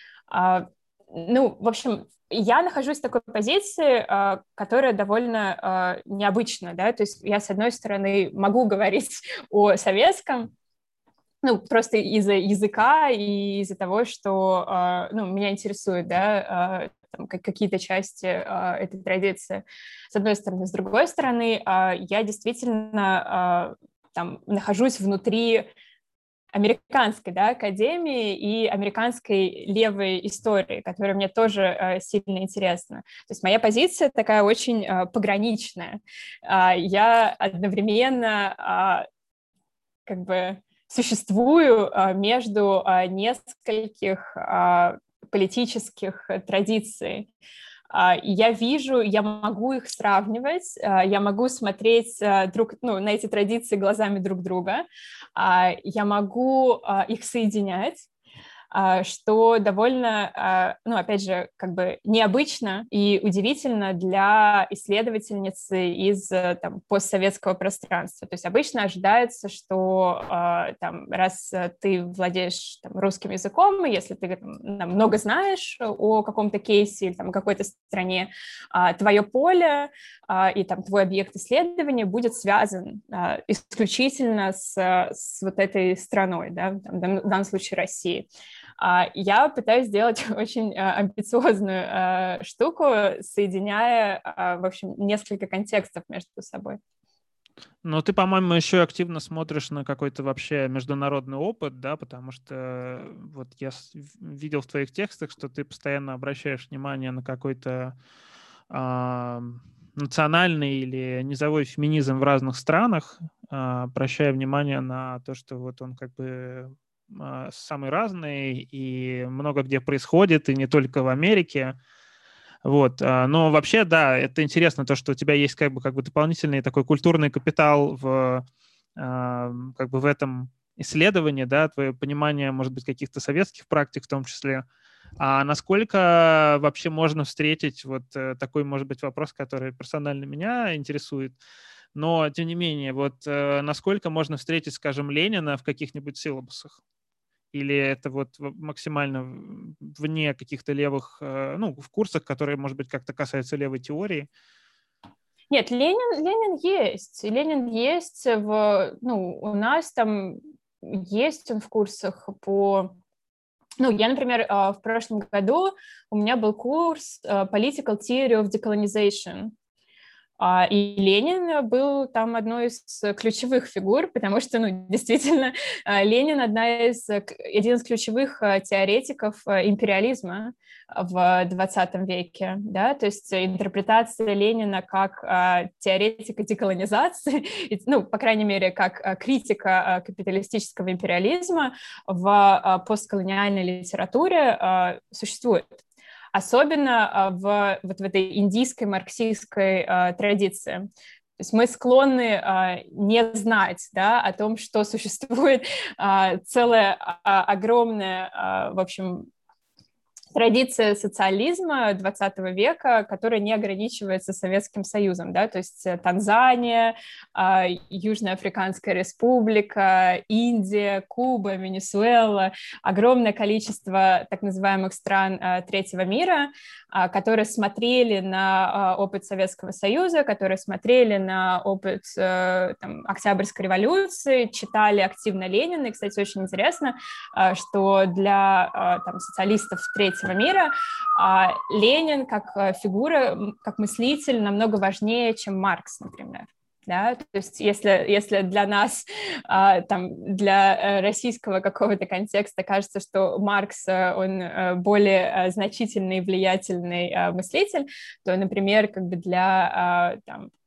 В общем, я нахожусь в такой позиции, которая довольно необычна, да, то есть я, с одной стороны, могу говорить о советском, просто из-за языка и из-за того, что, меня интересует, да, какие-то части этой традиции, с одной стороны. С другой стороны, я действительно нахожусь внутри американской, да, академии и американской левой истории, которая мне тоже сильно интересна. То есть моя позиция такая очень пограничная. Я одновременно как бы существую между нескольких политических традиций. И я вижу, я могу их сравнивать, я могу смотреть на эти традиции глазами друг друга, я могу их соединять, что довольно, опять же, как бы необычно и удивительно для исследовательницы из постсоветского пространства. То есть обычно ожидается, что раз ты владеешь русским языком, и если ты много знаешь о каком-то кейсе или какой-то стране, твое поле и твой объект исследования будет связан исключительно с вот этой страной, да, в данном случае Россией. Я пытаюсь сделать очень амбициозную штуку, соединяя, в общем, несколько контекстов между собой. Но ты, по-моему, еще активно смотришь на какой-то вообще международный опыт, да, потому что вот я видел в твоих текстах, что ты постоянно обращаешь внимание на какой-то национальный или низовой феминизм в разных странах, обращая внимание на то, что вот он как бы самый разный и много где происходит, и не только в Америке. Вот. Но вообще, да, это интересно, то, что у тебя есть как бы дополнительный такой культурный капитал как бы в этом исследовании, да, твое понимание, может быть, каких-то советских практик в том числе. А насколько вообще можно встретить вот такой, может быть, вопрос, который персонально меня интересует, но, тем не менее, вот насколько можно встретить, скажем, Ленина в каких-нибудь силабусах? Или это вот максимально вне каких-то левых, в курсах, которые, может быть, как-то касаются левой теории? Нет, Ленин есть. Ленин есть у нас там есть он в курсах по... я, например, в прошлом году у меня был курс Political Theory of Decolonization. И Ленин был там одной из ключевых фигур, потому что, действительно, Ленин один из ключевых теоретиков империализма в 20 веке, да, то есть интерпретация Ленина как теоретика деколонизации, по крайней мере, как критика капиталистического империализма в постколониальной литературе существует. Особенно в этой индийской марксистской традиции. То есть мы склонны не знать, да, о том, что существует целая огромная, в общем, традиция социализма 20 века, которая не ограничивается Советским Союзом, да, то есть Танзания, Южноафриканская Республика, Индия, Куба, Венесуэла, огромное количество так называемых стран третьего мира, которые смотрели на опыт Советского Союза, которые смотрели на опыт Октябрьской революции, читали активно Ленина. И, кстати, очень интересно, что для социалистов третьего мира Ленин как фигура, как мыслитель намного важнее, чем Маркс, например. Да? То есть если для нас, для российского какого-то контекста кажется, что Маркс, он более значительный и влиятельный мыслитель, то, например, как бы для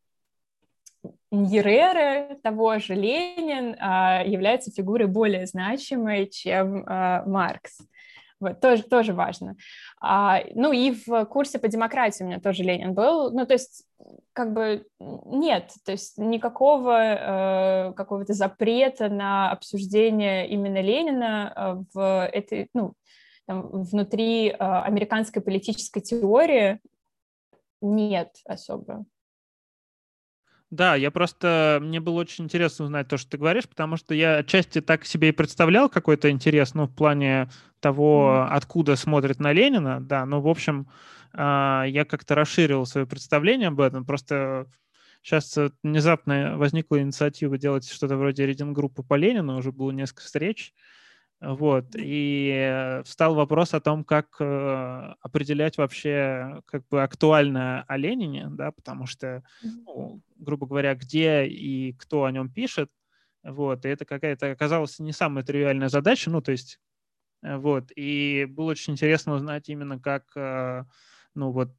Ньереры того же Ленин является фигурой более значимой, чем Маркс. Вот, тоже важно. И в курсе по демократии у меня тоже Ленин был. То есть, как бы нет, то есть никакого какого-то запрета на обсуждение именно Ленина в этой, там, внутри американской политической теории нет особо. Да, мне было очень интересно узнать то, что ты говоришь, потому что я отчасти так себе и представлял какой-то интерес, ну, в плане того, откуда смотрят на Ленина, да, но, в общем, я как-то расширил свое представление об этом, просто сейчас внезапно возникла инициатива делать что-то вроде ридинг-группы по Ленину, уже было несколько встреч, вот, и встал вопрос о том, как определять вообще как бы актуально о Ленине, да, потому что, ну, грубо говоря, где и кто о нем пишет, вот, и это какая-то оказалась не самая тривиальная задача, ну, то есть, вот, и было очень интересно узнать именно как, ну, вот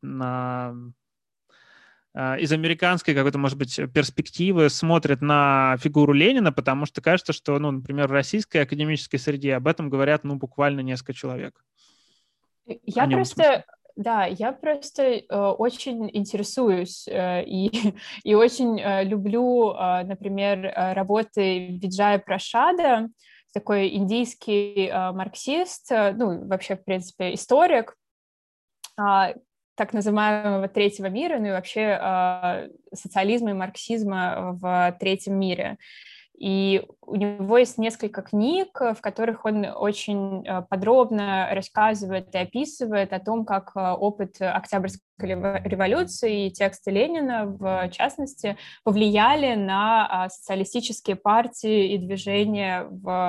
из американской какой-то, может быть, перспективы смотрят на фигуру Ленина, потому что кажется, что, ну, например, в российской академической среде об этом говорят, ну, буквально несколько человек. Я просто очень интересуюсь и очень люблю, например, работы Виджая Прашада, такой индийский марксист, ну, вообще, в принципе, историк, так называемого третьего мира, ну и вообще социализма и марксизма в третьем мире. И у него есть несколько книг, в которых он очень подробно рассказывает и описывает о том, как опыт Октябрьской революции и тексты Ленина, в частности, повлияли на социалистические партии и движения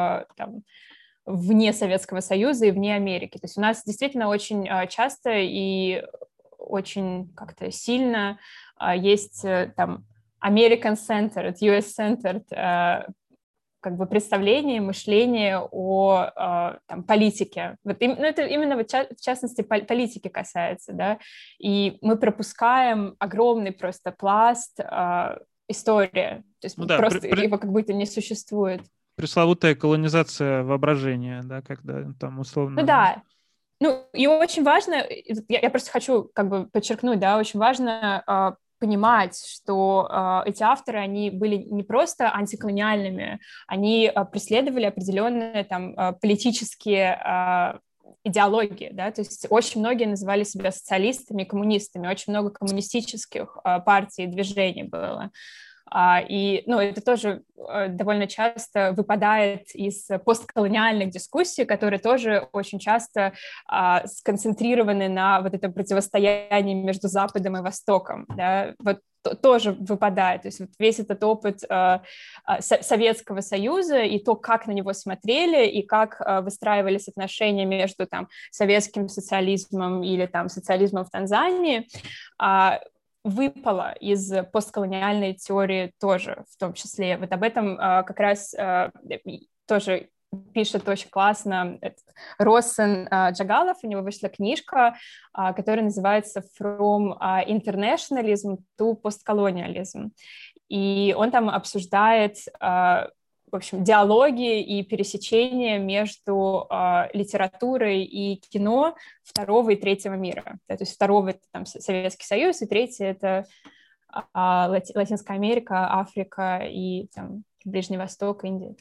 вне Советского Союза и вне Америки. То есть у нас действительно очень часто и очень как-то сильно есть там American-centered, US-centered как бы представление, мышление о там, политике. Вот, ну, это именно в частности политики касается, да, и мы пропускаем огромный просто пласт истории, то есть ну, да, просто его как будто не существует. Пресловутая колонизация воображения, да, когда там условно... Ну да, ну и очень важно, я просто хочу как бы подчеркнуть, да, очень важно понимать, что эти авторы, они были не просто антиколониальными, они преследовали определенные там политические идеологии, да, то есть очень многие называли себя социалистами, коммунистами, очень много коммунистических партий и движений было. И, ну, это тоже довольно часто выпадает из постколониальных дискуссий, которые тоже очень часто сконцентрированы на вот этом противостоянии между Западом и Востоком, да, вот тоже выпадает, то есть вот весь этот опыт Советского Союза и то, как на него смотрели и как выстраивались отношения между там советским социализмом или там социализмом в Танзании, выпало из постколониальной теории тоже, в том числе. Вот об этом как раз тоже пишет очень классно Россен Джагалов, у него вышла книжка, которая называется «From Internationalism to Postcolonialism». И он там обсуждает в общем, диалоги и пересечения между литературой и кино второго и третьего мира. Да, то есть второго — это там Советский Союз, и третье — это Латинская Америка, Африка и там, Ближний Восток, Индия.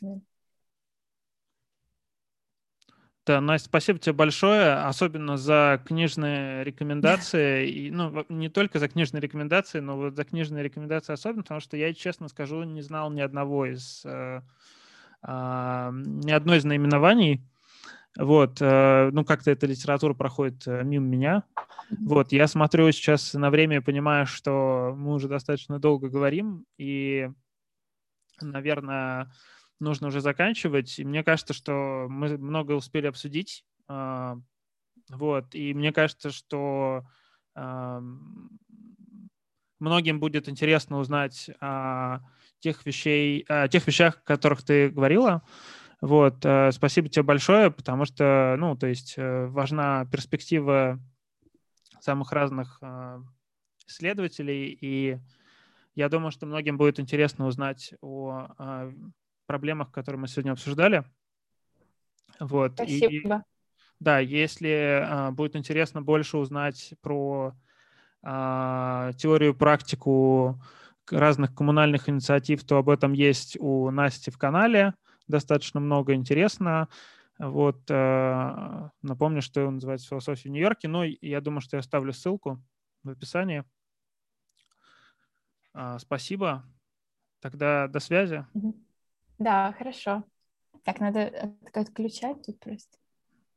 Да, Настя, спасибо тебе большое, особенно за книжные рекомендации. И, ну, не только за книжные рекомендации, но вот за книжные рекомендации особенно, потому что я, честно скажу, не знал ни одной из наименований. Вот, ну, как-то эта литература проходит мимо меня. Вот, я смотрю сейчас на время и понимаю, что мы уже достаточно долго говорим, и, наверное, нужно уже заканчивать. И мне кажется, что мы много успели обсудить. Вот, и мне кажется, что многим будет интересно узнать о тех вещах, о которых ты говорила. Вот, спасибо тебе большое, потому что, ну, то есть важна перспектива самых разных исследователей, и я думаю, что многим будет интересно узнать о проблемах, которые мы сегодня обсуждали. Вот, Спасибо. и да, если будет интересно больше узнать про теорию, практику разных коммунальных инициатив, то об этом есть у Насти в канале достаточно много интересно. Вот, напомню, что он называется «Философия в Нью-Йорке», но я думаю, что я оставлю ссылку в описании. Спасибо. Тогда до связи. Да, хорошо. Так, надо отключать тут просто.